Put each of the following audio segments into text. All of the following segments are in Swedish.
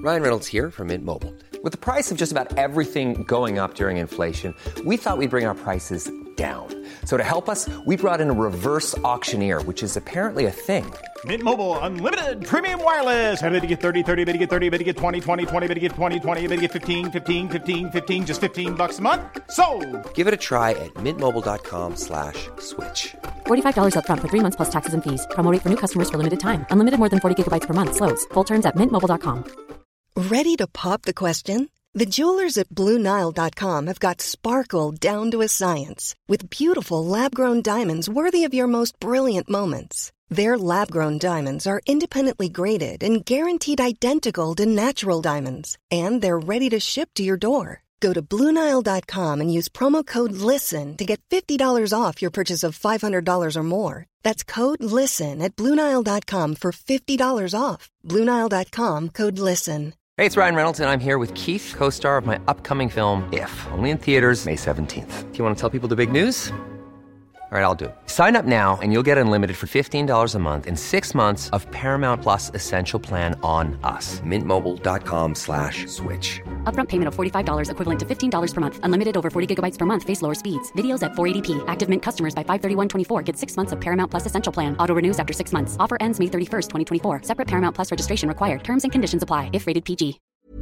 Ryan Reynolds here from Mint Mobile. With the price of just about everything going up during inflation, we thought we'd bring our prices down. So to help us, we brought in a reverse auctioneer, which is apparently a thing. Mint Mobile Unlimited Premium Wireless. How to get 30, 30, bit to get 30, bit to get 20, 20, 20, bit to get 20, 20, bit to get 15, 15, 15, 15, just $15 a month? Sold! Give it a try at mintmobile.com/switch. $45 up front for 3 months plus taxes and fees. Promo rate for new customers for limited time. Unlimited more than 40 gigabytes per month. Slows full terms at mintmobile.com. Ready to pop the question? The jewelers at BlueNile.com have got sparkle down to a science with beautiful lab-grown diamonds worthy of your most brilliant moments. Their lab-grown diamonds are independently graded and guaranteed identical to natural diamonds, and they're ready to ship to your door. Go to BlueNile.com and use promo code LISTEN to get $50 off your purchase of $500 or more. That's code LISTEN at BlueNile.com for $50 off. BlueNile.com, code LISTEN. Hey, it's Ryan Reynolds, and I'm here with Keith, co-star of my upcoming film, If, only in theaters May 17th. Do you want to tell people the big news? All right, I'll do it. Sign up now and you'll get unlimited for $15 a month and 6 months of Paramount Plus Essential Plan on us. MintMobile.com/switch. Upfront payment of $45 equivalent to $15 per month. Unlimited over 40 gigabytes per month. Face lower speeds. Videos at 480p. Active Mint customers by 531.24 get 6 months of Paramount Plus Essential Plan. Auto renews after 6 months. Offer ends May 31st, 2024. Separate Paramount Plus registration required. Terms and conditions apply if rated PG.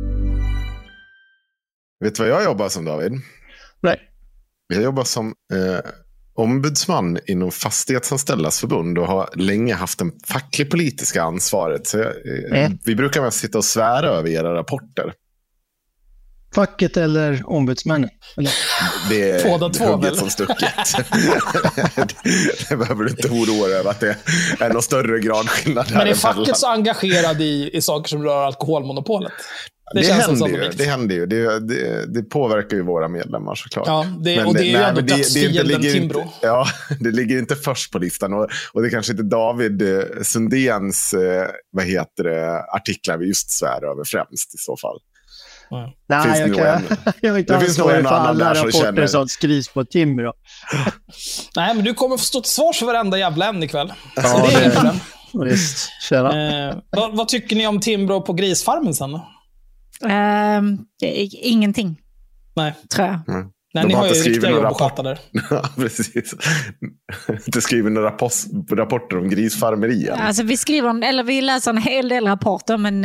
Vet du vad jag jobbar som, David? Nej. Jag jobbar som ombudsman inom Fastighetsanställdas förbund och har länge haft den facklig-politiska ansvaret. Så vi brukar väl sitta och svära över era rapporter. Facket eller ombudsmännen? Eller? Det är båda två, hugget som stucket. Det behöver du inte oroa över att det är någon större gradskillnad. Men är facket så engagerad i saker som rör alkoholmonopolet? Det händer ju. Det påverkar ju våra medlemmar såklart. Ja, det är ju ändå dödsfienden Timbro. Ja, det ligger inte först på listan. Och det är kanske inte David Sundéns artiklar vi just svär över främst i så fall. Nej, jag har inte ansvarig för alla rapporter som skrivs på Timbro. Nej, men du kommer få stå till svars för varenda jävla ämne ikväll. Ja, så det är inget problem. Visst, vad tycker ni om Timbro på grisfarmen sen då? Ingenting. Nej. Tror jag. Nej, ni har ju riktiga jobb att sköta där. Ja, precis. Inte skriver några rapporter om grisfarmerier. Alltså vi läser en hel del rapporter, men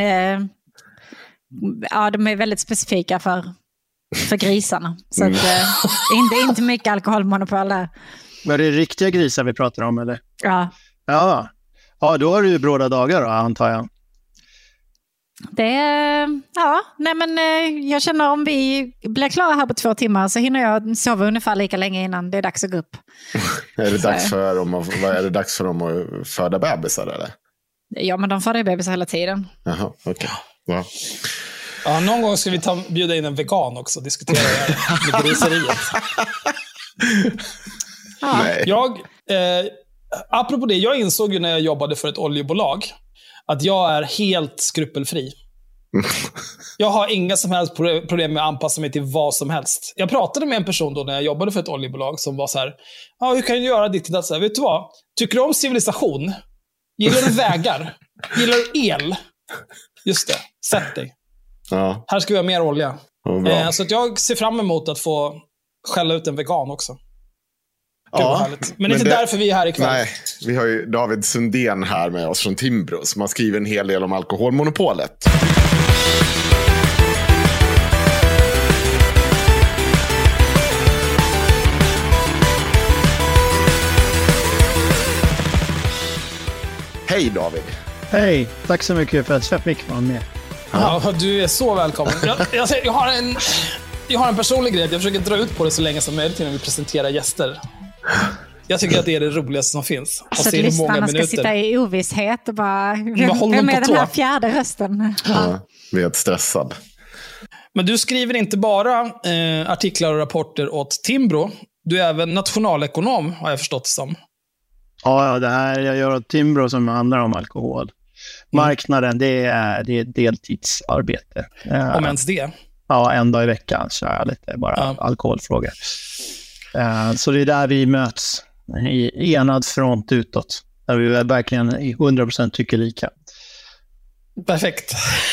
de är väldigt specifika för grisarna. Så att, inte mycket alkoholmonopol där. Men det är riktiga grisar vi pratar om, eller? Ja. Ja, då har du ju bråda dagar då, antar jag. Jag känner om vi blir klara här på 2 timmar så hinner jag sova ungefär lika länge innan det är dags att gå upp. Är det dags för dem att föda bebisar eller? Ja, men de föder bebisar hela tiden. Jaha, okej. Ja. Ja, någon gång ska vi bjuda in en vegan också och diskutera det här med griseriet. Apropå det, jag insåg ju när jag jobbade för ett oljebolag att jag är helt skrupelfri. Jag har inga som helst problem med att anpassa mig till vad som helst. Jag pratade med en person då när jag jobbade för ett oljebolag som var så här: hur kan du göra ditt till det? Vet du vad? Tycker du om civilisation? Gillar du vägar? Gillar du el? Just det, sätt dig. Ja. Här ska vi ha mer olja. Så att jag ser fram emot att få skälla ut en vegan också. Ja, men inte därför vi är här ikväll. Nej, vi har ju David Sundén här med oss från Timbro som har skrivit en hel del om alkoholmonopolet. Hej David. Hej, tack så mycket för att jag fick vara med. Ja, du är så välkommen. Jag har en personlig grej. Jag försöker dra ut på det så länge som möjligt innan vi presenterar gäster. Jag tycker att det är det roligaste som finns. Så att lyssnarna ska sitta i ovisshet och bara vem är den här fjärde rösten? Ja, vi är stressad. Men du skriver inte bara artiklar och rapporter åt Timbro. Du är även nationalekonom, har jag förstått som. Ja, det här jag gör åt Timbro som handlar om alkohol. Marknaden, det är deltidsarbete. Om ens det? Ja, en dag i veckan så är jag lite bara alkoholfrågor. Så det är där vi möts i enad front utåt. Där vi verkligen i 100% tycker lika. Perfekt.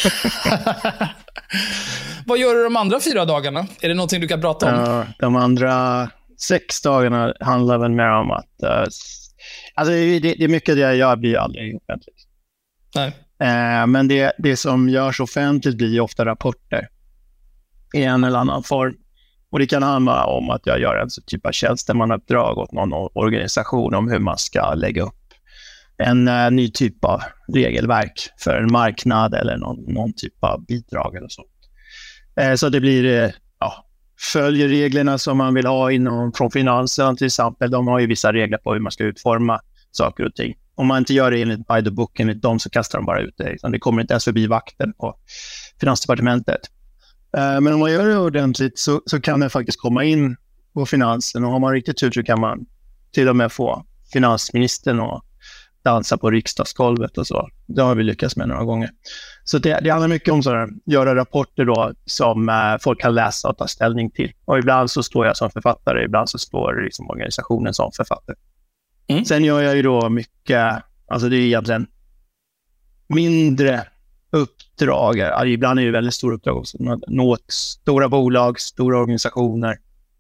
Vad gör du de andra 4 dagarna? Är det någonting du kan prata om? De andra 6 dagarna handlar väl mer om att... alltså det är mycket det jag gör blir aldrig offentligt. Nej. Men det som görs offentligt blir ofta rapporter i en eller annan form. Och det kan handla om att jag gör en typ av tjänstemannauppdrag åt någon organisation om hur man ska lägga upp en ny typ av regelverk för en marknad eller någon typ av bidrag eller så. Så det blir, följer reglerna som man vill ha från finansen till exempel. De har ju vissa regler på hur man ska utforma saker och ting. Om man inte gör det enligt by the book, enligt dem, så kastar de bara ut det. Det kommer inte ens förbi vakten på Finansdepartementet. Men om man gör det ordentligt så kan det faktiskt komma in på finansen. Och har man riktigt tur så kan man till och med få finansministern att dansa på riksdagsgolvet och så. Det har vi lyckats med några gånger. Så det handlar mycket om att göra rapporter då som folk kan läsa och ta ställning till. Och ibland så står jag som författare, ibland så står liksom organisationen som författare. Sen gör jag ju då mycket, alltså det är egentligen mindre uppdrag. Ibland är det väldigt stora uppdrag också. Nå stora bolag, stora organisationer.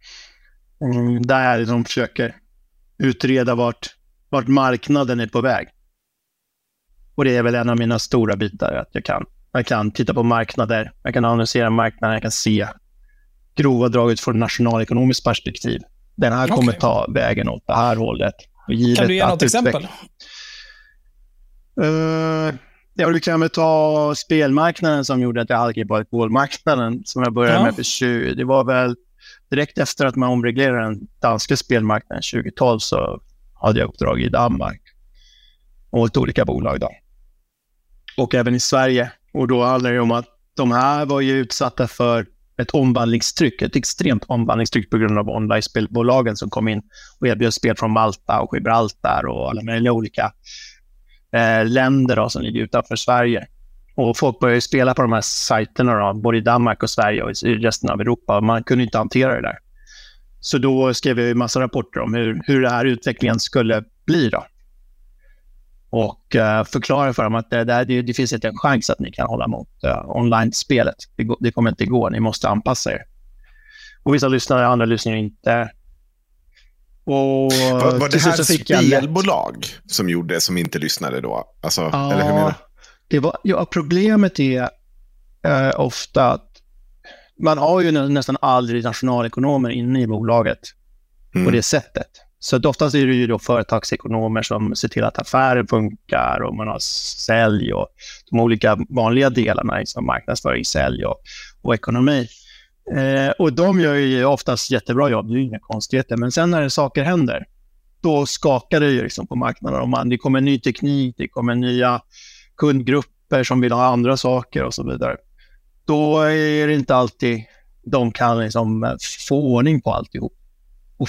Där de försöker utreda vart marknaden är på väg. Och det är väl en av mina stora bitar, att jag kan titta på marknader, jag kan analysera marknaden, jag kan se grova draget från nationalekonomiskt perspektiv. Den här kommer ta vägen åt det här hållet. Kan du ge något exempel? Jag kan ta spelmarknaden som gjorde att jag halkade på alkoholmarknaden som jag började med för 20. Det var väl direkt efter att man omreglerade den danska spelmarknaden 2012 så hade jag uppdrag i Danmark åt olika bolag då. Och även i Sverige. Och då handlar det om att de här var ju utsatta för ett omvandlingstryck, ett extremt omvandlingstryck på grund av online-spelbolagen som kom in och erbjöd spel från Malta och Gibraltar och alla möjliga olika länder då, som ligger utanför Sverige. Och folk började spela på de här sajterna då, både i Danmark och Sverige och i resten av Europa. Man kunde inte hantera det där. Så då skrev vi en massa rapporter om hur det här utvecklingen skulle bli då. Och förklara för dem att det finns inte en chans att ni kan hålla mot online-spelet. Det kommer inte gå, ni måste anpassa er. Och vissa lyssnare, andra lyssnare inte. Och var det här spelbolag som gjorde som inte lyssnade då? Alltså, eller hur menar du? Problemet är ofta att man har ju nästan aldrig nationalekonomer inne i bolaget på det sättet. Så att oftast är det ju då företagsekonomer som ser till att affären funkar och man har sälj och de olika vanliga delarna som marknadsföring, sälj och ekonomi. Och de gör ju oftast jättebra jobb, det är inga konstigheter. Men sen när saker händer, då skakar det ju liksom på marknaden. Det kommer ny teknik, det kommer nya kundgrupper som vill ha andra saker och så vidare. Då är det inte alltid de kan liksom få ordning på alltihop och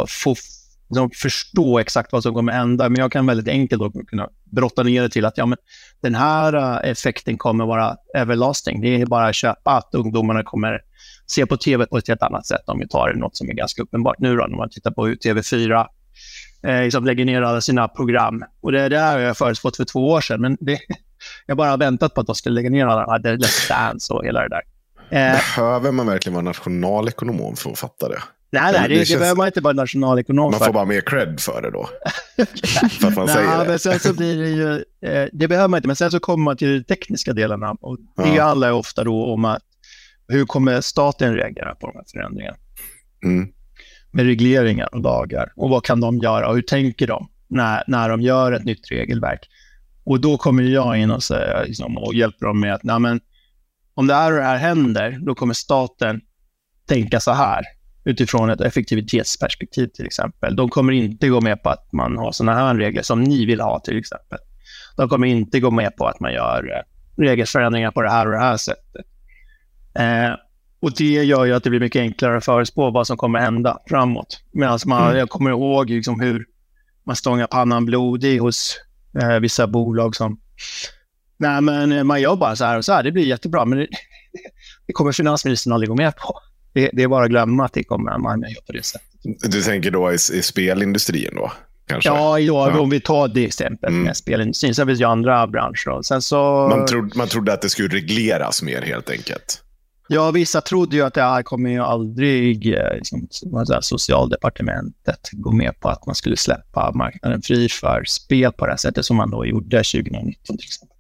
förstå exakt vad som kommer hända. Men jag kan väldigt enkelt då kunna brotta ner det till att den här effekten kommer vara everlasting. Det är bara att köpa att ungdomarna kommer se på tv på ett helt annat sätt om vi tar något som är ganska uppenbart nu då, när man tittar på hur TV4 liksom lägger ner alla sina program. Och det där har jag förutspått för 2 år sedan, men jag bara har väntat på att de ska lägga ner alla Let's Dance och hela det där. Behöver man verkligen vara nationalekonom för att fatta det? Nej, det behöver man inte vara nationalekonom för. Man får bara mer cred för det då. För att man säger det. Men sen så blir det ju, det behöver man inte, men sen så kommer man till de tekniska delarna. Och det handlar ofta då om att hur kommer staten reagera på de här förändringarna? Med regleringar och lagar. Och vad kan de göra? Och hur tänker de när de gör ett nytt regelverk? Och då kommer jag in och, säger, liksom, och hjälper dem med att om det här händer, då kommer staten tänka så här. Utifrån ett effektivitetsperspektiv till exempel. De kommer inte gå med på att man har sådana här regler som ni vill ha till exempel. De kommer inte gå med på att man gör regelförändringar på det här sättet. Och det gör ju att det blir mycket enklare att förutspå vad som kommer hända framåt. Medan jag kommer ihåg liksom hur man stångar pannan blodig hos vissa bolag som man gör bara så här och så här, det blir jättebra, men det kommer finansministern aldrig gå med på. Det är bara att glömma att det kommer man gör på det sättet. Du tänker då i spelindustrin då? kanske. Ja, om vi tar det exemplet med spelindustrin, så finns ju andra branscher. Sen så... Man trodde att det skulle regleras mer helt enkelt. Ja, vissa trodde ju att det här kommer ju aldrig socialdepartementet gå med på att man skulle släppa marknaden fri för spel på det här sättet som man då gjorde 2019 till exempel.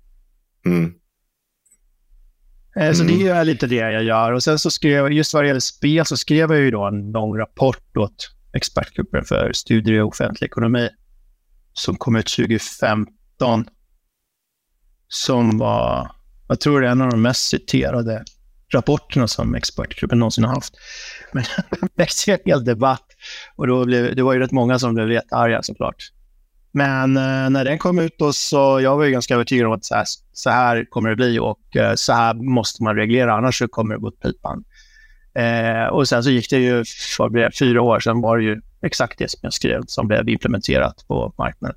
Så det är lite det jag gör. Och sen så skrev jag, just vad det gäller spel, så skrev jag ju då en lång rapport åt expertgruppen för studier i offentlig ekonomi som kom ut 2015, som var, jag tror det är en av de mest citerade rapporterna som expertgruppen någonsin har haft. Men det växte en hel debatt, och det var ju rätt många som blev rätt arga såklart. Men när den kom ut då, så jag var ju ganska övertygad om att så här kommer det bli, och så här måste man reglera, annars så kommer det gå åt pipan. Och sen så gick det ju, 4 år sedan var det ju exakt det som jag skrev som blev implementerat på marknaden.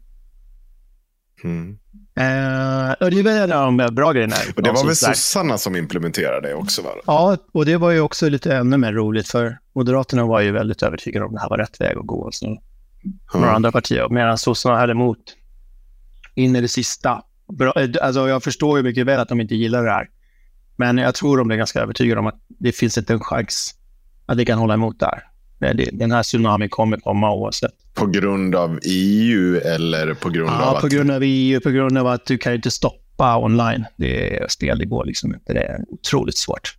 Och det är väl de bra grejerna. Och det var väl sossarna som implementerade det också, va? Ja, och det var ju också lite ännu mer roligt, för Moderaterna var ju väldigt övertygade om det här var rätt väg att gå. Så några andra partier, medan sossarna hade emot in i det sista. Alltså jag förstår ju mycket väl att de inte gillar det här, men jag tror de är ganska övertygade om att det finns inte en chans att det kan hålla emot där. Den här tsunamin kommer komma oavsett. På grund av EU eller på grund av på grund av EU, på grund av att du kan inte stoppa online. Det är spel, det går liksom inte. Det är otroligt svårt.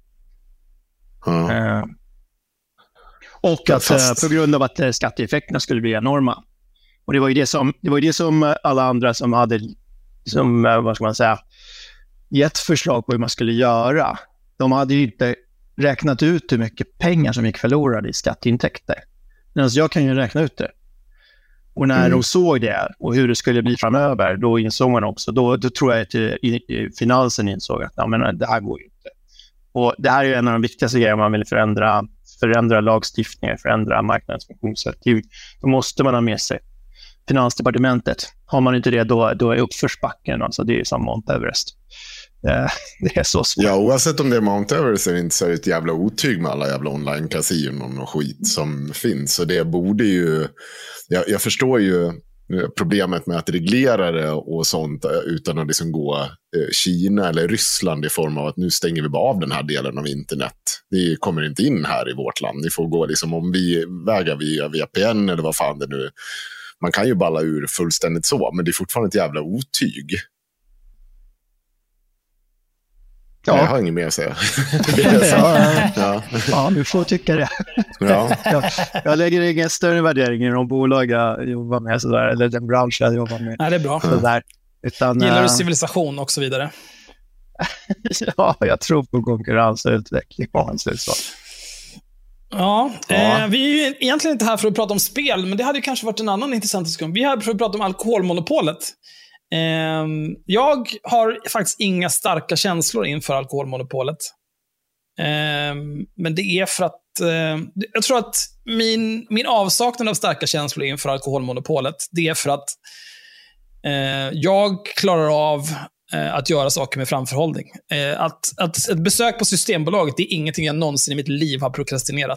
Och att på grund av att skatteeffekterna skulle bli enorma. Och det var ju det som alla andra som hade, som, vad ska man säga, gett förslag på hur man skulle göra. De hade ju inte räknat ut hur mycket pengar som gick förlorade i skatteintäkter. Men alltså jag kan ju räkna ut det. Och när de såg det och hur det skulle bli framöver, då insåg man också, då tror jag att finansen insåg att det här går ju inte. Och det här är ju en av de viktigaste grejerna man vill förändra lagstiftningar, förändra marknadens funktionssätt. Då måste man ha med sig Finansdepartementet. Har man inte det, då är uppförsbacken. Alltså det är som Mount Everest. Det är så svårt. Ja, oavsett om det är Mount Everest är det inte så ett jävla otyg med alla jävla online-kasinon och skit som finns. Så det borde ju... Jag förstår ju problemet med att reglera det och sånt utan att liksom gå Kina eller Ryssland i form av att nu stänger vi bara av den här delen av internet. Det kommer inte in här i vårt land. Ni får gå liksom om vi vägar via VPN eller vad fan det nu. Man kan ju balla ur fullständigt så, men det är fortfarande ett jävla otyg. Ja. Jag har inget mer att säga. Ja, du får tycka det. Ja. Jag lägger ingen större värdering i de bolag jag jobbar med sådär, eller den bransch jag jobbar med. Nej, det är bra. Sådär. Gillar du civilisation och så vidare? Ja, jag tror på konkurrens och utveckling. Ja, vi är ju egentligen inte här för att prata om spel, men det hade ju kanske varit en annan intressant diskussion. Vi är här för att prata om alkoholmonopolet. Jag har faktiskt inga starka känslor inför alkoholmonopolet. Men det är för att jag tror att min avsaknad av starka känslor inför alkoholmonopolet, det är för att jag klarar av att göra saker med framförhållning. Att ett besök på Systembolaget, det är ingenting jag någonsin i mitt liv har prokrastinerat.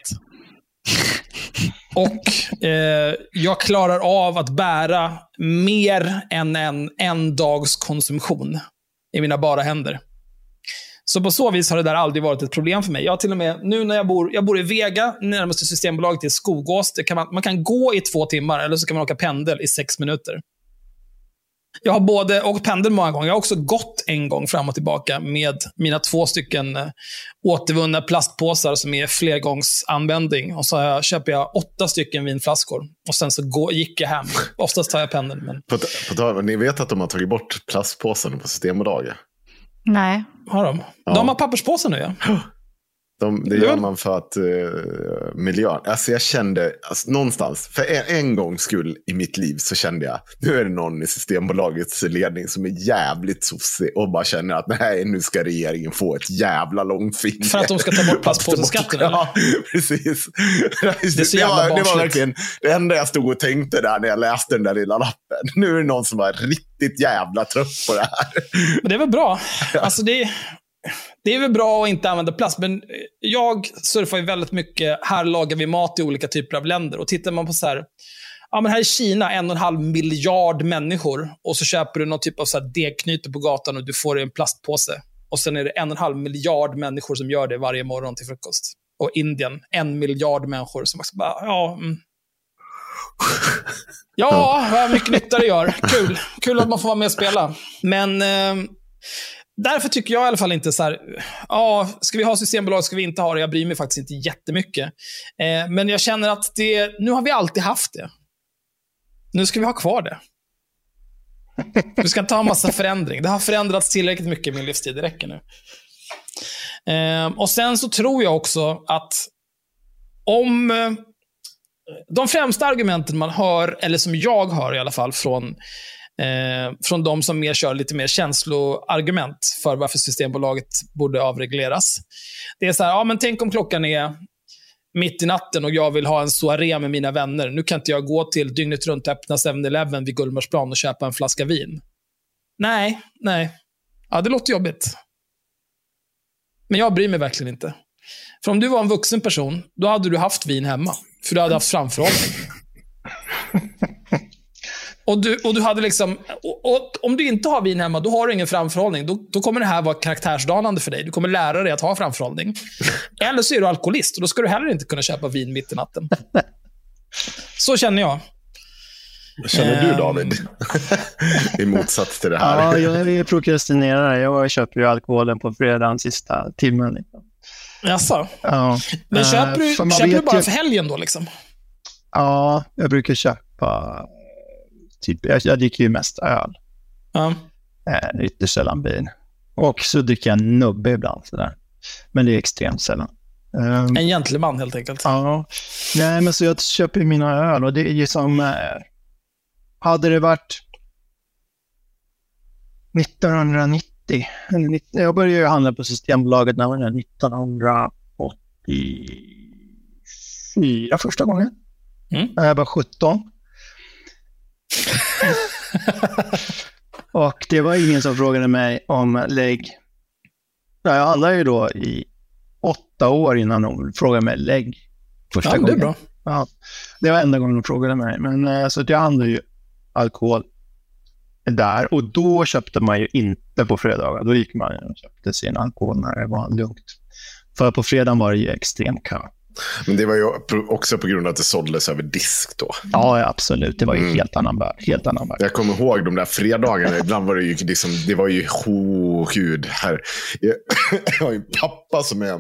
Och jag klarar av att bära mer än en dags konsumtion i mina bara händer. Så på så vis har det där aldrig varit ett problem för mig. Jag till och med, nu när jag bor i Vega, närmaste Systembolaget till Skogås, man kan gå i 2 timmar eller så kan man åka pendel i 6 minuter. Jag har både åkt pendel många gånger. Jag har också gått en gång fram och tillbaka med mina 2 stycken återvunna plastpåsar som är flergångsanvändning. Och så köper jag 8 stycken vinflaskor. Och sen så gick jag hem. Oftast tar jag pendeln. Men... Ni vet att de har tagit bort plastpåsarna på Systembolaget? Nej. Har de? Ja. De har papperspåsar nu, ja. Det gör man för att miljön. Alltså jag kände någonstans, för en gångs skull i mitt liv så kände jag, nu är det någon i Systembolagets ledning som är jävligt sossig och bara känner att nej, nu ska regeringen få ett jävla långt finger. För att de ska ta bort plastpåseskatten? Ja, precis. Det var verkligen det enda jag stod och tänkte där när jag läste den där lilla lappen. Nu är det någon som var riktigt jävla trött på det här. Men det är väl bra. Alltså det är väl bra att inte använda plast, men jag surfar ju väldigt mycket. Här lagar vi mat i olika typer av länder. Och tittar man på så här men här i Kina 1,5 miljard människor och så köper du någon typ av så här degknyte på gatan och du får en plastpåse. Och sen är det 1,5 miljard människor som gör det varje morgon till frukost. Och Indien, 1 miljard människor som också bara, ja, vad mycket nytta det gör. Kul att man får vara med och spela. Men därför tycker jag i alla fall inte så här, ska vi ha systembolag, ska vi inte ha det? Jag bryr mig faktiskt inte jättemycket. Men jag känner att nu har vi alltid haft det. Nu ska vi ha kvar det. Vi ska inte ha en massa förändring. Det har förändrats tillräckligt mycket i min livstid, det räcker nu. Och sen så tror jag också att om de främsta argumenten man hör, eller som jag hör i alla fall från de som mer kör lite mer känsloargument för varför Systembolaget borde avregleras. Det är så här, men tänk om klockan är mitt i natten och jag vill ha en soaré med mina vänner. Nu kan inte jag gå till dygnet runt öppna 7-Eleven vid Gullmarsplan och köpa en flaska vin. Nej. Ja, det låter jobbigt. Men jag bryr mig verkligen inte. För om du var en vuxen person, då hade du haft vin hemma. För du hade haft framförhållning. Och du hade liksom, och om du inte har vin hemma, då har du ingen framförhållning. Då kommer det här vara karaktärsdanande för dig. Du kommer lära dig att ha framförhållning. Eller så är du alkoholist och då ska du heller inte kunna köpa vin mitt i natten. Så känner jag. Vad känner du, David? I motsats till det här. Ja, jag är prokrastinerare. Jag köper ju alkoholen på fredagen sista timmen. Liksom. Jaså? Ja. Men köper du bara för helgen då liksom? Ja, jag brukar köpa typ, jag dricker ju mest öl. Ja. Ytterst sällan vin. Och så dricker jag nubbe ibland sådär. Men det är extremt sällan. En gentleman helt enkelt. Ja. Nej, men så jag köper mina öl och det är ju som hade det varit 1990 eller jag började ju handla på Systembolaget när var det 1984 första gången. Jag var 17. Och det var ingen som frågade mig om lägg. Jag handlade ju då i 8 år innan de frågade mig lägg första gången. Det är bra. Ja, det var enda gången de frågade mig. Men så jag handlade ju alkohol där. Och då köpte man ju inte på fredagar. Då gick man och köpte sin alkohol när det var lugnt. För på fredagen var det ju extrem kö. Men det var ju också på grund av att det såldes över disk då. Ja, absolut. Det var ju helt annan värld. Jag kommer ihåg de där fredagarna. Ibland var det ju liksom, det var ju gud här. Jag har ju en pappa som är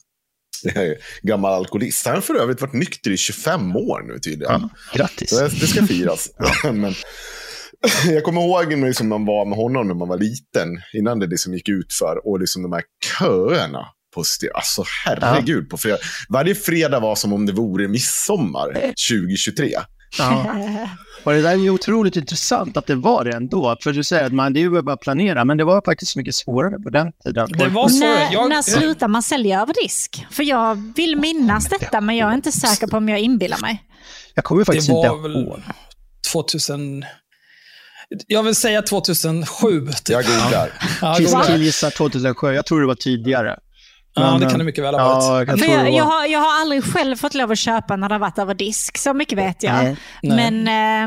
gammal alkoholist. Han har för övrigt varit nykter i 25 år nu tydligen. Ja, grattis. Det ska firas. Men jag kommer ihåg när man var med honom när man var liten. Innan det liksom gick ut för. Och liksom de här köerna. Alltså herregud, på fredag. Varje fredag var som om det vore midsommar 2023. Ja. Och det där är ju otroligt intressant att det var det ändå. För du säger att det är ju bara planera, men det var faktiskt mycket svårare på den tiden. Det var svårare. När slutar man sälja över disk? För jag vill minnas detta, men jag är inte säker på om jag inbillar mig. Jag kommer faktiskt inte ihåg. 2000... Jag vill säga 2007. Typ. Jag googlar. Jag gissar 2007. Jag tror det var tidigare. Ja, det kan det mycket väl ha varit. Jag har aldrig själv fått lov att köpa när det har varit över disk. Så mycket vet jag. Nej. Men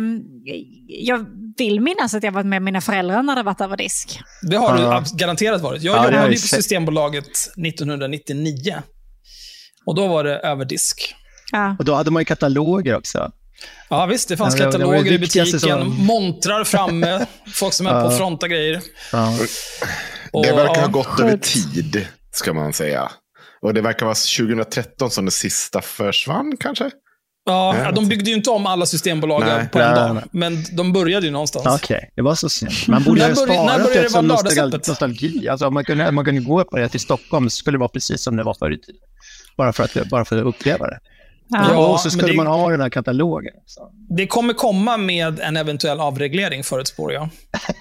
jag vill minnas att jag varit med mina föräldrar när det har varit över disk. Det har du garanterat varit. Jag jobbade på Systembolaget 1999. Och då var det över disk. Ja. Och då hade man ju kataloger också. Ja visst, det fanns kataloger i butiken. Montrar framme. Folk som är på fronta grejer. Ja. Det verkar ha gått över tid, ska man säga. Och det verkar vara 2013 som det sista försvann, kanske? Ja, de byggde ju inte om alla systembolag på en dag. Men de började ju någonstans. Okej, det var så sent. Man borde ju spara till ett sånt nostalgi. Alltså, om man kunde gå på det till Stockholm så skulle det vara precis som det var förr i tiden. Bara för att uppleva det. Ja, och så skulle man ha den här katalogen. Så. Det kommer komma med en eventuell avreglering, förutspår jag.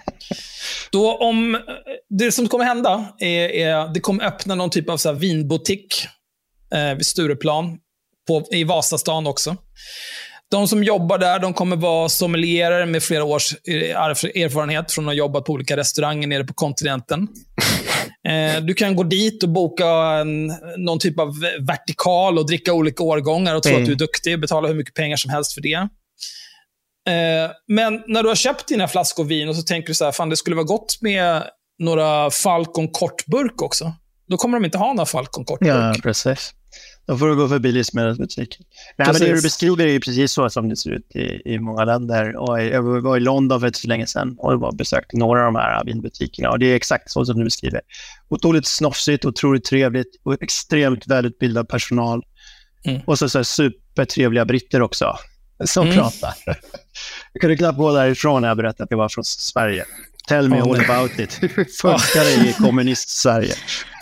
Då det som kommer hända är det kommer öppna någon typ av så här vinbutik vid Stureplan i Vasastan också. De som jobbar där, de kommer vara sommelierer med flera års erfarenhet från att ha jobbat på olika restauranger nere på kontinenten. Du kan gå dit och boka någon typ av vertikal och dricka olika årgångar och tro att du är duktig, betala hur mycket pengar som helst för det. Men när du har köpt dina flaskor vin och så tänker du så här, fan det skulle vara gott med några Falcon kortburk också. Då kommer de inte ha några Falcon kortburk. Ja, precis. Då får du gå förbi livsmedelsbutiken. Nej, men det du beskriver är ju precis så som det ser ut i många länder. Och jag var i London för inte så länge sedan och besökte några av de här vinbutikerna. Och det är exakt så som du beskriver. Otroligt snofsigt, otroligt trevligt och extremt välutbildad personal. Och så supertrevliga britter också som pratar. Jag kunde knappt gå därifrån när jag berättade att jag var från Sverige. Tell me all about it. Hur funkar det i kommunist-Sverige?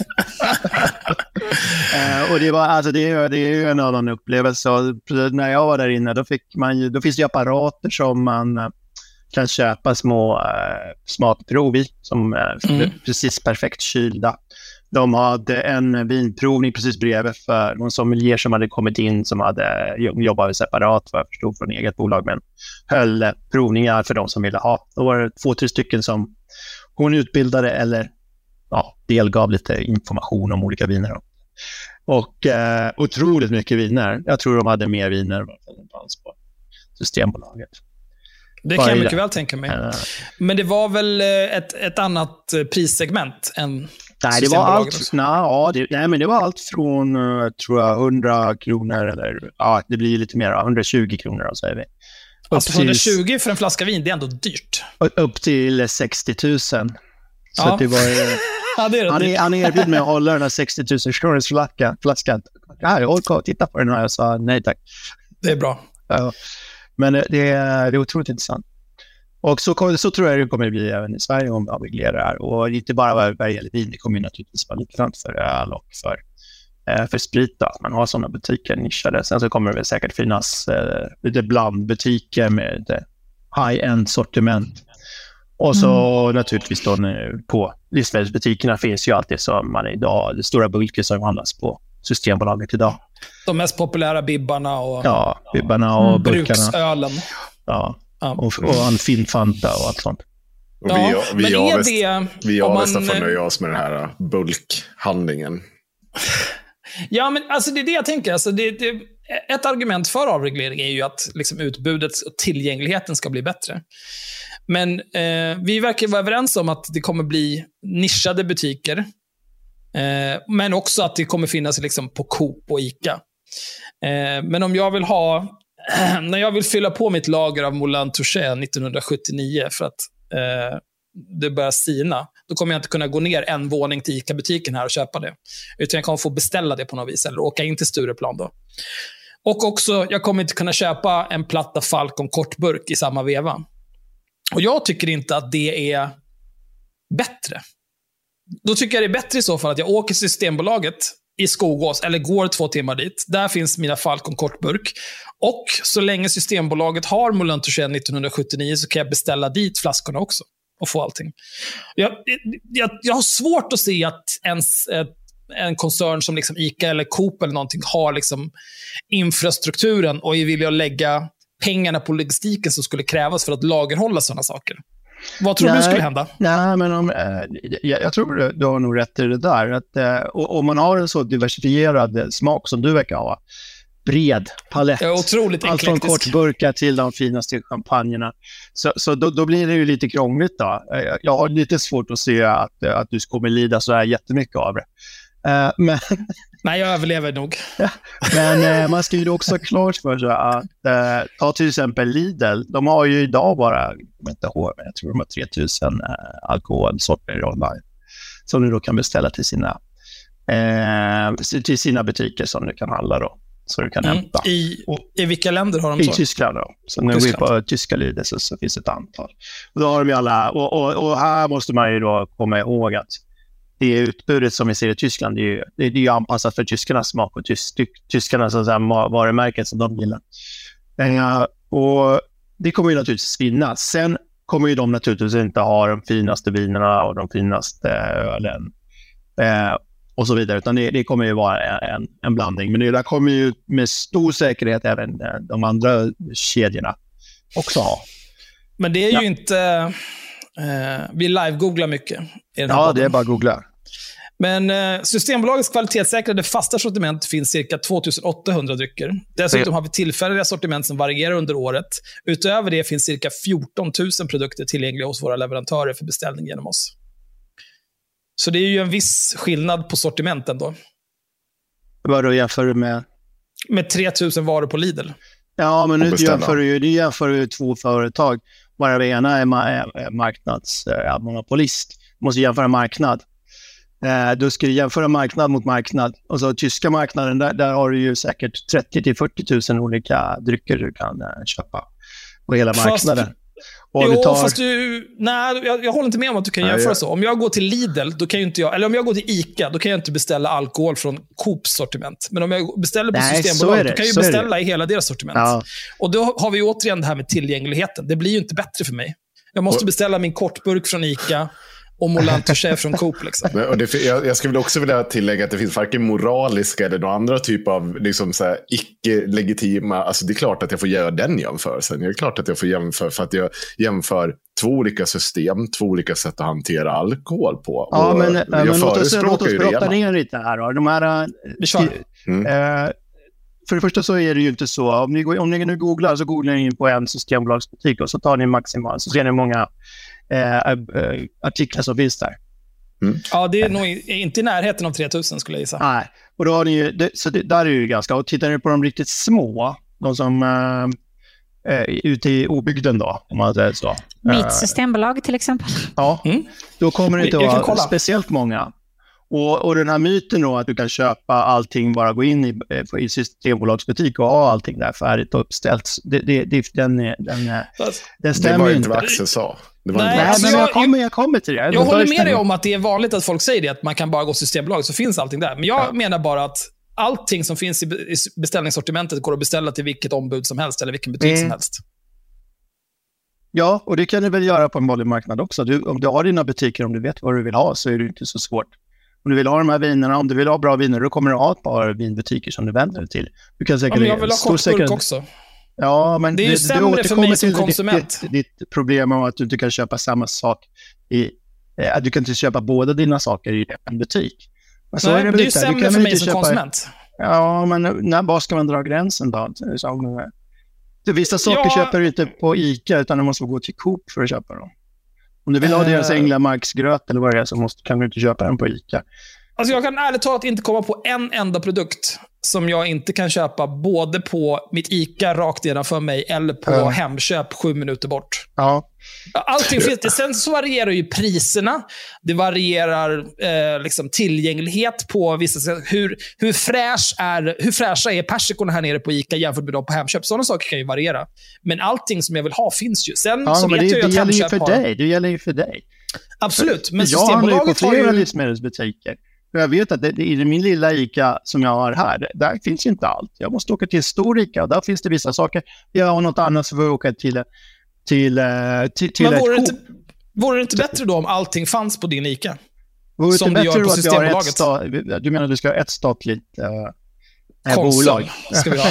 Och det var, alltså det är ju en annan upplevelse. När jag var där inne, då finns det apparater som man kan köpa små smakprov i, som är precis perfekt kylda. De hade en vinprovning precis bredvid för någon sommelier som hade kommit in, som hade jobbat separat, vad jag förstod, från eget bolag, men höll provningar för de som ville ha. Då var det 2-3 stycken som hon utbildade eller delgav lite information om olika viner. Och otroligt mycket viner. Jag tror de hade mer viner än vad fanns på Systembolaget. Det kan jag mycket väl tänka mig. Men det var väl ett annat prissegment än Nej, det var allt. Men det var allt från tror jag 100 kronor eller det blir lite mer, 120 kronor då, säger vi. Alltså 120 för en flaska vin, det är ändå dyrt. Upp till 60 000. Så att det var han erbjöd mig att hålla den här 60 000 kronors flaskan. Jag orkar titta på den här. Jag sa nej tack. Det är bra. Men det är otroligt intressant. Och så tror jag det kommer att bli även i Sverige om vi avreglerar det här. Och inte bara vad gäller vin, det kommer naturligtvis vara likadant för öl och för sprit. Då. Man har sådana butiker nischade. Sen så kommer det väl säkert finnas lite blandbutiker med high-end sortiment. Och så naturligtvis då på livsmedelsbutikerna finns ju alltid som man idag, det stora bulker som handlas på Systembolaget idag. De mest populära bibbarna och och burkarna. Bruksölen. Och en fin Fanta och allt sånt. Och vi avvästar får nöja oss med den här bulkhandlingen. Ja, men alltså det är det jag tänker. Alltså ett argument för avreglering är ju att liksom utbudet och tillgängligheten ska bli bättre. Men vi verkar vara överens om att det kommer bli nischade butiker. Men också att det kommer finnas liksom på Coop och Ica. Men om jag vill när jag vill fylla på mitt lager av Moulin Touché 1979 för att det börjar sina, då kommer jag inte kunna gå ner en våning till Ica-butiken här och köpa det. Utan jag kommer få beställa det på något vis eller åka in till Stureplan då. Och också, jag kommer inte kunna köpa en platta Falcon kortburk i samma veva. Och jag tycker inte att det är bättre. Då tycker jag det är bättre i så fall att jag åker till Systembolaget i Skogås eller går 2 timmar dit. Där finns mina Falcon kortburk. Och så länge Systembolaget har Moulin Touché 1979 så kan jag beställa dit flaskorna också och få allting. Jag har svårt att se att en koncern som liksom Ica eller Coop eller någonting har liksom infrastrukturen och vill jag lägga pengarna på logistiken som skulle krävas för att lagerhålla sådana saker. Vad tror du skulle hända? Nej, men jag tror du har nog rätt i det där. Att, om man har en så diversifierad smak som du verkar ha, bred palett, otroligt allt från kortburkar till de finaste champagnerna, så då blir det ju lite krångligt då. Jag har lite svårt att se att du kommer lida så här jättemycket av det. Men nej, jag överlever nog. Men man ska ju också klart för sig att ta till exempel Lidl. De har ju idag bara, jag tror de har 3000 alkoholsorter online som du då kan beställa till sina butiker som du kan handla då. Så du kan hämta. I vilka länder har de så? I Tyskland då. Så när vi är på tyska Lidl så finns ett antal. Och då har de ju alla, och här måste man ju då komma ihåg att det utbudet som vi ser i Tyskland, det är ju anpassat för tyskarnas smak och tyskarnas varumärken som de gillar. Och det kommer ju naturligtvis finnas. Sen kommer ju de naturligtvis inte ha de finaste vinerna och de finaste ölen och så vidare, utan det kommer ju vara en blandning. Men det där kommer ju med stor säkerhet även de andra kedjorna också ha. Men det är ju inte... vi live-googlar mycket. Ja, det är bara att googla. Men Systembolagets kvalitetssäkrade fasta sortiment finns cirka 2800 drycker. Dessutom har vi tillfälliga sortiment som varierar under året. Utöver det finns cirka 14 000 produkter tillgängliga hos våra leverantörer för beställning genom oss. Så det är ju en viss skillnad på sortimenten då. Vad då jämför du med? Med 3000 varor på Lidl. Ja, men nu jämför du två företag. Bara det ena är marknadsmonopolist. Du måste jämföra marknad. Du ska jämföra marknad mot marknad. Och så tyska marknaden, där har du ju säkert 30 till 40 000 olika drycker du kan köpa på hela marknaden. Jag håller inte med om att du kan jämföra så. Om jag går till Lidl, då kan ju inte jag, eller om jag går till ICA, då kan jag inte beställa alkohol från Coops sortiment. Men om jag beställer på Systembolaget, då kan jag ju beställa i hela deras sortiment. Ja. Och då har vi återigen det här med tillgängligheten. Det blir ju inte bättre för mig. Jag måste beställa min kortburk från ICA och Moulin Touché från Coop. Liksom. Jag skulle också vilja tillägga att det finns varken moraliska eller några andra typ av liksom, så här, icke-legitima. Alltså, det är klart att jag får göra den jämförelsen. Det är klart att jag får jämföra för att jag jämför två olika system, två olika sätt att hantera alkohol på. Ja, men låt oss prata ner lite här då. De här, för det första så är det ju inte så. Om ni nu googlar, så googlar ni in på en systembolagsbutik och så tar ni maximal, så ser ni många artiklar som finns där. Ja, det är nog inte i närheten av 3000 skulle jag gissa. Nej, och då har ni ju, där är det ju ganska, och tittar ni på de riktigt små, de som ute i obygden då, om man säger så. Mitt systembolag till exempel. Ja, då kommer det inte vara speciellt många. Och den här myten då att du kan köpa allting, bara gå in i Systembolagsbutik och ha allting där färdigt och uppställt. Den stämmer det var inte vad Axel sa. Jag kommer till det. Jag håller med dig om att det är vanligt att folk säger det, att man kan bara gå till Systembolaget så finns allting där. Men jag menar bara att allting som finns i beställningssortimentet går att beställa till vilket ombud som helst eller vilken butik som helst. Ja, och det kan du väl göra på en vanlig marknad också. Om du har dina butiker, om du vet vad du vill ha, så är det inte så svårt. Om du vill ha de här vinerna, om du vill ha bra viner, då kommer du ha ett par vinbutiker som du vänder dig till. Du kan säkert, jag vill ha kortburk också. Ja, men det är ju sämre för mig som konsument. Ditt problem är att du inte kan köpa samma sak du kan inte köpa båda dina saker i en butik. Men så nej, det är ju sämre för mig som konsument. Ja, men var ska man dra gränsen då? Vissa saker köper du inte på ICA, utan du måste gå till Coop för att köpa dem. Om du vill ha deras Änglamarksgröt eller vad det är, så kan du inte köpa den på ICA. Alltså jag kan ärligt talat inte komma på en enda produkt som jag inte kan köpa både på mitt ICA rakt nedanför mig eller på Hemköp 7 minuter bort. Ja. Allting finns det. Sen så varierar ju priserna. Det varierar liksom tillgänglighet på vissa. Hur fräscha är persikorna här nere på ICA jämfört med dem på Hemköp. Sådana saker kan ju variera. Men allting som jag vill ha finns ju. Sen så vet jag ju att Hemköp har... Det gäller ju för dig. Absolut. Men jag handlar ju på flera livsmedelsbutiker. Jag vet att i min lilla ICA som jag har här, där finns inte allt. Jag måste åka till en stor ICA och där finns det vissa saker. Jag har något annat så får jag åka till men vore det inte bättre då om allting fanns på din ICA? Vore som det gör på Systembolaget? Du menar att du ska ha ett statligt bolag? Ska vi ha.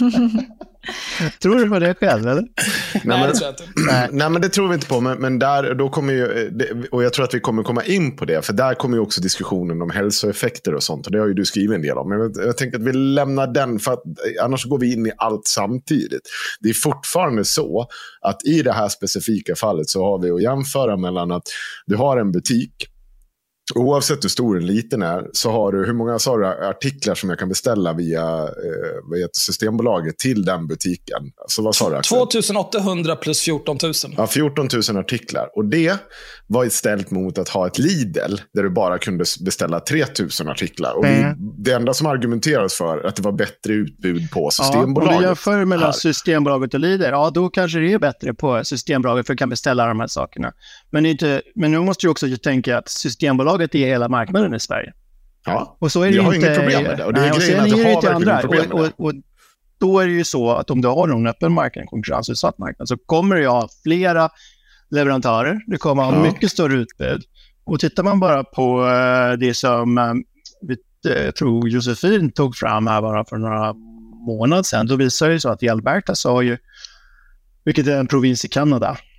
Tror du på det själv, eller? Nej, det tror jag inte. Nej, men det tror vi inte på. Men då kommer ju, och jag tror att vi kommer komma in på det. För där kommer ju också diskussionen om hälsoeffekter och sånt. Och det har ju du skrivit en del om. Men jag tänker att vi lämnar den, för att annars går vi in i allt samtidigt. Det är fortfarande så att i det här specifika fallet så har vi att jämföra mellan att du har en butik. Oavsett hur stor en liten är, så har du, hur många artiklar som jag kan beställa via Systembolaget till den butiken. Så vad sa du? 2800 plus 14 000. Ja, 14 000 artiklar. Och det var istället mot att ha ett Lidl där du bara kunde beställa 3 000 artiklar. Och det enda som argumenteras för att det var bättre utbud på Systembolaget. Om du jämför mellan Systembolaget och Lidl, då kanske det är bättre på Systembolaget för att kan beställa de här sakerna. Men nu måste du också tänka att Systembolaget är hela marknaden i Sverige. Ja, och så är det har inte, inget problem med det. Och det är nej, grejen att du har verkligen problem med det. Och då är det ju så att om du har en öppen marknad, en konkurrensutsatt marknad, så kommer du ha flera leverantörer. Du kommer ha mycket större utbud. Och tittar man bara på det som jag tror Josefin tog fram här bara för några månader sedan, då visar det så att i Alberta så har ju, vilket är en provins i Kanada,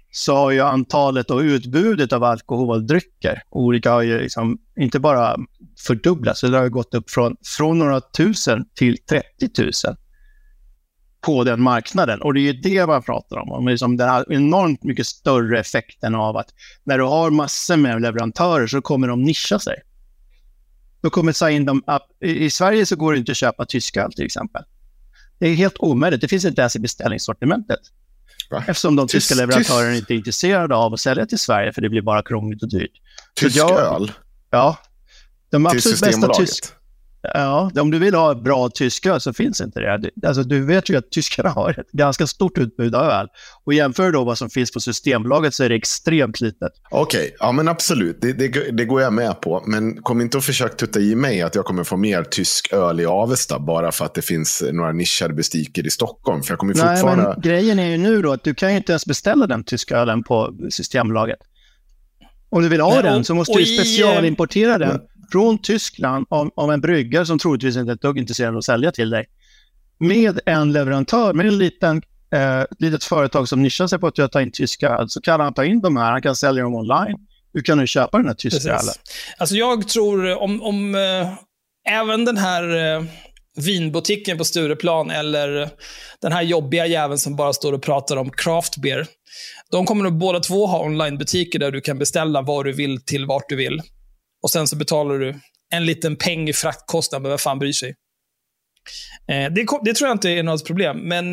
så har ju antalet och utbudet av alkoholdrycker olika har ju liksom inte bara fördubblats, så det har ju gått upp från några tusen till 30 000 på den marknaden. Och det är ju det man pratar om liksom den här enormt mycket större effekten av att när du har massor med leverantörer så kommer de nischa sig. Då kommer ta in dem i Sverige så går det inte att köpa tysk öl till exempel. Det är helt omöjligt. Det finns inte ens i beställningssortimentet. Va? Eftersom de tyska leverantörerna inte är intresserade av att sälja till Sverige för det blir bara krångligt och dyrt. Tysk öl? Ja. De absolut bästa tysk. Ja, om du vill ha bra tysk öl så finns inte det. Alltså, du vet ju att tyskarna har ett ganska stort utbud av öl. Och jämför då vad som finns på Systembolaget så är det extremt litet. Okej, ja men absolut. Det går jag med på. Men kom inte och försök tutta i mig att jag kommer få mer tysk öl i Avesta bara för att det finns några nischade bestiker i Stockholm. För jag kommer fortfarande... Nej, men grejen är ju nu då att du kan ju inte ens beställa den tyska ölen på Systembolaget. Om du vill ha den så måste du specialimportera den från Tyskland av en bryggare som troligtvis inte är ett dugg intresserad av att sälja till dig. Med en leverantör, med en litet företag som nischar sig på att ta in tyska öl, så kan han ta in de här, han kan sälja dem online. Hur kan du köpa den här tyska ölen? Alltså jag tror om även den här vinbutiken på Stureplan eller den här jobbiga jäveln som bara står och pratar om craft beer, de kommer nog båda två ha onlinebutiker där du kan beställa vad du vill till vart du vill. Och sen så betalar du en liten peng i fraktkostnad, men vad fan bryr sig? Det tror jag inte är något problem. Men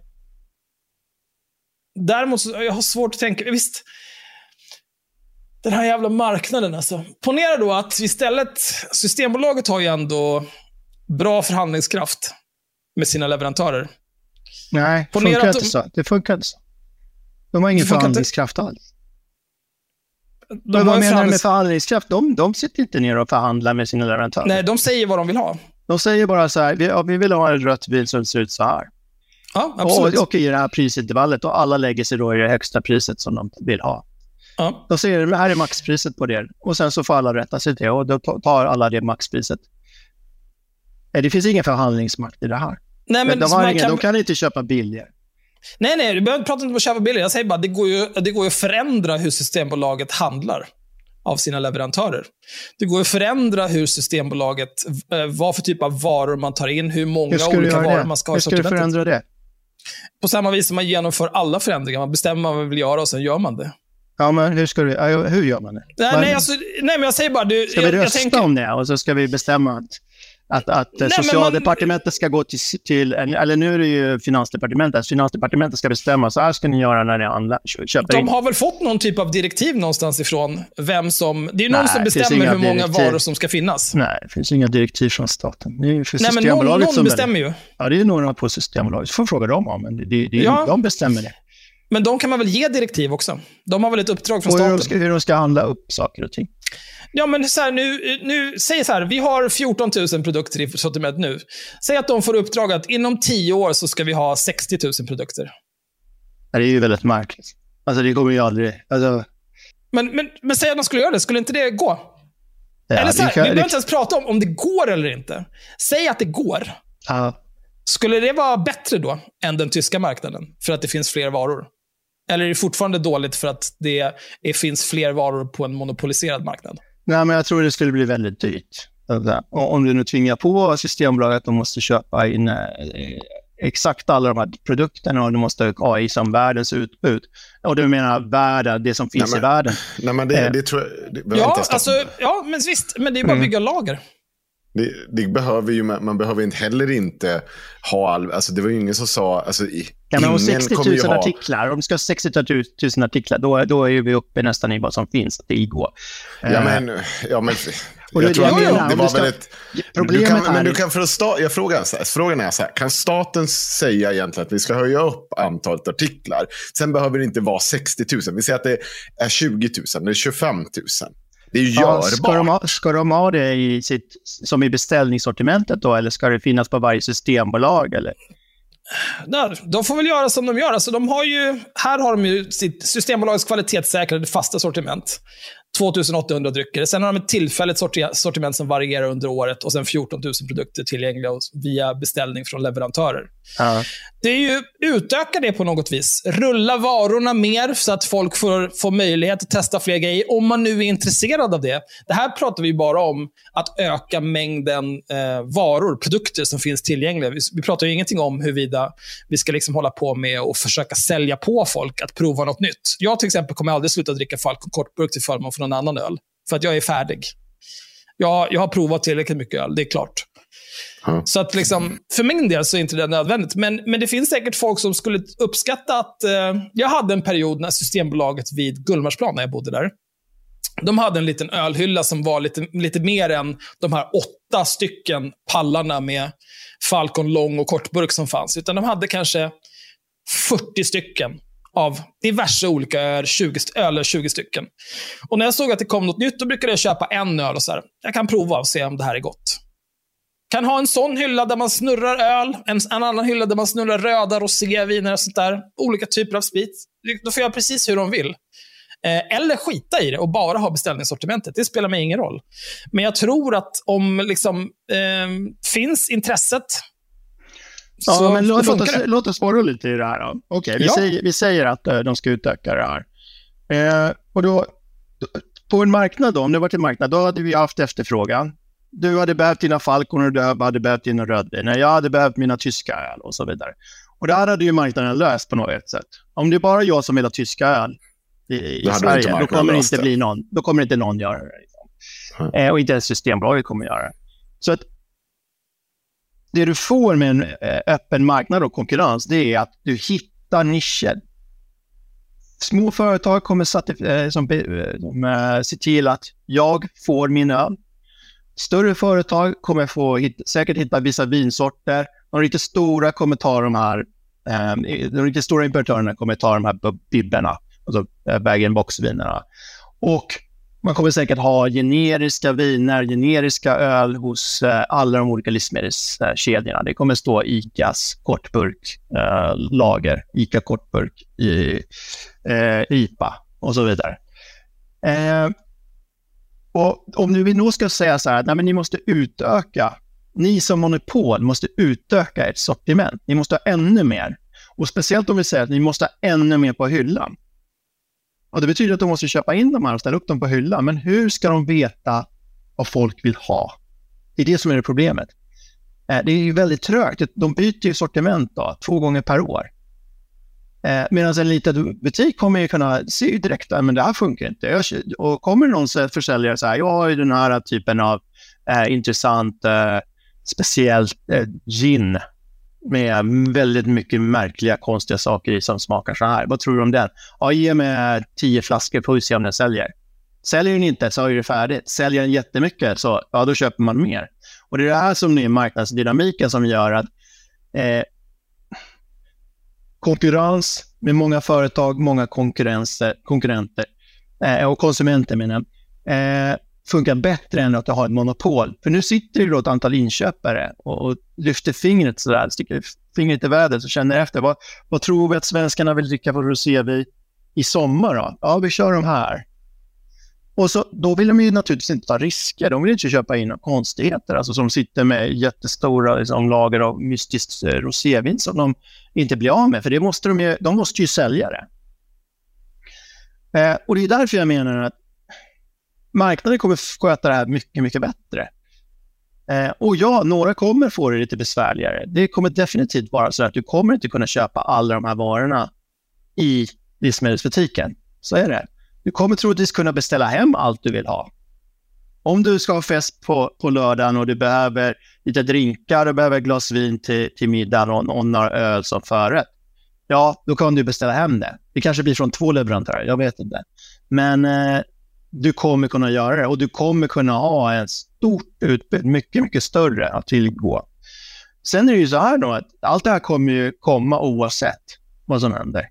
däremot så jag har svårt att tänka. Visst, den här jävla marknaden alltså. Ponera då att istället Systembolaget har ju ändå bra förhandlingskraft med sina leverantörer. Nej, det funkar inte så. Det funkar inte så. De har ingen förhandlingskraft alls. Men vad menar du med förhandlingskraft? De sitter inte ner och förhandlar med sina leverantörer. Nej, de säger vad de vill ha. De säger bara så här, vi vill ha en rött bil som ser ut så här. Ja, absolut. Och i det här prisintervallet, och alla lägger sig då i det högsta priset som de vill ha. Ja. De säger, det här är maxpriset på det. Och sen så får alla rätta sig till och då tar alla det maxpriset. Det finns ingen förhandlingsmakt i det här. Nej, men de kan inte köpa billigare. Nej, du behöver inte prata om att köpa billigare. Jag säger bara, det går ju att förändra hur Systembolaget handlar av sina leverantörer. Det går att förändra hur Systembolaget, vad för typ av varor man tar in, hur många olika varor man ska ha i sortimentet. Hur ska du förändra det? På samma vis som man genomför alla förändringar. Man bestämmer vad man vill göra och sen gör man det. Ja, men hur gör man det? Nej, men jag säger bara... Ska vi rösta om det och så ska vi bestämma att socialdepartementet ska gå till eller nu är det ju finansdepartementet ska bestämma, så här ska ni göra när ni handlar. De har väl fått någon typ av direktiv någonstans ifrån vem som... Det är ju någon som bestämmer hur många varor som ska finnas. Nej, det finns inga direktiv från staten. Det är ju för Systembolaget någon bestämmer ju. Ja, det är några på Systembolaget. Så får fråga dem om, men de bestämmer det. Men de kan man väl ge direktiv också? De har väl ett uppdrag från staten. Hur de ska handla upp saker och ting. Ja, men så här, nu säg så här, vi har 14 000 produkter i sortiment nu. Säg att de får uppdrag att inom 10 år så ska vi ha 60 000 produkter. Det är ju väldigt märkligt. Alltså det kommer ju aldrig... Alltså... Men säg att de skulle göra det, skulle inte det gå? Ja, eller så här, vi behöver inte ens prata om det går eller inte. Säg att det går. Ja. Skulle det vara bättre då än den tyska marknaden? För att det finns fler varor? Eller är det fortfarande dåligt för att det finns fler varor på en monopoliserad marknad? Nej, men jag tror det skulle bli väldigt dyrt. Om du nu tvingar på Systembolaget att de måste köpa in exakt alla de här produkterna och du måste ha i som världens utbud. Och du menar världen, det som finns i världen. Nej, men det tror jag... men visst, men det är bara att bygga lager. Det behöver ju, man behöver inte heller inte ha alltså det var ju ingen som sa alltså om 60 000 artiklar, om du ska ha 60 000 artiklar då är ju vi uppe nästan i vad som finns att det går. Men jag tror att det var väl ett problemet men du kan frågan är så här, kan staten säga egentligen att vi ska höja upp antalet artiklar, sen behöver det inte vara 60 000, vi säger att det är 20 000 eller 25 000. Det är ju görbart. Ska de ha det som i beställningssortimentet då, eller ska det finnas på varje systembolag eller? De får väl göra som de gör. Alltså här har de ju sitt Systembolagets kvalitetssäkrade fasta sortiment. 2800 drycker. Sen har de ett tillfälligt sortiment som varierar under året och sen 14 000 produkter tillgängliga via beställning från leverantörer. Det är ju utöka det på något vis. Rulla varorna mer så att folk får möjlighet att testa fler grejer om man nu är intresserad av det. Det här pratar vi bara om att öka mängden varor, produkter som finns tillgängliga. Vi pratar ju ingenting om huruvida vi ska liksom hålla på med och försöka sälja på folk att prova något nytt. Jag till exempel kommer aldrig sluta dricka Falcon kortburk till förmån för någon annan öl. För att jag är färdig. Jag har provat tillräckligt mycket öl, det är klart. Så att liksom, för min del så är inte det nödvändigt. Men det finns säkert folk som skulle uppskatta att... jag hade en period när Systembolaget vid Gullmarsplan, när jag bodde där. De hade en liten ölhylla som var lite mer än de här 8 stycken pallarna med Falcon lång och kortburk som fanns. Utan de hade kanske 40 stycken av diverse olika öl, 20 stycken. Och när jag såg att det kom något nytt, då brukade jag köpa en öl och så här. Jag kan prova och se om det här är gott. Kan ha en sån hylla där man snurrar öl, en annan hylla där man snurrar röda, roséviner och sånt där. Olika typer av sprit. Då får jag precis hur de vill. Eller skita i det och bara ha beställningssortimentet. Det spelar mig ingen roll. Men jag tror att om liksom finns intresset. Ja, men låt oss spara lite i det här då. Okej, vi säger att de ska utöka det här. Och då på en marknad då, om det var till marknad, då hade vi haft efterfrågan. Du hade behövt dina Falcon och du hade behövt dina rödviner. Jag hade behövt mina tyska öl och så vidare. Och det här hade ju marknaden löst på något sätt. Om det är bara jag som vill ha tyska öl i Sverige, då kommer inte någon göra det. Liksom. Och inte ens Systembolaget kommer göra det. Så att det du får med en öppen marknad och konkurrens, det är att du hittar nischer. Små företag kommer se till att jag får min öl. Större företag kommer säkert hitta vissa vinsorter. De riktigt stora kommer ta de riktigt stora importörerna kommer ta de här bibberna, alltså bag-in-box-vinerna. Och man kommer säkert ha generiska viner, generiska öl hos alla de olika livsmedelskedjorna. Det kommer stå ICAs kortburk lager, ICA kortburk IPA och så vidare. Och om nu vi nog ska säga så här, nej, men ni måste utöka, ni som monopol måste utöka ert sortiment. Ni måste ha ännu mer. Och speciellt om vi säger att ni måste ha ännu mer på hyllan. Och det betyder att de måste köpa in de här och ställa upp dem på hyllan. Men hur ska de veta vad folk vill ha? Det är det som är det problemet. Det är ju väldigt trögt. De byter ju sortiment då, 2 gånger per år. Medan en liten butik kommer ju kunna se direkt att det här funkar inte. Och kommer någon försäljare så här, jag har ju den här typen av intressant speciellt gin med väldigt mycket märkliga, konstiga saker i som smakar så här. Vad tror du om den? Ja, ge mig 10 flaskor på att se om den säljer. Säljer den inte så är det färdigt. Säljer den jättemycket så ja, då köper man mer. Och det är det här som är marknadsdynamiken som gör att konkurrens med många företag, många konkurrenter och konsumenter menar funkar bättre än att ha ett monopol. För nu sitter det då ett antal inköpare och lyfter fingret sådär, sticker fingret i vädret och känner efter. Vad tror vi att svenskarna vill dricka för rosévin i sommar då? Ja, vi kör de här. Och så, då vill de ju naturligtvis inte ta risker. De vill inte köpa in konstigheter. Alltså som sitter med jättestora liksom, lager av mystiskt rosévin som de inte blir av med. För det måste de måste ju sälja det. Och det är därför jag menar att marknaden kommer sköta det här mycket, mycket bättre. Och ja, några kommer få det lite besvärligare. Det kommer definitivt vara så att du kommer inte kunna köpa alla de här varorna i livsmedelsbutiken. Så är det. Du kommer troligtvis kunna beställa hem allt du vill ha. Om du ska ha fest på lördagen och du behöver lite drinkar och behöver ett glas vin till middagen och några öl som förrätt. Ja, då kan du beställa hem det. Det kanske blir från 2 leverantörer, jag vet inte. Men du kommer kunna göra det och du kommer kunna ha ett stort utbud, mycket, mycket större att tillgå. Sen är det ju så här då att allt det här kommer ju komma oavsett vad som händer.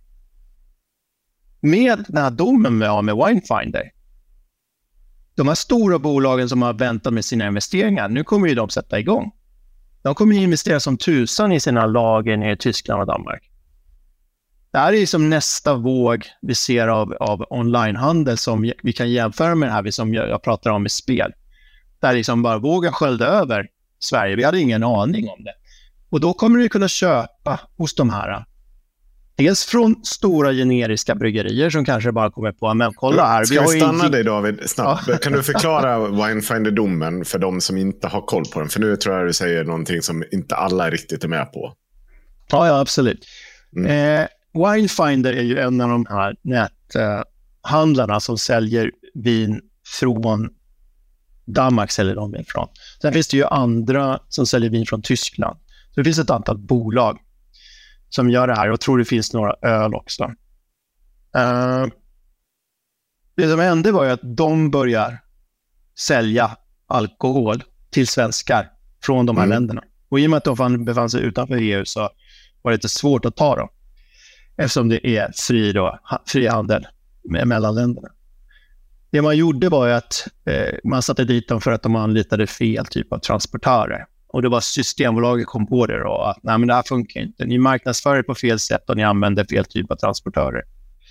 Med den här domen vi har med Winefinder, de här stora bolagen som har väntat med sina investeringar, nu kommer ju de sätta igång. De kommer ju investera som tusan i sina lager i Tyskland och Danmark. Det här är som nästa våg vi ser av onlinehandel som vi kan jämföra med det här som jag pratar om med spel. Där liksom bara vågen sköljde över Sverige. Vi hade ingen aning om det. Och då kommer du kunna köpa hos de här. Dels från stora generiska bryggerier som kanske bara kommer på, men kolla här. Ska vi stanna dig, David, snabbt? Ja. Kan du förklara Winefinder-domen för de som inte har koll på den? För nu tror jag du säger någonting som inte alla riktigt är med på. Ja, absolut. Winefinder är ju en av de här näthandlarna som säljer vin från Danmark, säljer de vin från. Sen finns det ju andra som säljer vin från Tyskland. Så det finns ett antal bolag som gör det här. Jag tror det finns några öl också. Det som hände var ju att de börjar sälja alkohol till svenskar från de här länderna. Och i och med att de befann sig utanför EU så var det lite svårt att ta dem. Eftersom det är fri handel mellan länderna. Det man gjorde var ju att man satte dit dem för att de anlitade fel typ av transportörer. Och det var Systembolaget kom på det då, att nej, men det här funkar inte. Ni marknadsför det på fel sätt och ni använder fel typ av transportörer.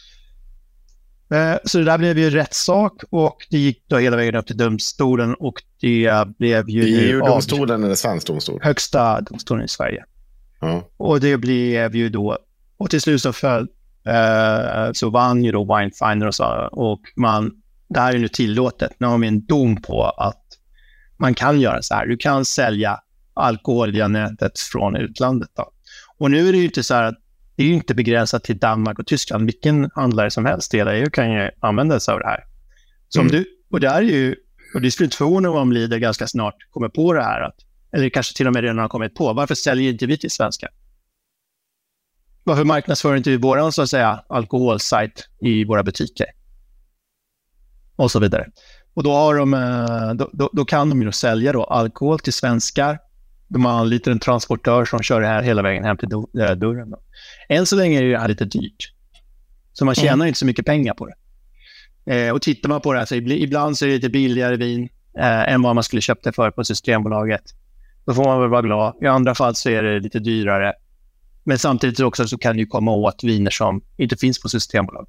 Så det där blev ju rättssak och det gick då hela vägen upp till domstolen och det blev ju... EU-domstolen eller svensk domstol? Högsta domstolen i Sverige. Ja. Och det blev ju då... Och till slut så vann ju då Winefinder och det här är nu tillåtet. Nu har vi en dom på att man kan göra så här. Du kan sälja alkohol via nätet från utlandet då. Och nu är det ju inte så här att det är ju inte begränsat till Danmark och Tyskland. Vilken handlare som helst i hela EU kan ju använda sig av det här. Och det är ju, och det skulle inte förvåna om Lidl ganska snart kommer på det här. Eller kanske till och med redan har kommit på. Varför säljer inte vi till svenskar? Varför marknadsför inte vi våran så att säga alkoholsajt i våra butiker? Och så vidare. Och då har då kan de ju sälja då alkohol till svenskar. De har en liten transportör som kör det här hela vägen hem till dörren. Då. Än så länge är det här lite dyrt. Så man tjänar inte så mycket pengar på det. Och tittar man på det här så ibland så är det lite billigare vin än vad man skulle köpt det för på Systembolaget. Då får man väl vara glad. I andra fall så är det lite dyrare. Men samtidigt också så kan det ju komma åt viner som inte finns på Systembolaget.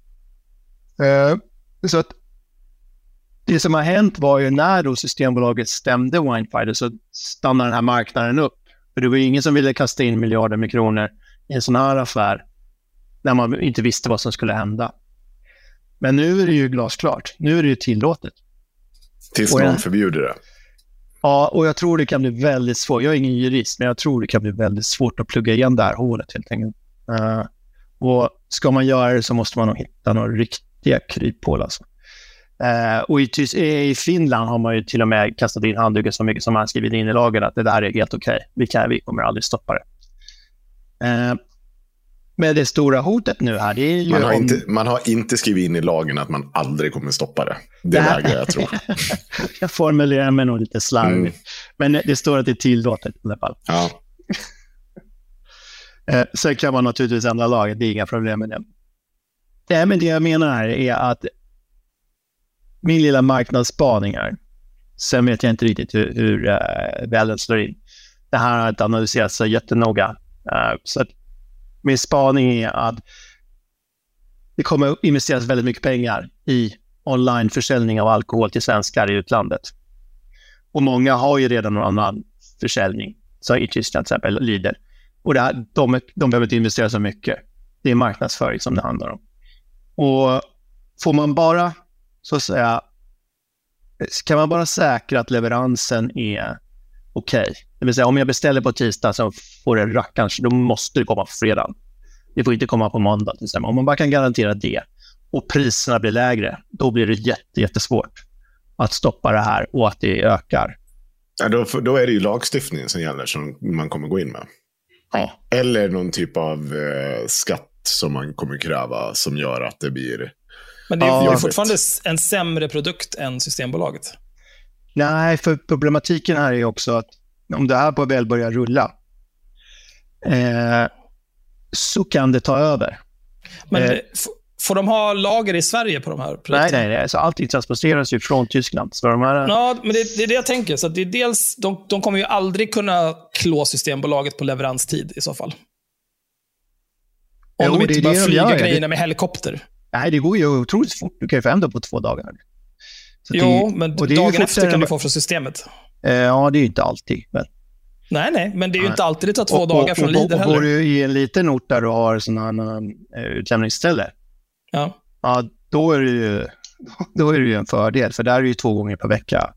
Så att det som har hänt var ju när då Systembolaget stämde Winefinder så stannade den här marknaden upp. För det var ju ingen som ville kasta in miljarder med kronor i en sån här affär när man inte visste vad som skulle hända. Men nu är det ju glasklart. Nu är det ju tillåtet. Tills någon förbjuder det. Ja, och jag tror det kan bli väldigt svårt. Jag är ingen jurist, men jag tror det kan bli väldigt svårt att plugga igen det här hålet helt enkelt. Och ska man göra det så måste man nog hitta några riktiga kryphål alltså. Och i Finland har man ju till och med kastat in handduken så mycket som man skrivit in i lagen att det där är helt okej. Vi kommer aldrig stoppa det. Men det stora hotet nu här, det är ju... Man har inte skrivit in i lagen att man aldrig kommer stoppa det. Det vägrar jag tro. Jag formulerar mig nog lite slarvigt. Men det står att det är tillåtet i alla fall. Ja. Sen kan man naturligtvis ändra lagen, det är inga problem med det. Nej, men det jag menar här är att min lilla marknadsspaning här, sen vet jag inte riktigt hur väl den slår in. Det här har inte analyserats så jättenoga. Så att min spaning är att det kommer att investeras väldigt mycket pengar i onlineförsäljning av alkohol till svenskar i utlandet. Och många har ju redan någon annan försäljning, så i Tyskland till exempel, Lidl. Och det här, de behöver inte investera så mycket. Det är marknadsföring som det handlar om. Och får man bara, så att säga, kan man bara säkra att leveransen är okej. Det vill säga, om jag beställer på tisdag så får det rackarns, då måste det komma på fredag. Det får inte komma på måndag till exempel. Om man bara kan garantera det och priserna blir lägre, då blir det jättesvårt att stoppa det här och att det ökar. Ja, då är det ju lagstiftningen som gäller som man kommer gå in med. Ja. Eller någon typ av skatt som man kommer kräva som gör att det blir... Men det är ju fortfarande en sämre produkt än Systembolaget. Nej, för problematiken här är också att om det här på väl börjar rulla så kan det ta över. Men får de ha lager i Sverige på de här produkterna? Nej. Så allting transporteras ju från Tyskland. Så de här... Ja, men det är det jag tänker. Så att det är dels, de kommer ju aldrig kunna klå Systembolaget på leveranstid i så fall. Om de inte bara flyga grejerna med helikopter. Nej, det går ju otroligt fort. Du kan ju få hem det på 2 dagar. Så men dagen efter kan du få från systemet. Ja, det är ju inte alltid. Men... Nej, men det är ju inte alltid det tar 2 dagar från Lidl heller. Bor du i en liten ort där du har sådana utlämningsställe, ja, då är det ju en fördel, för där är det ju 2 gånger per vecka.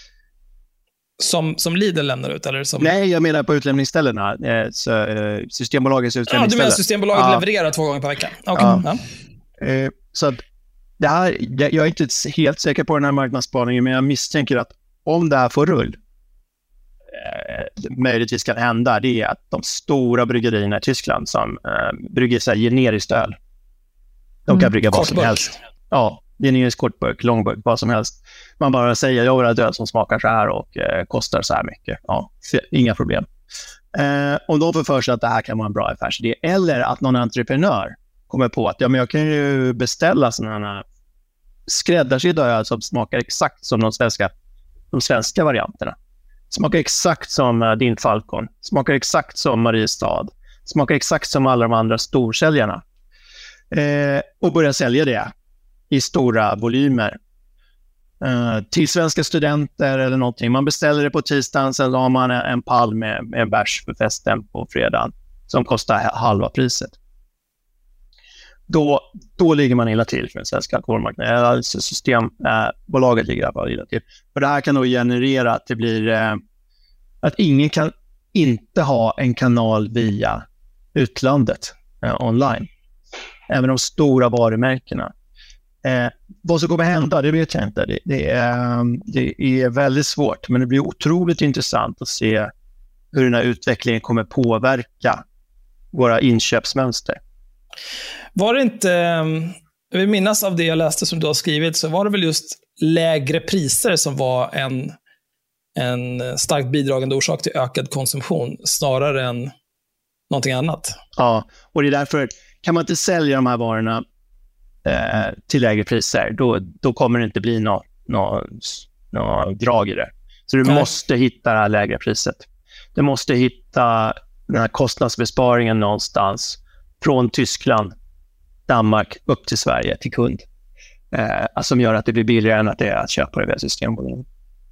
Som Lidl lämnar ut? Eller som... Nej, jag menar på utlämningsställena. Systembolagets utlämningsställe. Ja, du menar Systembolaget levererar 2 gånger per vecka? Okay. Ja. Så att det här, jag är inte helt säker på den här marknadsspaningen, men jag misstänker att om det här får rull, möjligtvis kan hända, det är att de stora bryggerierna i Tyskland som brygger så här generiskt öl, de kan brygga vad som helst. Ja, generisk kortburk, långburk, vad som helst. Man bara säger, jag vill ha ett öl som smakar så här och kostar så här mycket. Ja, inga problem. Om de får för sig att det här kan vara en bra affärsidé, eller att någon entreprenör kommer på att men jag kan ju beställa sådana skräddarsydda öl som smakar exakt som de svenska varianterna. Smakar exakt som din Falcon. Smakar exakt som Mariestad. Smakar exakt som alla de andra storsäljarna. Och börja sälja det i stora volymer. Till svenska studenter eller någonting. Man beställer det på tisdagen, sen har man en pall med bärs för festen på fredagen som kostar halva priset. Då ligger man illa till för den svenska alkoholmarknaden. Alltså Systembolaget ligger i alla fall illa till. Och det här kan då generera att det blir att ingen kan inte ha en kanal via utlandet online. Även de stora varumärkena. Vad som kommer hända, det vet jag inte. Det är väldigt svårt, men det blir otroligt intressant att se hur den här utvecklingen kommer påverka våra inköpsmönster. Var det inte, jag vill minnas av det jag läste som du har skrivit, så var det väl just lägre priser som var en starkt bidragande orsak till ökad konsumtion snarare än någonting annat. Ja, och det är därför kan man inte sälja de här varorna till lägre priser, då kommer det inte bli något drag i det. Så du måste hitta det här lägre priset. Du måste hitta den här kostnadsbesparingen någonstans från Tyskland, Danmark upp till Sverige till kund. Som gör att det blir billigare än att köpa det via Systembolaget.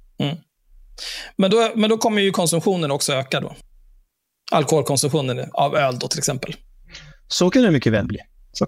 Men då kommer ju konsumtionen också öka då. Alkoholkonsumtionen av öl då till exempel. Så kan det mycket väl bli.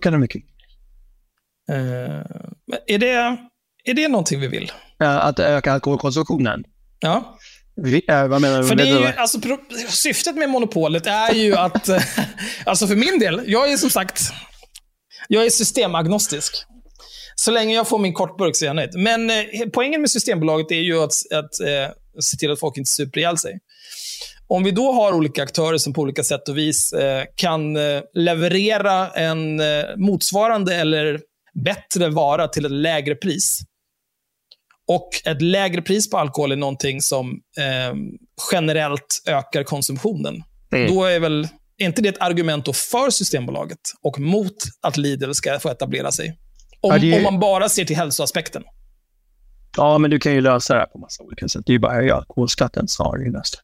Är det någonting vi vill? Att öka alkoholkonsumtionen? Ja. Vad menar du? För det är ju, alltså, syftet med monopolet är ju att alltså för min del, jag är systemagnostisk. Så länge jag får min kortburk så är jag nöjd. Men poängen med Systembolaget är ju att se till att folk inte super ihjäl sig. Om vi då har olika aktörer som på olika sätt och vis kan leverera en motsvarande eller bättre vara till ett lägre pris. Och ett lägre pris på alkohol är någonting som generellt ökar konsumtionen. Då är inte det ett argument då för Systembolaget och mot att Lidl ska få etablera sig? Om man bara ser till hälsoaspekten. Ja, men du kan ju lösa det här på massa olika sätt. Det är ju bara att höja alkoholskatten snarare nästa.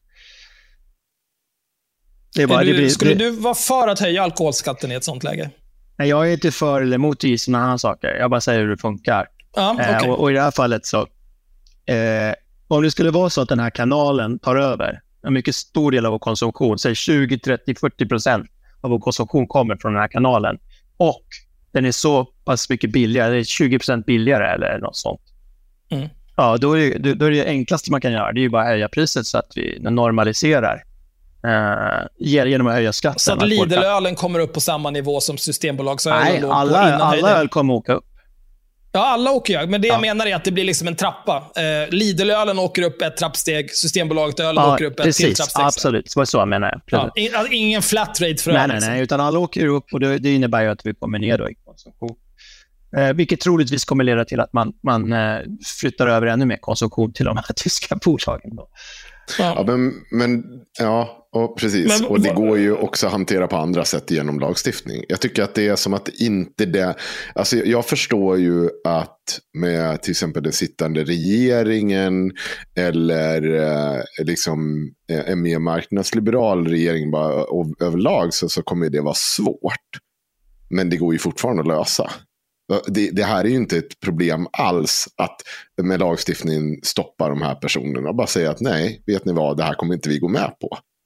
Skulle du vara för att höja alkoholskatten i ett sånt läge? Nej, jag är inte för eller emot i sådana här saker. Jag bara säger hur det funkar. Okay. Och i det här fallet så om det skulle vara så att den här kanalen tar över en mycket stor del av vår konsumtion, säg 20, 30, 40% av vår konsumtion kommer från den här kanalen, och den är så pass mycket billigare, det är 20% billigare eller något sånt. Ja, då är det enklaste man kan göra, det är ju bara att höja priset så att vi normaliserar genom att höja skatten. Så att Lidl-ölen kommer upp på samma nivå som Systembolagsölen. Nej, alla öl kommer åka upp. Ja, alla åker jag. Men det jag menar är att det blir liksom en trappa. Lidl-ölen åker upp ett trappsteg, Systembolaget-ölen åker upp ett till trappsteg. Absolut, så jag menar jag. Ja, ingen flat rate för öl. Nej, utan alla åker upp, och det innebär ju att vi kommer ner då i konsumtion. Vilket troligtvis kommer leda till att man flyttar över ännu mer konsumtion till de här tyska bolagen då. Ja, och precis. Och det går ju också att hantera på andra sätt genom lagstiftning. Jag tycker att det är som att inte det... Alltså jag förstår ju att med till exempel den sittande regeringen eller liksom en mer marknadsliberal regering bara överlag så kommer det vara svårt. Men det går ju fortfarande att lösa. Det här är ju inte ett problem alls att med lagstiftningen stoppa de här personerna och bara säga att nej, vet ni vad, det här kommer inte vi gå med på.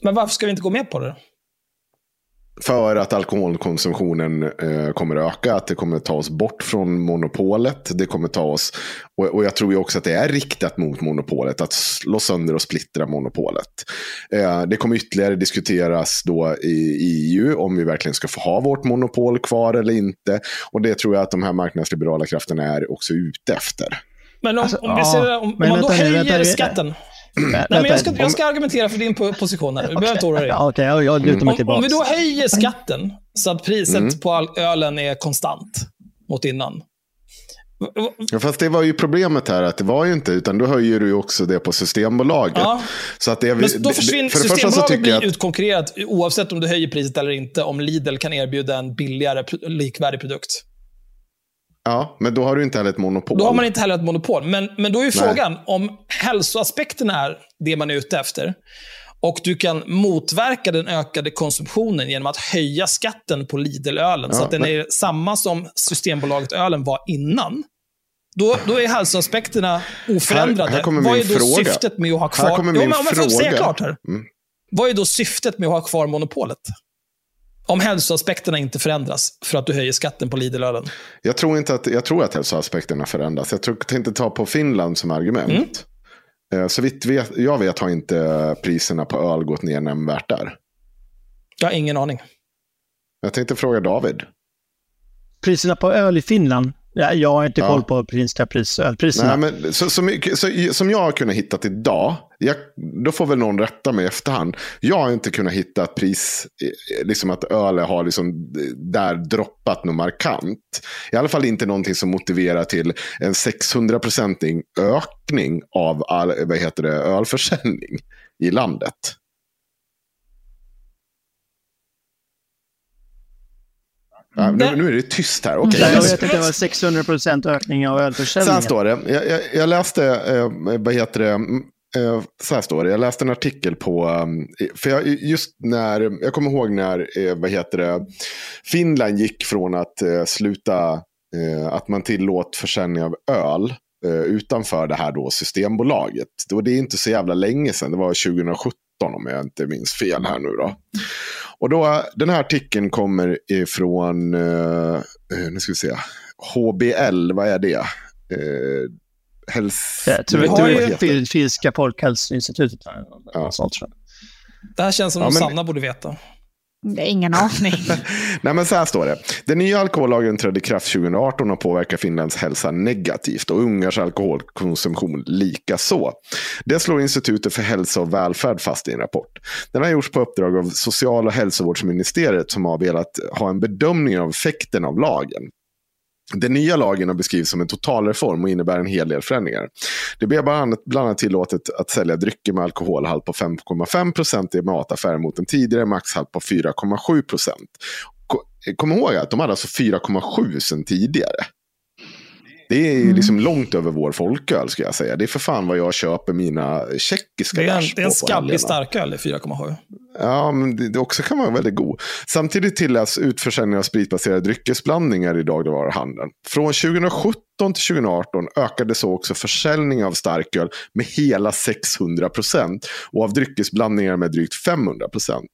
Men varför ska vi inte gå med på det? För att alkoholkonsumtionen kommer öka, att det kommer ta oss bort från monopolet. Det kommer ta oss, och jag tror ju också att det är riktat mot monopolet, att slå sönder och splittra monopolet. Det kommer ytterligare diskuteras då i EU om vi verkligen ska få ha vårt monopol kvar eller inte. Och det tror jag att de här marknadsliberala krafterna är också ute efter. Men om man då höjer skatten... Nej, men jag ska argumentera för din position här. Du behöver inte oroa dig. Okej, jag lutar mig tillbaka. Om vi då höjer skatten så att priset på ölen är konstant mot innan. Ja, fast det var ju problemet här att det var ju inte, utan då höjer du ju också det på Systembolaget. Ja. Så att det, men då försvinner för Systembolaget blir utkonkurrerat oavsett om du höjer priset eller inte, om Lidl kan erbjuda en billigare, likvärdig produkt. Ja, men då har du inte heller ett monopol. Då har man inte heller ett monopol. Men då är ju frågan om hälsoaspekterna är det man är ute efter och du kan motverka den ökade konsumtionen genom att höja skatten på Lidl-ölen så att den är samma som Systembolaget-ölen var innan. Då är hälsoaspekterna oförändrade. Här vad är då syftet med att ha kvar... Här kommer min fråga. Säga klart här. Vad är då syftet med att ha kvar monopolet? Om hälsoaspekterna inte förändras för att du höjer skatten på Lidl-ölen. Jag tror att hälsoaspekterna förändras. Jag tänkte ta på Finland som argument. Så vitt jag vet har inte priserna på öl gått ner nämnvärt där. Jag har ingen aning. Jag tänkte fråga David. Priserna på öl i Finland? Ja, jag har inte koll på ölpriserna. Nej, men som jag har kunnat hitta idag, då får väl någon rätta mig i efterhand. Jag har inte kunnat hitta ett pris, liksom att öl har liksom där droppat något markant. I alla fall inte någonting som motiverar till en 600% ökning av ölförsäljning i landet. Nu är det tyst här. Okay. Jag vet inte, det var 600% ökning av ölförsäljningen. Så här står det. Jag läste, så här står det. Jag läste en artikel på, för jag kommer ihåg när, Finland gick från att sluta, att man tillåt försäljning av öl utanför det här då Systembolaget. Det är inte så jävla länge sedan, det var 2017 om jag inte minns fel här nu då. Och då, den här artikeln kommer ifrån, nu ska vi se, HBL, vad är det? Jag tror Finska folkhälsoinstitutet. Det här känns som Sanna borde veta. Det är ingen aning. Nej, men så här står det. Den nya alkohollagen trädde i kraft 2018 och påverkar Finlands hälsa negativt och ungars alkoholkonsumtion lika så. Det slår Institutet för hälsa och välfärd fast i en rapport. Den har gjorts på uppdrag av Social- och hälsovårdsministeriet som har velat ha en bedömning av effekten av lagen. Den nya lagen har beskrivits som en totalreform och innebär en hel del förändringar. Det blir bland annat tillåtet att sälja drycker med alkoholhalt på 5,5% i mataffärer mot en tidigare maxhalt på 4,7%. Kom ihåg att de hade alltså 4,7 sedan tidigare. Det är liksom långt över vår folköl, ska jag säga. Det är för fan vad jag köper mina tjeckiska bärs på. Det är en skabbig starköl i 4,7. Ja, men det också kan vara väldigt god. Samtidigt tilläts utförsäljning av spritbaserade dryckesblandningar i dagligvaruhandeln. Från 2017 till 2018 ökade så också försäljning av starköl med hela 600% och av dryckesblandningar med drygt 500%.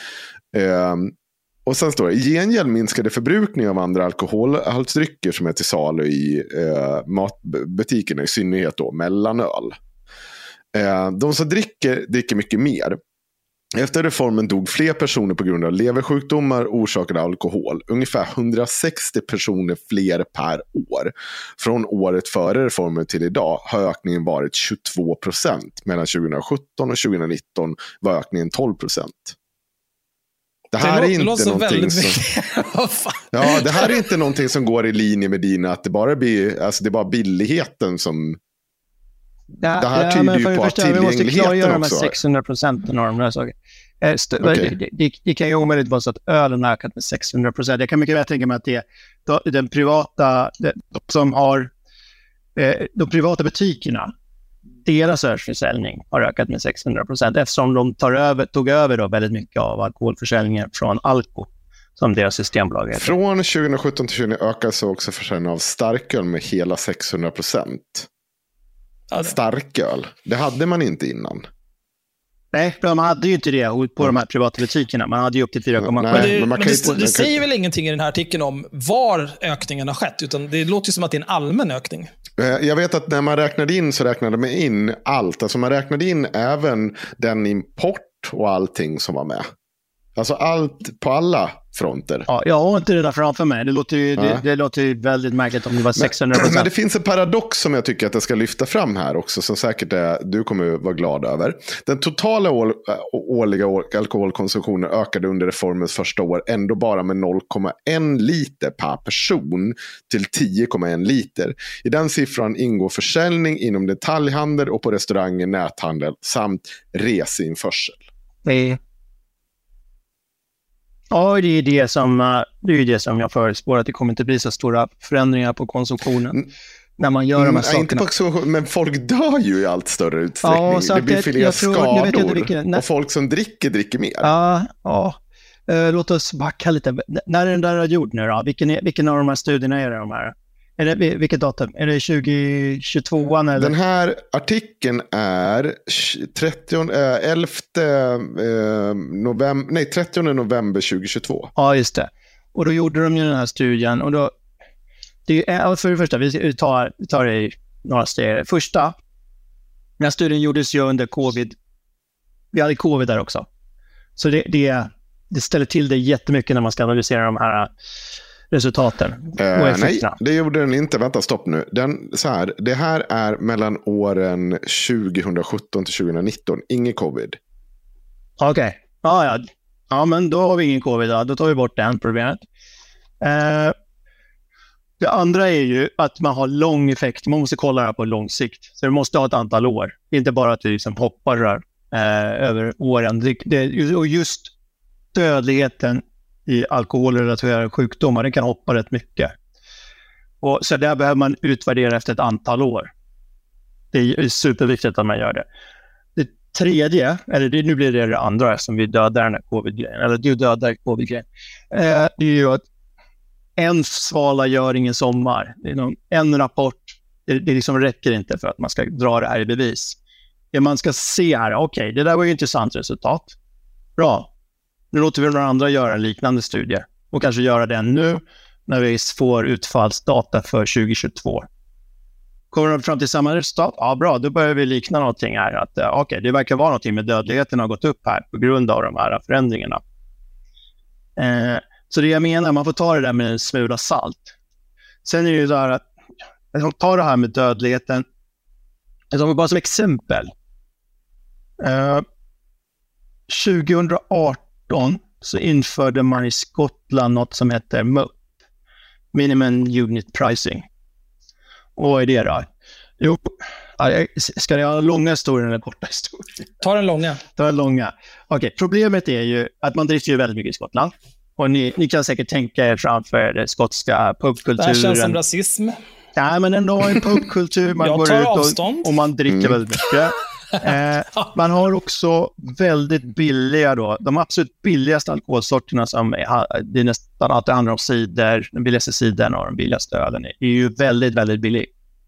Och sen står det, i gengäld minskade förbrukning av andra alkoholhaltsdrycker som är till salu i matbutikerna, i synnerhet då mellanöl. De som dricker mycket mer. Efter reformen dog fler personer på grund av leversjukdomar orsakade av alkohol. Ungefär 160 personer fler per år. Från året före reformen till idag har ökningen varit 22%. Mellan 2017 och 2019 var ökningen 12%. Det här är inte någonting som... Ja, det här är inte någonting som går i linje med dina, att det bara blir, alltså det är bara billigheten som... Det här tyder ju på att tillgängligheten också... 600% och de där saker. Det kan ju omöjligt vara så att ölen har ökat med 600%. Jag kan mycket väl tänka mig att det är den privata, som har de privata butikerna, deras ölförsäljning har ökat med 600% eftersom de tog över då väldigt mycket av alkoholförsäljningen från Alko som deras systembolag heter. Från 2017 till 2020 ökar så också försäljningen av starköl med hela 600%. Starköl, det hade man inte innan. Nej, de hade ju inte det på de här privata butikerna. Man hade ju upp till 4,7. Det säger väl ingenting i den här artikeln om var ökningen har skett, utan det låter ju som att det är en allmän ökning. Jag vet att när man räknade in så räknade man in allt. Alltså man räknade in även den import och allting som var med. Alltså allt på alla fronter. Ja, jag har inte det där framför mig. Det låter ju väldigt märkligt om det var 600%. Men det finns en paradox som jag tycker att jag ska lyfta fram här också, som säkert du kommer vara glad över. Den totala årliga alkoholkonsumtionen ökade under reformens första år ändå bara med 0,1 liter per person till 10,1 liter. I den siffran ingår försäljning inom detaljhandel och på restauranger, näthandel samt reseinförsel. Ja, det är det som jag förespår, att det kommer inte bli så stora förändringar på konsumtionen när man gör de här sakerna. Men folk dör ju i allt större utsträckning. Ja, det blir fler skador och folk som dricker mer. Ja. Låt oss backa lite. När är den där gjord nu då? Vilken av de här studierna är det de här? Vilket datum? Är det 2022? Eller? Den här artikeln är 30 november 2022. Ja, just det. Och då gjorde de ju den här studien. Och då, för det första, vi tar det i några steg. Första, den här studien gjordes ju under covid. Vi hade covid där också. Så det ställer till det jättemycket när man ska analysera de här resultaten och effekterna. Nej, det gjorde den inte. Vänta, stopp nu. Det här är mellan åren 2017 till 2019. Ingen covid. Okej. Ja, men då har vi ingen covid. Då tar vi bort den problemet. Det andra är ju att man har lång effekt. Man måste kolla det här på lång sikt. Så du måste ha ett antal år. Inte bara att du liksom hoppar över åren. Och just dödligheten i alkoholrelaterade sjukdomar, det kan hoppa rätt mycket. Och så där behöver man utvärdera efter ett antal år. Det är superviktigt att man gör det. Det tredje, nu blir det andra som vi dödar den här covid-grejen, eller du dödar covid-grejen. Det är ju att en svala gör ingen sommar. En rapport, det liksom räcker inte för att man ska dra det här i bevis. Det man ska se här, okej, det där var ju intressant resultat. Bra. Nu låter vi några andra göra en liknande studie och kanske göra den nu när vi får utfallsdata för 2022. Kommer de fram till samma resultat? Ja, bra. Då börjar vi likna någonting här. Att det verkar vara någonting med dödligheten har gått upp här på grund av de här förändringarna. Så det jag menar, man får ta det där med en smula salt. Sen är det ju så här att jag tar det här med dödligheten. Bara som exempel. 2018 så införde man i Skottland något som heter MUP, Minimum Unit Pricing. Och vad är det då? Jo, ska det ha långa historier eller korta historier? Ta den långa. Okej, problemet är ju att man dricker ju väldigt mycket i Skottland. Och ni kan säkert tänka er framför den skotska pubkulturen. Det här känns som rasism. Nej, men ändå en pubkultur. Man går ut och man dricker väldigt mycket. Man har också väldigt billiga då, de absolut billigaste alkoholsorterna som det är nästan att det handlar om cider, den billigaste cidern och den billigaste ölen är ju väldigt, väldigt billig.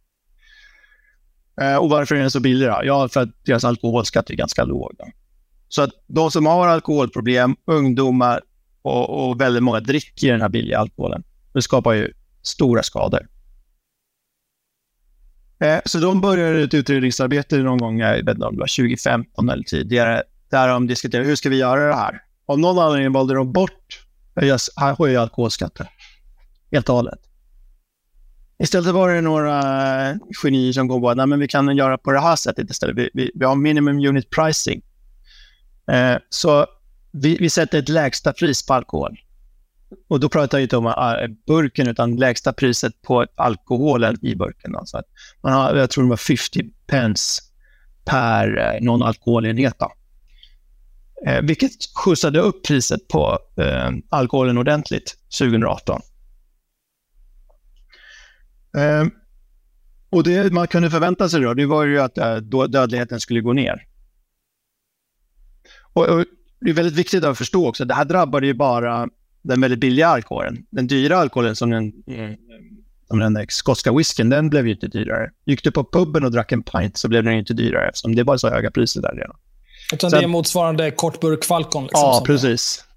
Och varför är den så billig då? Ja, för att deras alkoholskatt är ganska låg då. Så att de som har alkoholproblem, ungdomar och väldigt många dricker den här billiga alkoholen, det skapar ju stora skador. Så de började ett utredningsarbete någon gång, jag vet inte om det var 2015 eller tidigare, där de diskuterade hur ska vi göra det här. Av någon anledning valde de bort höja alkoholskatten helt och hållet. Istället var det några genier som kom på att men vi kan göra på det här sättet istället. Vi har minimum unit pricing. Så vi sätter ett lägsta pris på alkohol. Och då pratar jag inte om burken utan lägsta priset på alkoholen i burken. Alltså att man har, jag tror det var 50 pence per någon alkoholenhet. Vilket skjutsade upp priset på alkoholen ordentligt 2018. Och det man kunde förvänta sig då, det var ju att dödligheten skulle gå ner. Och det är väldigt viktigt att förstå också, det här drabbade ju bara den väldigt billiga alkoholen. Den dyra alkoholen som den skotska whiskyn, den blev ju inte dyrare. Gick du på puben och drack en pint så blev den inte dyrare eftersom det var så höga priser där redan. Utan det är motsvarande kortburk Falcon. Liksom, ja, precis.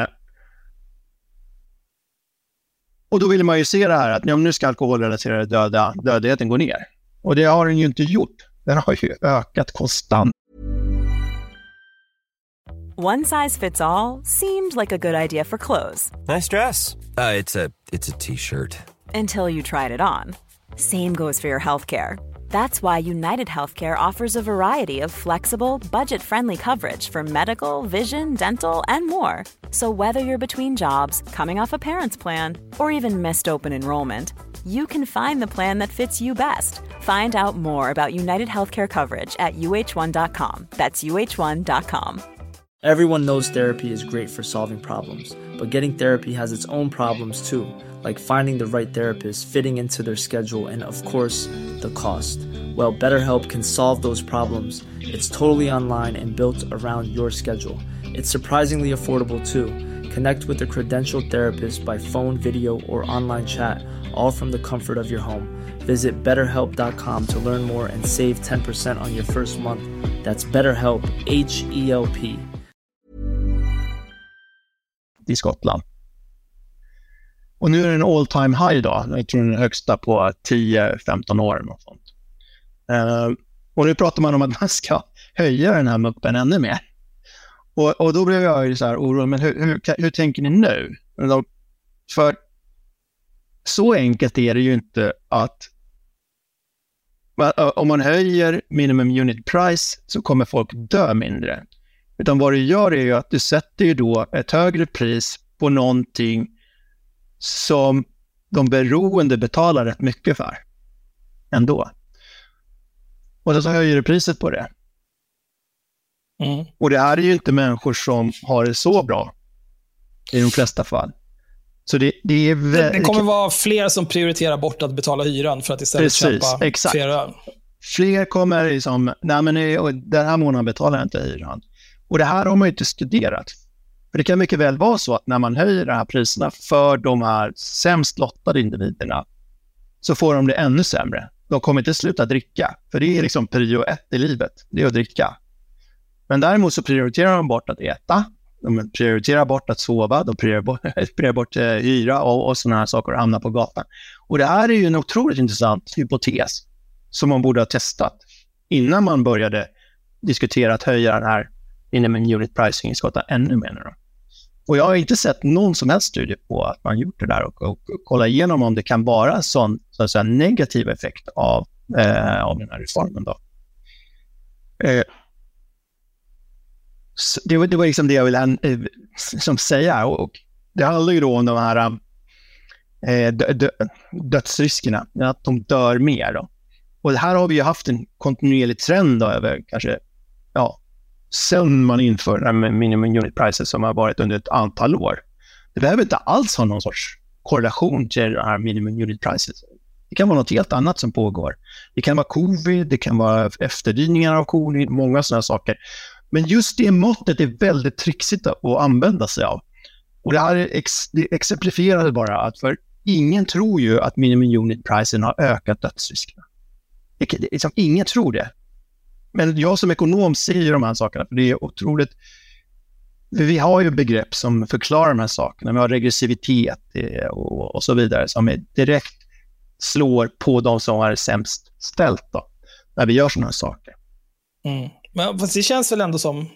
Och då vill man ju se det här att nu ska alkoholrelaterade dödligheten gå ner. Och det har den ju inte gjort. Den har ju ökat konstant. One size fits all seemed like a good idea for clothes. Nice dress. It's a t-shirt. Until you tried it on. Same goes for your healthcare. That's why United Healthcare offers a variety of flexible, budget-friendly coverage for medical, vision, dental, and more. So whether you're between jobs, coming off a parent's plan, or even missed open enrollment, you can find the plan that fits you best. Find out more about United Healthcare coverage at uh1.com. That's uh1.com. Everyone knows therapy is great for solving problems, but getting therapy has its own problems too, like finding the right therapist, fitting into their schedule, and of course, the cost. Well, BetterHelp can solve those problems. It's totally online and built around your schedule. It's surprisingly affordable too. Connect with a credentialed therapist by phone, video, or online chat, all from the comfort of your home. Visit BetterHelp.com to learn more and save 10% on your first month. That's BetterHelp, H-E-L-P. I Skottland. Och nu är det en all time high då. Jag tror den är högsta på 10-15 år. Och sånt. Och nu pratar man om att man ska höja den här muppen ännu mer. Och då blev jag ju så här orolig. Men hur tänker ni nu? För så enkelt är det ju inte att om man höjer minimum unit price så kommer folk dö mindre. Utan vad du gör är ju att du sätter ju då ett högre pris på någonting som de beroende betalar rätt mycket för ändå. Och så höjer du priset på det. Mm. Och det här är ju inte människor som har det så bra i de flesta fall. Så det är det kommer vara fler som prioriterar bort att betala hyran för att istället köpa fler öl. Fler kommer liksom, nej men den här månaden betalar jag inte hyran. Och det här har man ju inte studerat. För det kan mycket väl vara så att när man höjer de här priserna för de här sämst lottade individerna så får de det ännu sämre. De kommer inte sluta dricka. För det är liksom prio 1 i livet. Det är att dricka. Men däremot så prioriterar de bort att äta. De prioriterar bort att sova. De prioriterar bort hyra och sådana här saker och hamna på gatan. Och det här är ju en otroligt intressant hypotes som man borde ha testat innan man började diskutera att höja den här minimum unit pricing i Skottland ännu mer. Och jag har inte sett någon som helst studie på att man gjort det där och kolla igenom om det kan vara en sån så att säga, negativ effekt av den här reformen då. Det var liksom det jag ville säga, och det handlar ju då om de här dödsriskerna, att de dör mer då. Och det här har vi ju haft en kontinuerlig trend då, över kanske sen man inför den här minimum unit prices som har varit under ett antal år. Det behöver inte alls ha någon sorts korrelation till den här minimum unit prices. Det kan vara något helt annat som pågår. Det kan vara covid, det kan vara efterdyningar av covid, många sådana saker. Men just det måttet är väldigt trixigt att använda sig av. Och det här exemplifierar bara att för ingen tror ju att minimum unit pricen har ökat dödsriskerna. Liksom, ingen tror det. Men jag som ekonom ser ju de här sakerna, för det är otroligt. Vi har ju begrepp som förklarar de här sakerna. Vi har regressivitet och så vidare som direkt slår på de som har sämst ställt då, när vi gör sådana här saker. Mm. Men det känns väl ändå som...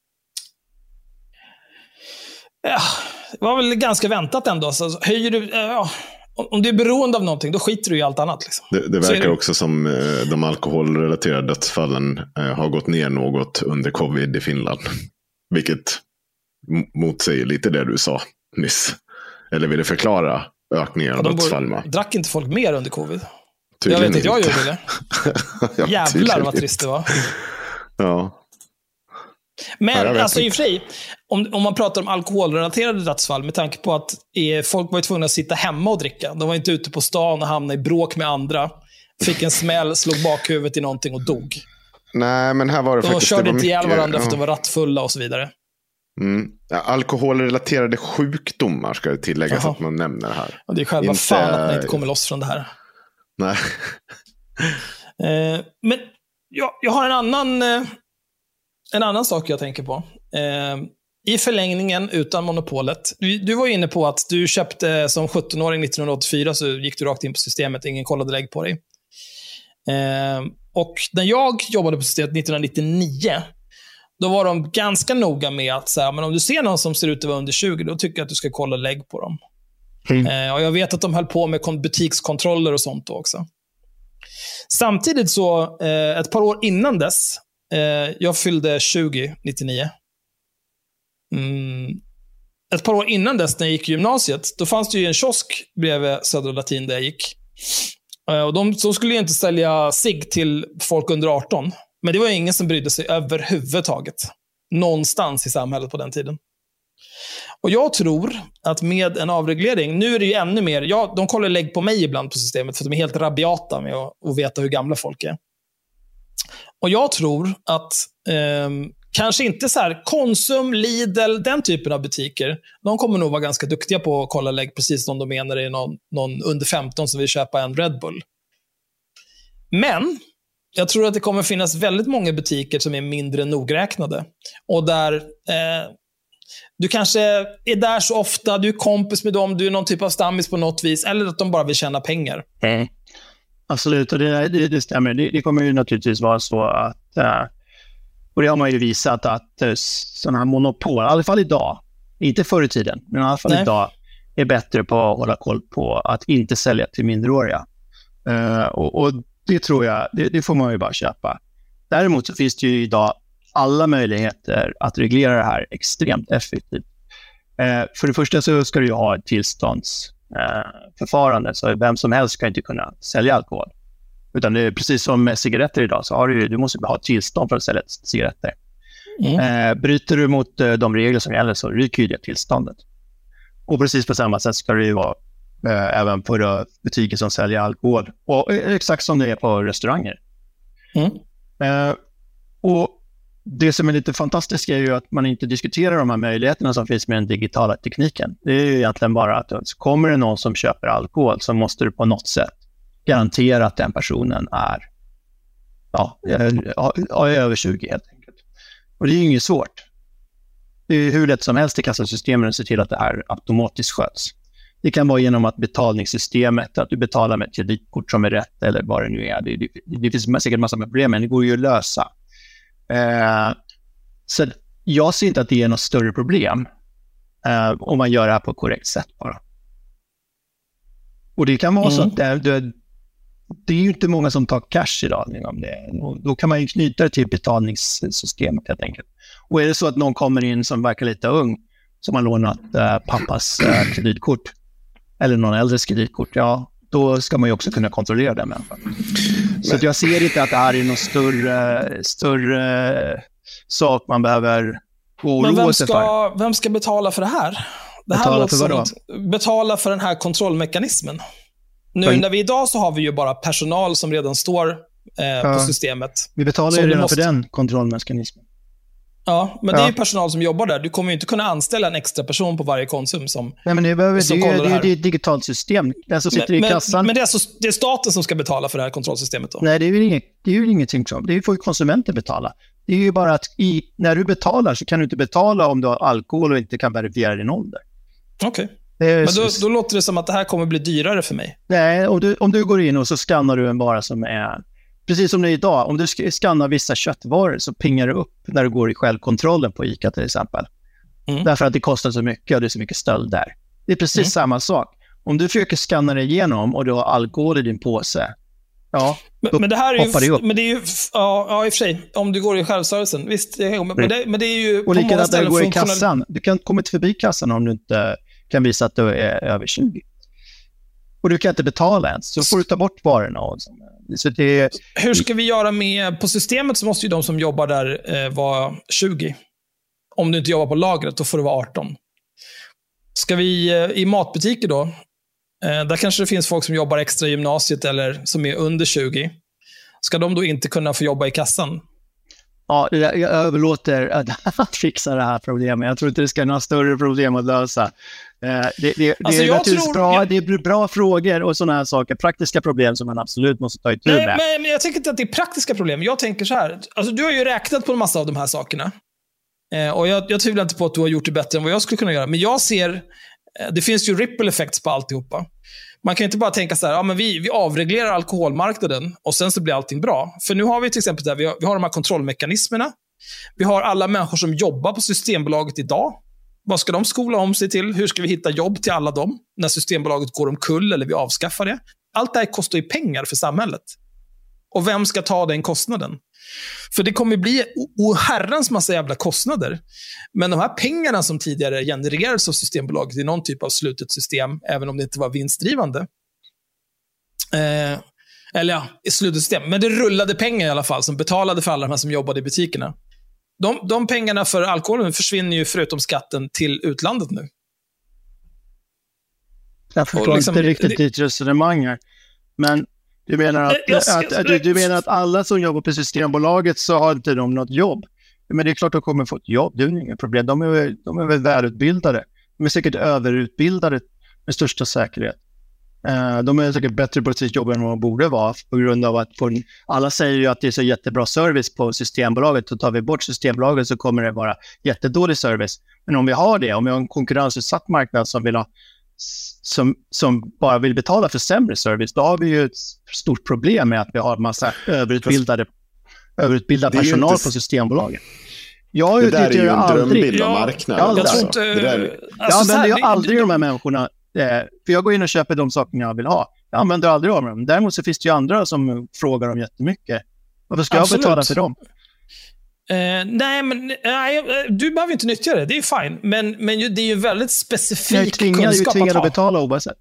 Ja, det var väl ganska väntat ändå. Så höjer du... Om du är beroende av någonting, då skiter du i allt annat. Liksom. Det verkar också som de alkoholrelaterade dödsfallen har gått ner något under covid i Finland. Vilket motsäger lite det du sa nyss. Eller vill det förklara ökningen av dödsfall med? Drack inte folk mer under covid? Tydligen jag vet att jag inte. gjorde det. Jävlar vad trist det var. Ja. Men alltså i och för sig, om man pratar om alkoholrelaterade dödsfall, med tanke på att folk var ju tvungna att sitta hemma och dricka. De var inte ute på stan och hamnade i bråk med andra. Fick en smäll, slog bakhuvudet i någonting och dog. Nej, men här var det faktiskt... De körde inte ihjäl varandra för att de var rattfulla och så vidare. Mm. Ja, alkoholrelaterade sjukdomar ska det tilläggas att man nämner här. Och det är själva fan att man inte kommer loss från det här. Nej. Men jag har en annan en annan sak jag tänker på. I förlängningen utan monopolet. Du var inne på att du köpte som 17-åring 1984, så gick du rakt in på systemet. Ingen kollade lägg på dig. Och när jag jobbade på systemet 1999, då var de ganska noga med att säga, men om du ser någon som ser ut att vara under 20, då tycker jag att du ska kolla lägg på dem. Och jag vet att de höll på med butikskontroller och sånt också. Samtidigt så, ett par år innan dess, jag fyllde 20, 99. Ett par år innan dess när jag gick i gymnasiet, då fanns det ju en kiosk bredvid Södra Latin där jag gick. Och de skulle ju inte sälja cigg till folk under 18. Men det var ingen som brydde sig överhuvudtaget. Någonstans i samhället på den tiden. Och jag tror att med en avreglering, nu är det ju ännu mer, de kollar lägg på mig ibland på systemet för att de är helt rabiata med att veta hur gamla folk är. Och jag tror att kanske inte så här Konsum, Lidl, den typen av butiker, de kommer nog vara ganska duktiga på att kolla lägg, precis som de menar det är någon under 15 som vill köpa en Red Bull. Men jag tror att det kommer finnas väldigt många butiker som är mindre nogräknade. Och där du kanske är där så ofta, du är kompis med dem, du är någon typ av stammis på något vis, eller att de bara vill tjäna pengar. Absolut, och det stämmer. Det kommer ju naturligtvis vara så att, och det har man ju visat att sådana här monopol, i alla fall idag, inte förr i tiden, men i alla fall idag, är bättre på att hålla koll på att inte sälja till minderåriga. Och det tror jag, det får man ju bara köpa. Däremot så finns det ju idag alla möjligheter att reglera det här extremt effektivt. För det första så ska du ju ha ett tillståndsförfarande, så vem som helst ska inte kunna sälja alkohol. Utan det är precis som med cigaretter idag, så har du måste ha tillstånd för att sälja cigaretter. Bryter du mot de regler som gäller, så ryker ju det tillståndet. Och precis på samma sätt ska det ju vara även på butiker som säljer alkohol. Och exakt som det är på restauranger. Och det som är lite fantastiskt är ju att man inte diskuterar de här möjligheterna som finns med den digitala tekniken. Det är ju egentligen bara att kommer det någon som köper alkohol, så måste du på något sätt garantera att den personen är över 20 helt enkelt. Och det är ju inget svårt. Det är hur lätt som helst i kassasystemen att se till att det här automatiskt sköts. Det kan vara genom att betalningssystemet, att du betalar med ett kreditkort som är rätt eller vad det nu är. Det finns säkert massa problem, men det går ju att lösa. Så jag ser inte att det är något större problem om man gör det här på ett korrekt sätt bara. Och det kan vara så att det är ju inte många som tar cash idag. Och då kan man ju knyta det till betalningssystemet helt enkelt. Och är det så att någon kommer in som verkar lite ung, som har lånat pappas kreditkort eller någon äldres kreditkort, då ska man ju också kunna kontrollera den människan. Så att jag ser inte att det här är någon större sak man behöver oroa sig för. Men vem ska betala för det här? Betala för den här kontrollmekanismen. Nu när vi idag så har vi ju bara personal som redan står på systemet. Vi betalar ju redan för den kontrollmekanismen. Ja, men det är ju personal som jobbar där. Du kommer ju inte kunna anställa en extra person på varje Konsum som nej, men det är ett digitalt system. Den som sitter i kassan. Men det är staten som ska betala för det här kontrollsystemet då? Nej, det är ju ingenting som. Det får ju konsumenter betala. Det är ju bara att när du betalar så kan du inte betala om du har alkohol och inte kan verifiera din ålder. Okej. Men då låter det som att det här kommer bli dyrare för mig. Nej, om du går in och så skannar du en vara som är precis som det är idag. Om du skannar vissa köttvaror så pingar det upp när du går i självkontrollen på ICA till exempel. Därför att det kostar så mycket och det är så mycket stöld där. Det är precis samma sak. Om du försöker skanna det igenom och du har alkohol i din påse, men det här är hoppar det upp. Men det är ju, ja, i och för sig, om du går i självservicen, visst, men det är ju och likadant när du går i kassan. Du kan komma inte förbi kassan om du inte kan visa att du är över 20. Och du kan inte betala ens, så får du ta bort varorna. Så hur ska vi göra med, på systemet så måste ju de som jobbar där vara 20. Om du inte jobbar på lagret, då får du vara 18. Ska vi i matbutiker då, där kanske det finns folk som jobbar extra i gymnasiet eller som är under 20. Ska de då inte kunna få jobba i kassan? Ja, jag överlåter att fixa det här problemet. Jag tror inte det ska vara några större problem att lösa. Det är bra frågor och sådana här saker. Praktiska problem som man absolut måste ta itu med. Men jag tycker inte att det är praktiska problem. Jag tänker så här. Alltså, du har ju räknat på en massa av de här sakerna. Och jag tvivlar inte på att du har gjort det bättre än vad jag skulle kunna göra. Men jag ser... Det finns ju ripple effects på alltihopa. Man kan inte bara tänka så här, men vi avreglerar alkoholmarknaden och sen så blir allting bra. För nu har vi till exempel där, vi har de här kontrollmekanismerna. Vi har alla människor som jobbar på Systembolaget idag. Vad ska de skola om sig till? Hur ska vi hitta jobb till alla dem när Systembolaget går omkull eller vi avskaffar det? Allt det här kostar ju pengar för samhället. Och vem ska ta den kostnaden? För det kommer bli herrans massa jävla kostnader. Men de här pengarna som tidigare genererades av Systembolaget i någon typ av slutet system, även om det inte var vinstdrivande. Eller ja, i slutet system. Men det rullade pengar i alla fall som betalade för alla de här som jobbade i butikerna. De pengarna för alkoholen försvinner ju förutom skatten till utlandet nu. Jag förstår liksom, inte riktigt ditt resonemang här. Men du menar att alla som jobbar på Systembolaget så har inte de något jobb. Men det är klart att de kommer få ett jobb, det är inget problem. De är väl välutbildade. De är säkert överutbildade med största säkerhet. De är säkert bättre på sitt jobb än vad de borde vara på grund av att alla säger ju att det är så jättebra service på Systembolaget, och tar vi bort Systembolaget så kommer det vara jättedålig service. Men om vi har en konkurrensutsatt marknad som vill ha som bara vill betala för sämre service, då har vi ju ett stort problem med att vi har en massa överutbildad personal på Systembolaget. Det där är ju en drömbild av marknaden. Jag tror inte... Jag använder ju aldrig de här människorna, för jag går in och köper de sakerna jag vill ha. Jag använder aldrig av dem. Däremot så finns det ju andra som frågar dem jättemycket. Varför ska jag betala för dem? Nej, du behöver inte nyttja det. Det är fine. Men det är ju väldigt specifik kunskap att ha. Jag tvingar att betala oavsett.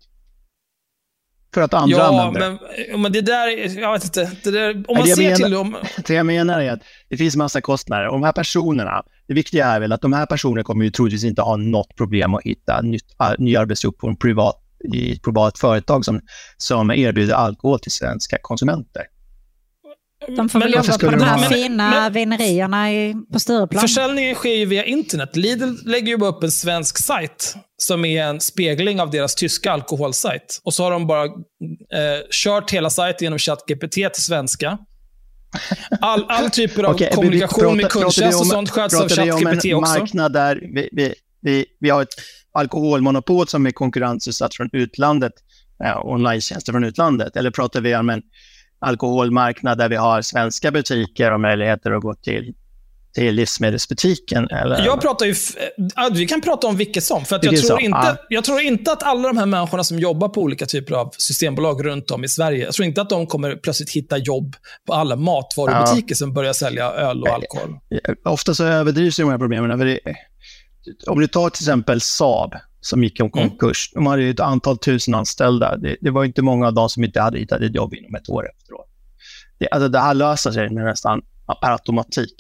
För att andra använder det. Men det där, jag vet inte. Det där, om man ser till dem... Det jag menar är att det finns massa kostnader. Och de här personerna, det viktiga är väl att de här personerna kommer ju troligtvis inte ha något problem att hitta ny arbetsgrupp på i ett privat företag som erbjuder alkohol till svenska konsumenter. De får väl jobba på de här fina vinerierna på Stureplan. Försäljningen sker ju via internet. Lidl lägger ju bara upp en svensk sajt som är en spegling av deras tyska alkoholsajt. Och så har de bara kört hela sajten genom ChatGPT till svenska. All typer av kommunikation med kundtjänst och sånt sköts av ChatGPT också. En marknad där vi har ett alkoholmonopol som är konkurrensutsatt från utlandet, online-tjänster från utlandet, eller pratar vi om en alkoholmarknad där vi har svenska butiker och möjligheter att gå till livsmedelsbutiken? Eller? Jag pratar ju... vi kan prata om vilket som. För att jag tror inte att alla de här människorna som jobbar på olika typer av systembolag runt om i Sverige, jag tror inte att de kommer plötsligt hitta jobb på alla matvarubutiker som börjar sälja öl och alkohol. Ofta så överdrivs de här problemen. Om du tar till exempel Saab som gick om konkurs. De hade ju ett antal tusen anställda. Det var inte många av dem som inte hade hittat ett jobb inom ett år efteråt. Det här löser sig med nästan per automatik.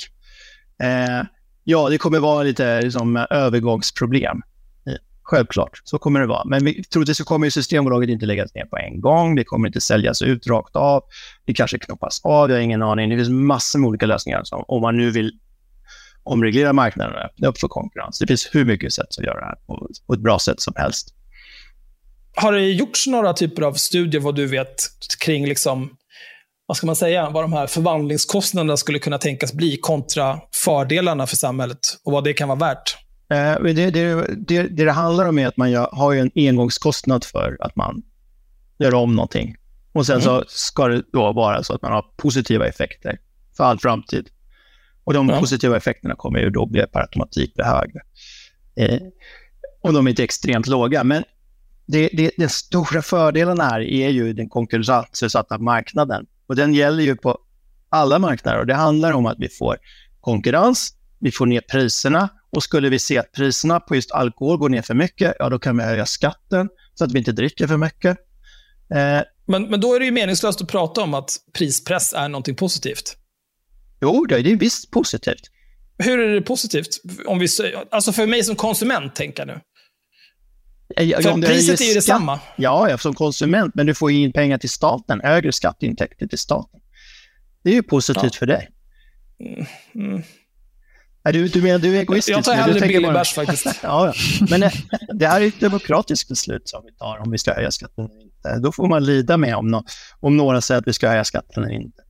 Det kommer vara lite liksom, övergångsproblem. Självklart, så kommer det vara. Men vi tror att så kommer ju Systembolaget inte läggas ner på en gång. Det kommer inte säljas ut rakt av. Det kanske knoppas av, jag har ingen aning. Det finns massor med olika lösningar som, om man nu vill omreglera marknaden och öppna upp för konkurrens. Det finns hur mycket sätt att göra det här på ett bra sätt som helst. Har det gjorts några typer av studier vad du vet kring liksom, vad ska man säga, vad de här förvandlingskostnaderna skulle kunna tänkas bli kontra fördelarna för samhället och vad det kan vara värt? Det handlar om är att man har ju en engångskostnad för att man gör om någonting. Och sen så ska det då vara så att man har positiva effekter för all framtid. Och de positiva effekterna kommer ju då bli per automatik högre. Och de är inte extremt låga. Men den stora fördelen här är ju den konkurrensutsatta marknaden. Och den gäller ju på alla marknader. Och det handlar om att vi får konkurrens, vi får ner priserna. Och skulle vi se att priserna på just alkohol går ner för mycket, då kan vi höja skatten så att vi inte dricker för mycket. Men då är det ju meningslöst att prata om att prispress är någonting positivt. Jo, det är visst positivt. Hur är det positivt? Alltså för mig som konsument, tänker nu. För priset är ju detsamma. Ja, som konsument, men du får in pengar till staten, högre skatteintäkter till staten. Det är ju positivt för dig. Du menar du är egoistisk? Jag tar hellre billig bärs faktiskt. Ja. Men det här är ett demokratiskt beslut som vi tar om vi ska höja skatten eller inte. Då får man lida med om några säger att vi ska höja skatten eller inte.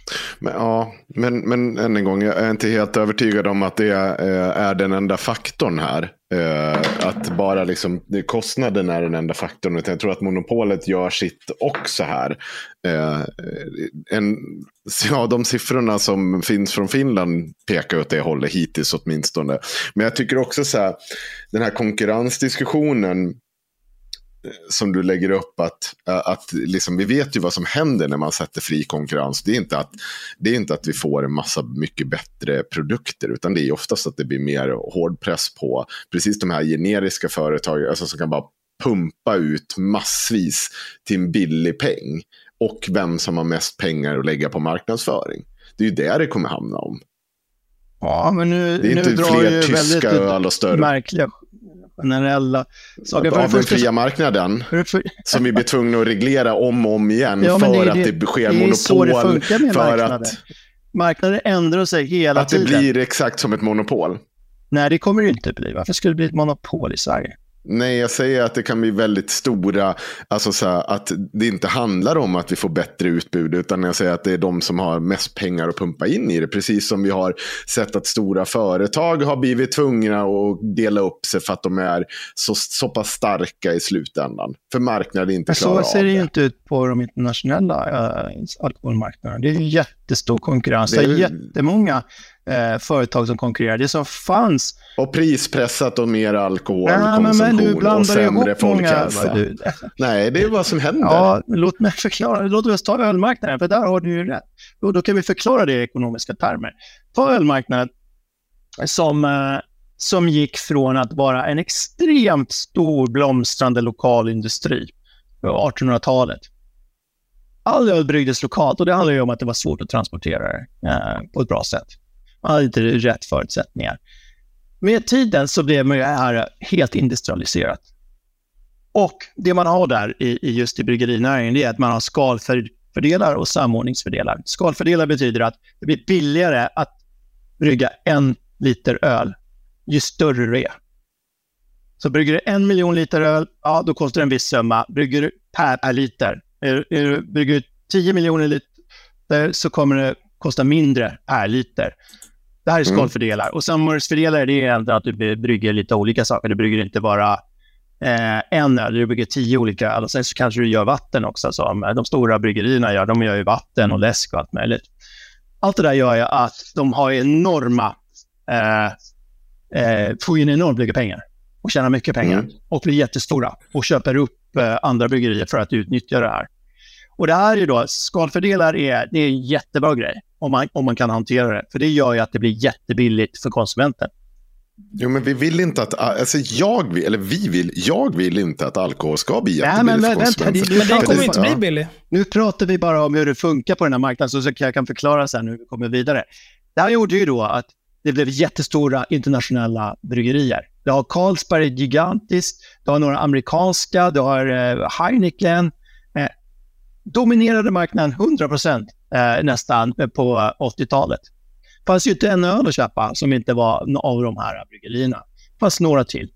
Men än en gång, jag är inte helt övertygad om att det är den enda faktorn här. Att bara liksom, kostnaden är den enda faktorn. Utan jag tror att monopolet gör sitt också här. De siffrorna som finns från Finland pekar åt det hållet hittills åtminstone. Men jag tycker också så här, den här konkurrensdiskussionen som du lägger upp, att liksom, vi vet ju vad som händer när man sätter fri konkurrens. Det är inte att vi får en massa mycket bättre produkter, utan det är oftast att det blir mer hård press på precis de här generiska företagen, alltså, som kan bara pumpa ut massvis till en billig peng, och vem som har mest pengar att lägga på marknadsföring. Det är ju där det kommer hamna om. Ja, men nu det är inte fler tyska öl och större märkliga generella saker. Av den fria marknaden som vi blir tvungna att reglera om och om igen, för att det sker monopol, för att marknaden ändrar sig hela tiden. Att det blir exakt som ett monopol. Nej, det kommer det inte bli. Varför skulle det bli ett monopol i Sverige? Nej, jag säger att det kan bli väldigt stora, alltså så här, att det inte handlar om att vi får bättre utbud, utan jag säger att det är de som har mest pengar att pumpa in i det. Precis som vi har sett att stora företag har blivit tvungna att dela upp sig för att de är så pass starka i slutändan. För marknaden inte klarar av det. Så ser det ju inte ut på de internationella alkoholmarknaderna. Det är ju jättestor konkurrens. Det är jättemånga företag som konkurrerar. Det som fanns... Och prispressat och mer alkoholkonsumtion och sämre folkhälsa. Nej, det är vad som händer. Ja, låt mig förklara. Låt oss ta ölmarknaden, för där har du ju rätt. Då kan vi förklara det i ekonomiska termer. Ta ölmarknaden som gick från att vara en extremt stor blomstrande lokal industri på 1800-talet. All öl bryggdes lokalt, och det handlar ju om att det var svårt att transportera det på ett bra sätt. Man hade inte rätt förutsättningar. Med tiden så blev det här helt industrialiserat. Och det man har där just i bryggerinäringen, det är att man har skalfördelar och samordningsfördelar. Skalfördelar betyder att det blir billigare att brygga 1 liter öl ju större det är. Så brygger du 1 miljon liter öl, ja, då kostar det en viss summa. Brygger du per liter. Brygger du 10 miljoner liter, så kommer det kosta mindre per liter. Det här är skalfördelar. Och samordningsfördelar, det är att du brygger lite olika saker. Du brygger inte bara en öl, du brygger 10 olika öl. Och sen så kanske du gör vatten också, som de stora bryggerierna gör. De gör ju vatten och läsk och allt möjligt. Allt det där gör ju att de har enorma får in enormt mycket pengar och tjänar mycket pengar och blir jättestora och köper upp andra bryggerier för att utnyttja det här. Och det här är ju då, skalfördelar det är en jättebra grej om man kan hantera det. För det gör ju att det blir jättebilligt för konsumenten. Jo, men vi vill inte att, alltså jag vill inte att alkohol ska bli jättebilligt för konsumenten. Men det kommer inte bli billigt. Nu pratar vi bara om hur det funkar på den här marknaden, så jag kan förklara sen hur vi kommer vidare. Det här gjorde ju då att det blev jättestora internationella bryggerier. Du har Carlsberg, gigantiskt. Du har några amerikanska. Du har Heineken. Dominerade marknaden 100% nästan på 80-talet. Det fanns ju inte en öl att köpa som inte var av de här bryggerierna. Det fanns några till.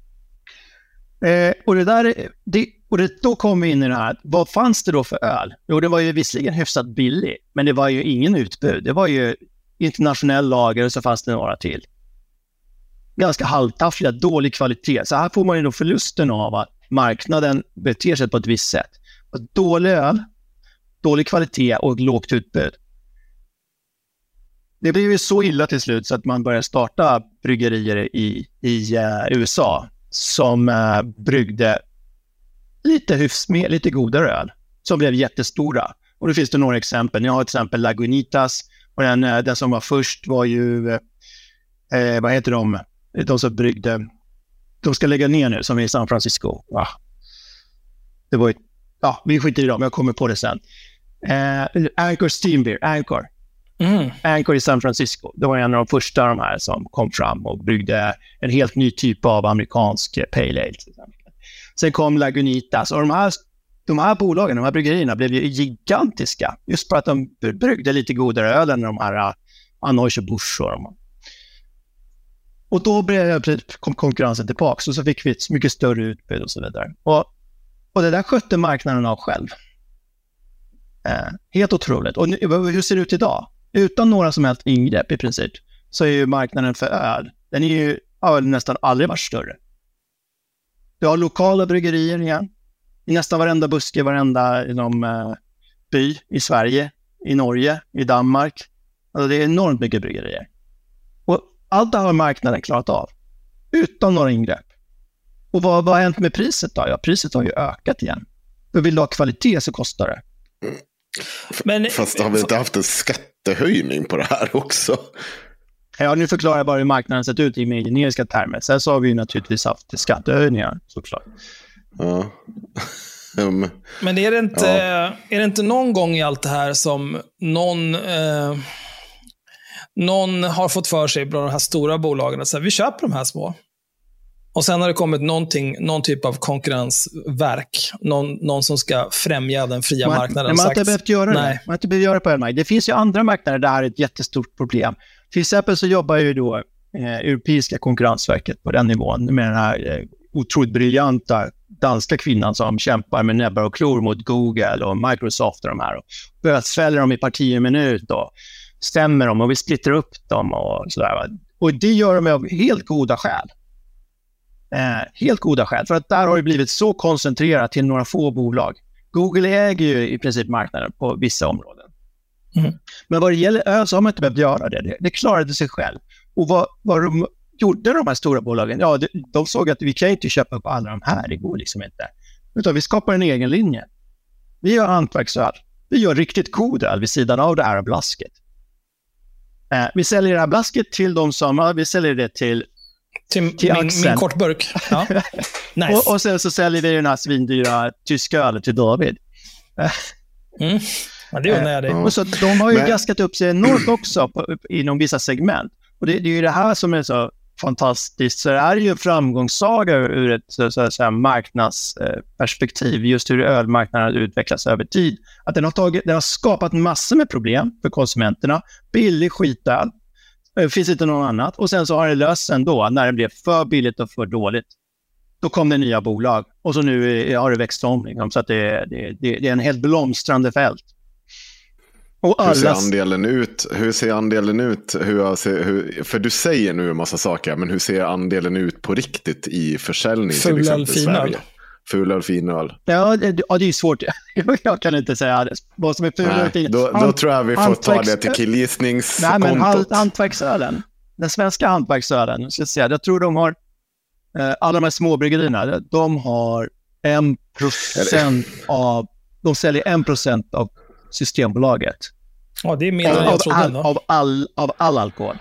Då kom vi in i det här. Vad fanns det då för öl? Jo, det var ju visserligen hyfsat billig, men det var ju ingen utbud. Det var ju internationell lager, och så fanns det några till. Ganska halvtaffliga, dålig kvalitet. Så här får man ju då förlusten av att marknaden beter sig på ett visst sätt. Dålig öl, dålig kvalitet och lågt utbud. Det blev ju så illa till slut så att man började starta bryggerier i USA som bryggde lite godare öl, som blev jättestora. Och då finns det några exempel. Jag har till exempel Lagunitas, och den som var först var ju vad heter de? De som bryggde, de ska lägga ner nu, som är i San Francisco. Det var vi skiter i dem, jag kommer på det sen. Anchor Steam Beer, Anchor i San Francisco. Det var en av de första de här som kom fram och bryggde en helt ny typ av amerikansk pale ale. Sen kom Lagunitas, och de här bolagen, de här bryggerierna blev ju gigantiska just för att de bryggde lite godare öl än de här Anheuser-Busch och de. Och då kom konkurrensen tillbaka och så fick vi ett mycket större utbud och så vidare. Och det där skötte marknaden av själv. Helt otroligt. Och nu, hur ser det ut idag? Utan några som helst ingrepp i princip så är ju marknaden för öl, den är ju nästan aldrig varit större. Du har lokala bryggerier igen. I nästan varenda buske, varenda by i Sverige, i Norge, i Danmark. Alltså det är enormt mycket bryggerier. Och allt det har marknaden klarat av. Utan några ingrepp. Och vad har hänt med priset då? Ja, priset har ju ökat igen. För vill du ha kvalitet så kostar det. Men, fast har vi inte haft en skattehöjning på det här också? Ja, nu förklarar jag bara hur marknaden sett ut i mer generiska termer. Sen så har vi ju naturligtvis haft skattehöjningar, såklart. Ja. Men är det inte någon gång i allt det här som någon har fått för sig bland de här stora bolagen att säga, vi köper de här små. Och sen har det kommit någon typ av konkurrensverk. Någon som ska främja den fria marknaden. Man har inte behövt göra det. Man har inte behövt göra det på en marknad. Det finns ju andra marknader där det här är ett jättestort problem. Till exempel så jobbar ju då Europeiska konkurrensverket på den nivån med den här otroligt briljanta danska kvinnan som kämpar med näbbar och klor mot Google och Microsoft och de här. Och bötsfäller dem i parti och minut och stämmer dem och vi splittrar upp dem och sådär. Och det gör de av helt goda skäl. Helt goda skäl. För att där har det blivit så koncentrerat till några få bolag. Google äger ju i princip marknaden på vissa områden. Mm. Men vad det gäller öl så har man inte behövt göra det. Det klarade sig själv. Och vad de gjorde de här stora bolagen? Ja, de såg att vi kan inte köpa upp alla de här. Det går liksom inte. Utan vi skapar en egen linje. Vi gör hantverksöl. Vi gör riktigt god öl vid sidan av det här blasket. Vi säljer det här blasket till de som... Vi säljer det till min kortburk. Ja. Nice. och sen så säljer vi den här svindyra tyska ölet till David. Ja, det är det. Och så de har ju gaskat upp sig enormt också inom vissa segment. Och det är ju det här som är så fantastiskt. Så det är ju en framgångssaga ur ett så marknadsperspektiv. Just hur ölmarknaden utvecklas över tid. Att den har skapat massor med problem för konsumenterna. Billig skitöl. Det finns inte någon annat. Och sen så har det löst ändå när det blev för billigt och för dåligt. Då kom det nya bolag. Och så nu har det växt om. Liksom, så att det är en helt blomstrande fält. Och hur ser andelen ut? För du säger nu en massa saker. Men hur ser andelen ut på riktigt i försäljning till exempel i Sverige? Fulöl, finöl. Ja, det är svårt. Jag kan inte säga det. Vad som är fulöl och finöl. Då tror jag vi får ta det till killgissningskontot. Nej, men hantverksölen. Den svenska hantverksölen. Jag tror de har alla de här småbryggerierna. De har 1% av... De säljer 1% av Systembolaget. Ja, det är mer än jag trodde. Av all alkohol.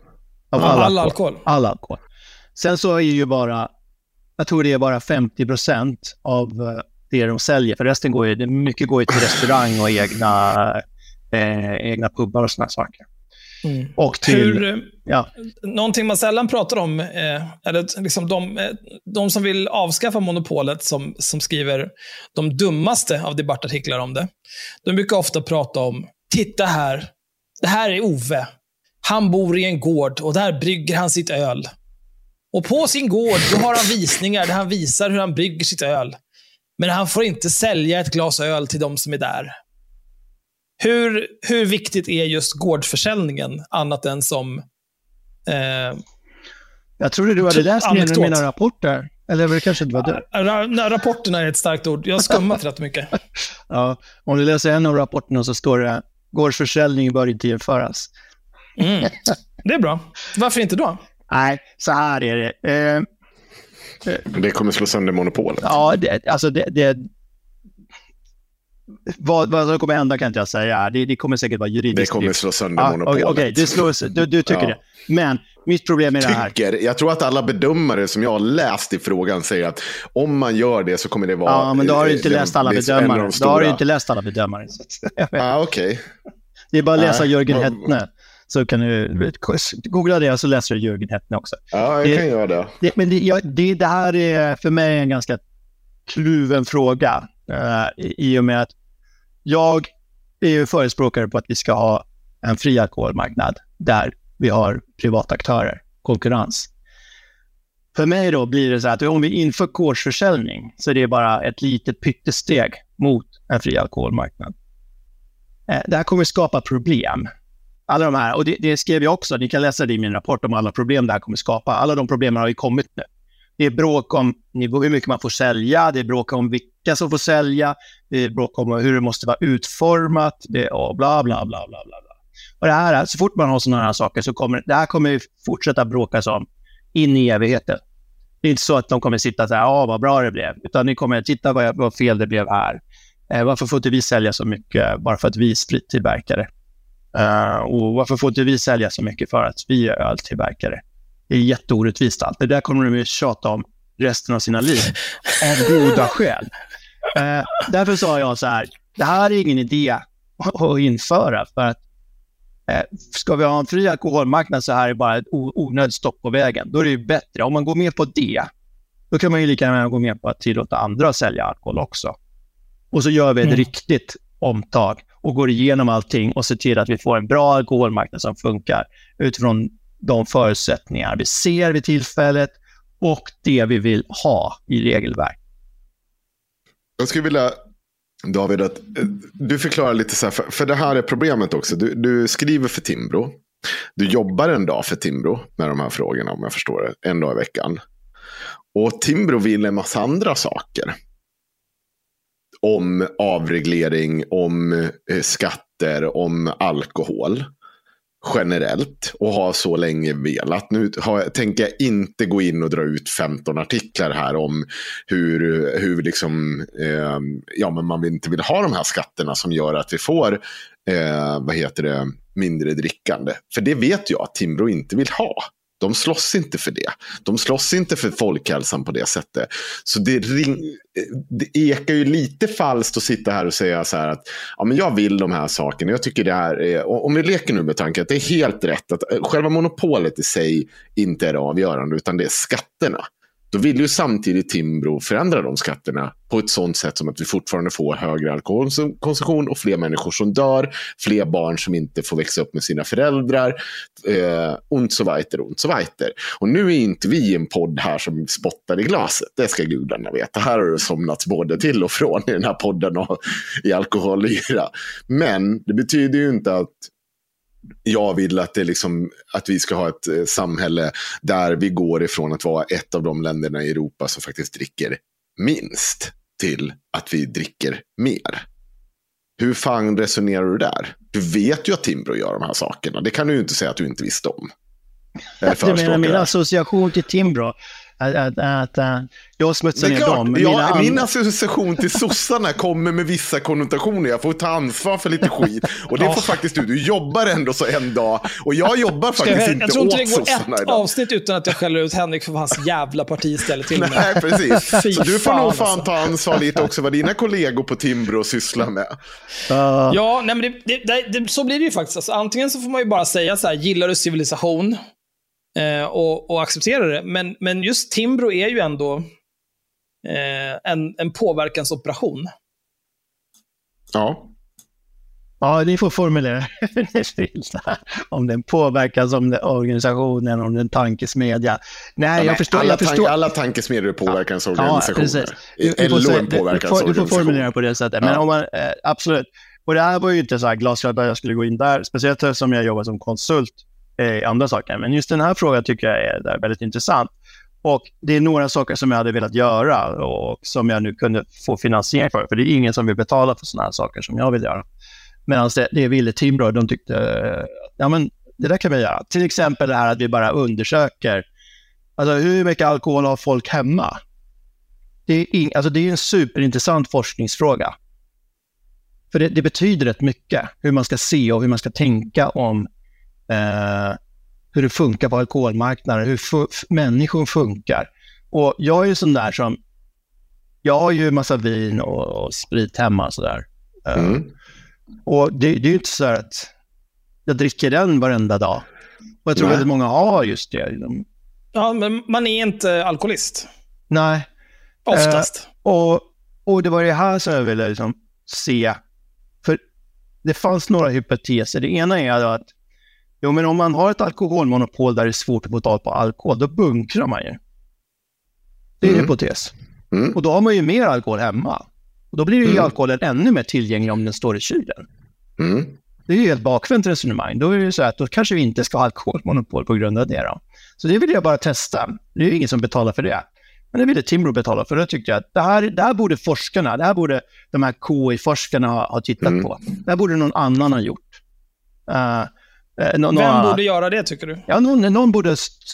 All alkohol. Sen så är ju bara... Jag tror det är bara 50% av det de säljer. För resten går ju, mycket går ju till restaurang och egna pubbar och såna saker. Mm. Och till... Någonting man sällan pratar om är liksom de som vill avskaffa monopolet som skriver de dummaste av debattartiklar om det. De brukar ofta prata om, titta här, det här är Ove. Han bor i en gård och där brygger han sitt öl. Och på sin gård då har han visningar där han visar hur han brygger sitt öl. Men han får inte sälja ett glas öl till de som är där. Hur viktigt är just gårdsförsäljningen annat än som... Jag trodde du hade läst mina rapporter. Eller det kanske inte var det. Rapporterna är ett starkt ord. Jag har skummat rätt mycket. Ja, om du läser en av rapporterna så står det gårdsförsäljning bör inte införas. Det är bra. Varför inte då? Nej, så här är det. Det kommer slå sönder monopolet. Ja, vad som kommer hända kan inte jag säga. Det kommer säkert vara juridiskt. Det kommer slå sönder monopolet. Okej, du tycker det. Men mitt problem är det här. Jag tror att alla bedömare som jag har läst i frågan säger att om man gör det så kommer det vara... Ja, men då har du inte läst alla bedömare. Då har du inte läst alla bedömare. Okej. Det är bara att läsa Jörgen Hettne. Så kan du googla det och så läser du Jörgen Hettne också. Ja, jag kan göra det. Det här är för mig en ganska kluven fråga. I och med att jag är ju förespråkare på att vi ska ha en fri alkoholmarknad. där vi har privata aktörer, konkurrens. För mig då blir det så att om vi inför gårdsförsäljning så är det bara ett litet pyttesteg mot en fri alkoholmarknad. Det här kommer skapa problem. Alla de här, och det skrev jag också, ni kan läsa det i min rapport om alla problem det här kommer skapa. Alla de problemen har ju kommit nu. Det är bråk om hur mycket man får sälja, det är bråk om vilka som får sälja, det är bråk om hur det måste vara utformat, och bla bla bla bla bla. Och det här, så fort man har sådana här saker så kommer det här kommer fortsätta bråkas om in i evigheten. Det är inte så att de kommer sitta så här, vad bra det blev, utan ni kommer titta vad fel det blev här. Varför får inte vi sälja så mycket bara för att vi är sprittillverkare? Och varför får inte vi sälja så mycket för att vi är öltillverkare? Det är jätteorättvist allt. Det där kommer de att tjata om resten av sina liv. Av goda skäl. Därför sa jag så här, det här är ingen idé att införa, för att ska vi ha en fri alkoholmarknad så här är bara ett onödigt stopp på vägen. Då är det ju bättre. Om man går med på det, då kan man ju lika gärna gå med på att tillåta andra att sälja alkohol också. Och så gör vi ett riktigt omtag och går igenom allting och ser till att vi får en bra alkoholmarknad som funkar utifrån de förutsättningar vi ser vid tillfället och det vi vill ha i regelverk. Jag skulle vilja, David, att du förklarar lite så här, för det här är problemet också. Du skriver för Timbro. Du jobbar en dag för Timbro med de här frågorna, om jag förstår det, en dag i veckan. Och Timbro vill en massa andra saker. Om avreglering, om skatter, om alkohol generellt, och har så länge velat. Nu tänker jag inte gå in och dra ut 15 artiklar här om hur liksom, men man inte vill ha de här skatterna som gör att vi får mindre drickande. För det vet jag att Timbro inte vill ha. De slåss inte för det. De slåss inte för folkhälsan på det sättet. Så det ekar ju lite falskt att sitta här och säga så här att men jag vill de här sakerna. Jag tycker det här är, om vi leker nu med tanken att det är helt rätt att själva monopolet i sig inte är avgörande, utan det är skatterna. Då vill ju samtidigt Timbro förändra de skatterna på ett sånt sätt som att vi fortfarande får högre alkoholkonsumtion och fler människor som dör, fler barn som inte får växa upp med sina föräldrar, und so weiter. Och nu är inte vi en podd här som spottar i glaset, det ska gudarna veta. Här har det somnats både till och från i den här podden och i alkoholyra. Men det betyder ju inte att jag vill att det liksom, att vi ska ha ett samhälle där vi går ifrån att vara ett av de länderna i Europa som faktiskt dricker minst till att vi dricker mer. Hur fan resonerar du där? Du vet ju att Timbro gör de här sakerna. Det kan du ju inte säga att du inte visste om. Du menar min association till Timbro? Att jag smutsar ner dem. Min association till sossarna kommer med vissa konnotationer. Jag får ta ansvar för lite skit. Och det får faktiskt du jobbar ändå så en dag. Och jag jobbar faktiskt inte åt sossarna. Jag tror inte det går ett avsnitt utan att jag skäller ut Henrik för hans jävla parti istället till mig. Nej, precis. Så du får nog fan ta ansvar lite också vad dina kollegor på Timbro sysslar med. Ja, nej, men så blir det ju faktiskt. Alltså, antingen så får man ju bara säga så här, gillar du civilisation? Och acceptera det. Men just Timbro är ju ändå en påverkansoperation. Ja, ni får formulera om den påverkas, om den organisationen, om den tankesmedja. Nej, jag förstår. Alla tankesmedjor är påverkansorganisationer. Du får formulera på det sättet. Men om man, absolut. Och det här var ju inte så här glasklart att jag skulle gå in där. Speciellt som jag jobbar som konsult i andra saker. Men just den här frågan tycker jag är väldigt intressant. Och det är några saker som jag hade velat göra och som jag nu kunde få finansiering för. För det är ingen som vill betala för sådana här saker som jag vill göra. Medan det ville Timbro, de tyckte men det där kan vi göra. Till exempel det här att vi bara undersöker alltså hur mycket alkohol har folk hemma. Det är en superintressant forskningsfråga. För det betyder rätt mycket hur man ska se och hur man ska tänka om hur det funkar på alkoholmarknaden, hur människor funkar. Och jag är ju sån där som, jag har ju massa vin och sprit hemma och sådär. Och det är ju inte så att jag dricker den varenda dag. Och jag tror att många har just det. Ja, men man är inte alkoholist. Nej. Oftast. Och det var det här som jag ville se. För det fanns några hypoteser. Det ena är att Jo, men om man har ett alkoholmonopol där det är svårt att få tag på alkohol, då bunkrar man ju. Det är en hypotes. Och då har man ju mer alkohol hemma. Och då blir ju alkoholen ännu mer tillgänglig om den står i kylen. Det är ju helt bakvänt resonemang. Då är det ju så att då kanske vi inte ska ha alkoholmonopol på grund av det då. Så det vill jag bara testa. Det är ju ingen som betalar för det. Men det ville Timbro betala för. Då tyckte jag att det här borde forskarna, det här borde de här KI-forskarna ha tittat på. Det här borde någon annan ha gjort. Vem borde göra det, tycker du? Ja, någon borde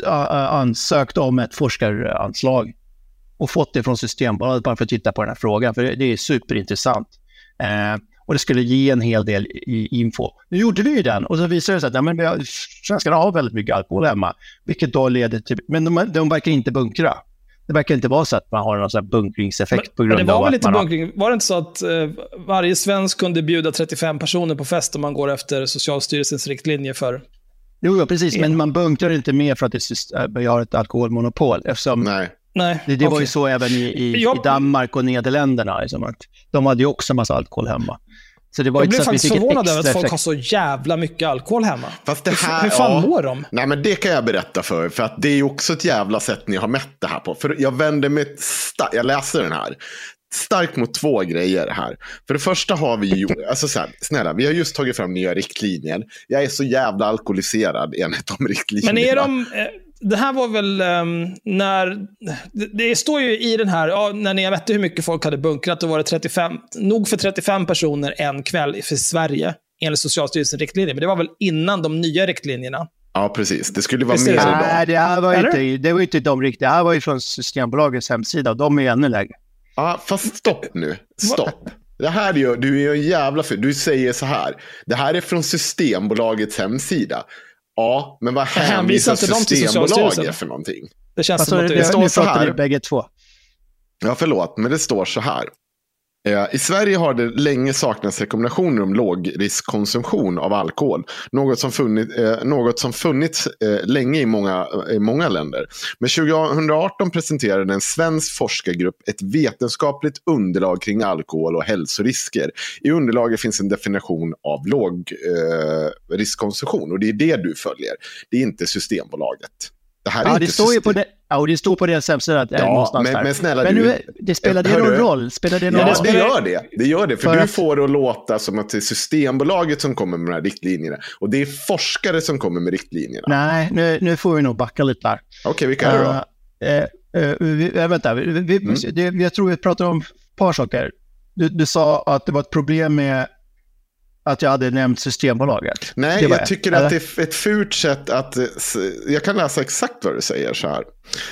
ansökt om ett forskaranslag och fått det från Systembolaget bara för att titta på den här frågan. För det är superintressant. Och det skulle ge en hel del info. Nu gjorde vi ju den och så visade det sig att svenskarna har väldigt mycket alkohol hemma. Vilket då leder till... Men de verkar inte bunkra. Det verkar inte vara så att man har någon sån här bunkringseffekt på grund av att man... Det var väl lite bunkring? Var det inte så att varje svensk kunde bjuda 35 personer på fest om man går efter Socialstyrelsens riktlinjer för... Jo, precis. Men man bunkrar inte mer för att vi har ett alkoholmonopol. Eftersom Nej. Det var ju så även i Danmark och Nederländerna. Liksom, att de hade ju också en massa alkohol hemma. Så det var jag blev faktiskt förvånad över att folk har så jävla mycket alkohol hemma. Fast det här, hur fan mår de? Nej, men det kan jag berätta för att det är ju också ett jävla sätt ni har mätt det här på. För jag vänder mig jag läser den här starkt mot två grejer här. För det första har vi ju, alltså så här, snälla, vi har just tagit fram nya riktlinjer. Jag är så jävla alkoholiserad enligt de riktlinjerna. Men är de... Det här var väl när... Det står ju i den här... när ni mätte hur mycket folk hade bunkrat, då var det nog för 35 personer en kväll för Sverige enligt Socialstyrelsens riktlinjer. Men det var väl innan de nya riktlinjerna. Ja, precis. Det skulle vara mer idag. Nej, det var inte de riktiga. Det här var ju från Systembolagets hemsida och de är ännu lägre. Ja, fast stopp nu. Stopp. Det här du är en jävla för. Du säger så här. Det här är från Systembolagets hemsida. Ja, men vad hänvisar Systembolaget för någonting? Det känns som att det står så här. Bägge två. Ja, förlåt, men det står så här. I Sverige har det länge saknats rekommendationer om lågriskkonsumtion av alkohol. Något som funnits länge i många länder. Men 2018 presenterade en svensk forskargrupp ett vetenskapligt underlag kring alkohol och hälsorisker. I underlaget finns en definition av lågriskkonsumtion. Och det är det du följer. Det är inte Systembolaget. Det här är inte det står ju på det. Ja, och det står på deras hemsida att det är någonstans där. Men snälla men nu, det spelar det någon roll? Spelar det någon roll? Det gör det. För du får det att låta som att det är Systembolaget som kommer med de här riktlinjerna. Och det är forskare som kommer med riktlinjerna. Nej, nu får vi nog backa lite där. Okej, vilka är det då? Vänta, jag tror vi pratar om ett par saker. Du sa att det var ett problem med att jag hade nämnt Systembolaget. Nej, jag tycker att det är ett fult sätt att... Jag kan läsa exakt vad du säger så här.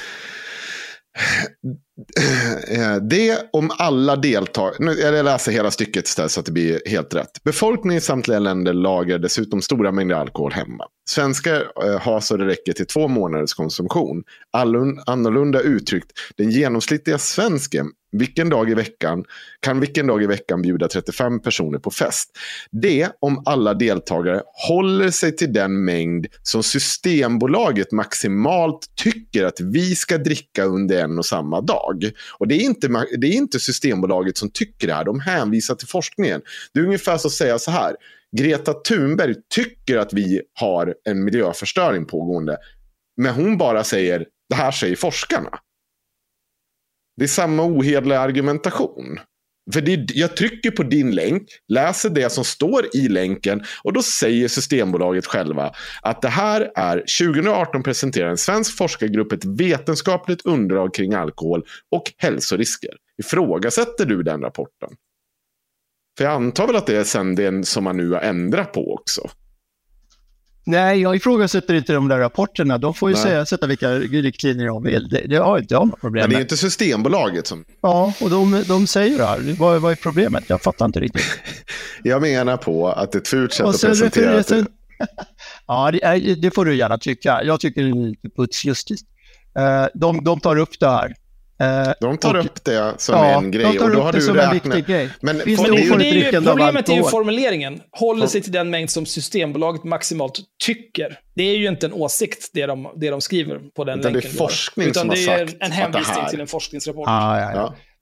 Det om alla deltar... Jag läser hela stycket istället så att det blir helt rätt. Befolkningen i samtliga länder lagrar dessutom stora mängder alkohol hemma. Svenskar har så det räcker till 2 månaders konsumtion. Annorlunda uttryckt, den genomsnittliga svensken vilken dag i veckan bjuda 35 personer på fest. Det om alla deltagare håller sig till den mängd som Systembolaget maximalt tycker att vi ska dricka under en och samma dag. Och det är inte Systembolaget som tycker det här. De hänvisar till forskningen. Det är ungefär så att säga så här. Greta Thunberg tycker att vi har en miljöförstöring pågående. Men hon bara säger, det här säger forskarna. Det är samma ohederliga argumentation. För jag trycker på din länk, läser det som står i länken och då säger Systembolaget själva att det här är 2018 presenterar en svensk forskargrupp ett vetenskapligt underlag kring alkohol och hälsorisker. Ifrågasätter du den rapporten? För jag antar väl att det är sen den som man nu har ändrat på också. Nej, jag ifrågasätter inte de där rapporterna. De får ju sätta vilka riktlinjer de vill. Det har inte jag något problem med. Men det är inte Systembolaget som... Ja, och de säger det här. Vad är problemet? Jag fattar inte riktigt. Jag menar på att det är ett fult sätt att presentera det. Ja, det får du gärna tycka. Jag tycker det är lite putsjustiskt. De tar upp det här. De tar upp det som en grej och då har du räknat. Men problemet är ju formuleringen. Håller sig till den mängd som Systembolaget maximalt tycker. Det är ju inte en åsikt det de skriver på den länken. Det är forskning utan som har sagt. Utan det är en hänvisning till en forskningsrapport. Ja.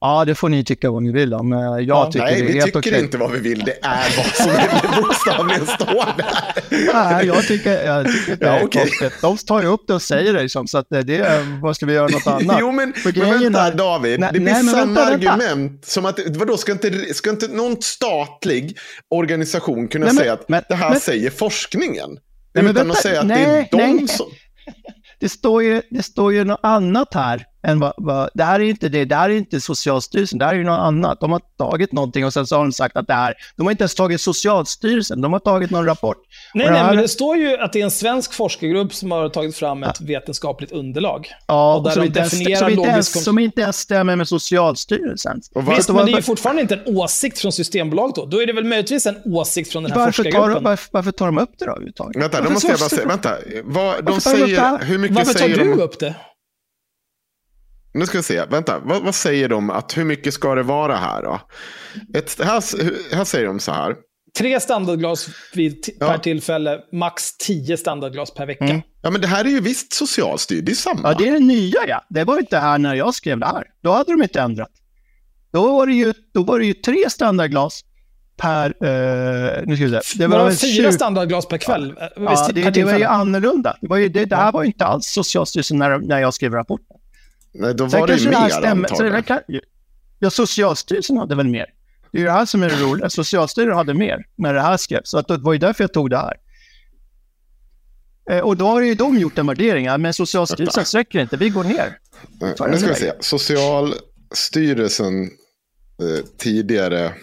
Ja, det får ni tycka vad ni vill om. Jag tycker nej, det är helt okej. vi tycker inte vad vi vill. Det är vad som är bokstavligen står där. Nej, jag tycker det är konstigt. De tar ju upp det och säger det liksom, så att vad ska vi göra något annat? Jo, men vänta David, det blir samma argument som att, vadå, ska inte någon statlig organisation kunna säga att det här säger forskningen? Utan att säga att det är de som... Det står ju något annat här än vad det här är inte det. Det här är inte Socialstyrelsen, det här är ju något annat. De har tagit någonting och sen så har de sagt att det här, de har inte ens tagit Socialstyrelsen, de har tagit någon rapport. Nej, men det står ju att det är en svensk forskargrupp som har tagit fram ett vetenskapligt underlag. Ja, och där de definierar som inte ens stämmer med Socialstyrelsen. Visst, men det är ju fortfarande inte en åsikt från Systembolaget då. Då är det väl möjligtvis en åsikt från den här forskargruppen. Varför tar de upp det då överhuvudtaget? Vänta, de måste jag bara säga, de säger, hur mycket varför tar säger du de... upp det? Nu ska vi se, vänta, vad säger de att hur mycket ska det vara här då? Här säger de så här. 3 standardglas per tillfälle, max 10 standardglas per vecka. Ja, men det här är ju visst Socialstyrelsen, det är samma. Ja, det är det nya, ja. Det var inte här när jag skrev det här. Då hade de inte ändrat. Då var det ju 3 standardglas per... nu ska vi se. Det var 4 standardglas per kväll. Ja, det var ju annorlunda. Det här var ju inte alls Socialstyrelsen när jag skrev rapporten. Nej, då var det ju mer Ja, Socialstyrelsen hade väl mer. Det är ju det här som är det roliga. Socialstyrelsen hade mer när det här skrevs. Så att det var ju därför jag tog det här. Och då har ju de gjort en värdering. Men Socialstyrelsen räcker inte. Vi går ner. Nu ska vi se. Socialstyrelsen tidigare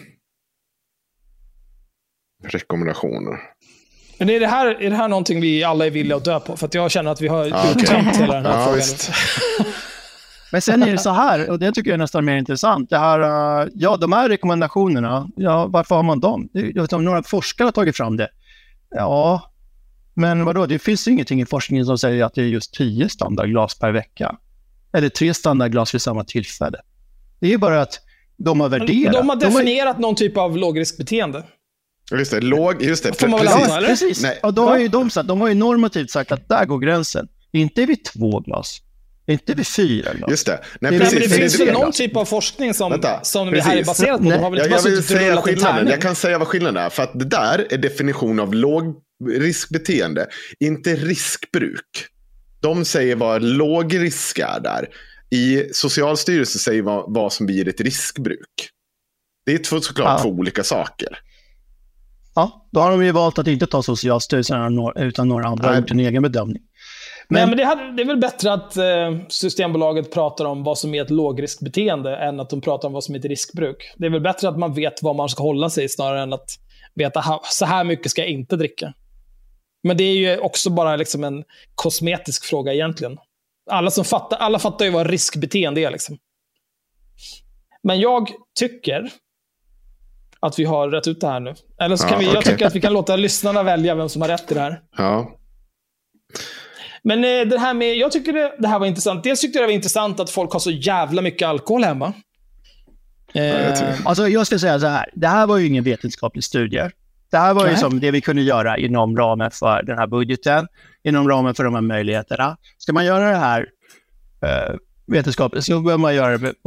rekommendationer. Men är det här någonting vi alla är villiga att dö på? För att jag känner att vi har uttömt hela den här frågan. Men sen är det så här, och det tycker jag är nästan mer intressant. Det här, de här rekommendationerna, varför har man dem? Några forskare har tagit fram det. Ja, men vadå? Det finns ingenting i forskningen som säger att det är just 10 standardglas per vecka. Eller 3 standardglas vid samma tillfälle. Det är bara att de har värderat. De har definierat någon typ av lågriskbeteende. Just det. Får man väl anta, eller? Precis. Nej. Och då har ju de har ju normativt sagt att där går gränsen. Inte vid 2 glas. Inte vid 4 glas. Just det. Nej, men det finns väl någon typ av forskning som det här är baserat på. Jag vill säga skillnaden. Jag kan säga vad skillnaden är. För att det där är definition av lågriskbeteende. Inte riskbruk. De säger vad låg risk är där. I Socialstyrelsen säger vad som blir ett riskbruk. Det är såklart 2 olika saker. Ja, då har de ju valt att inte ta Socialstyrelsen utan några andra har gjort en egen bedömning. Men det är väl bättre att Systembolaget pratar om vad som är ett lågriskbeteende än att de pratar om vad som är ett riskbruk. Det är väl bättre att man vet vad man ska hålla sig snarare än att veta så här mycket ska jag inte dricka. Men det är ju också bara liksom en kosmetisk fråga egentligen. Alla fattar ju vad riskbeteende är liksom. Men jag tycker att vi har rätt ut det här nu. Eller så kan jag tycker att vi kan låta lyssnarna välja vem som har rätt i det här. Ja. Men det här med, jag tycker det här var intressant. Dels tyckte jag det var intressant att folk har så jävla mycket alkohol hemma. Alltså jag ska säga så här. Det här var ju ingen vetenskaplig studie. Det här var ju som det vi kunde göra inom ramen för den här budgeten. Inom ramen för de här möjligheterna. Ska man göra det här vetenskapligt så behöver man göra det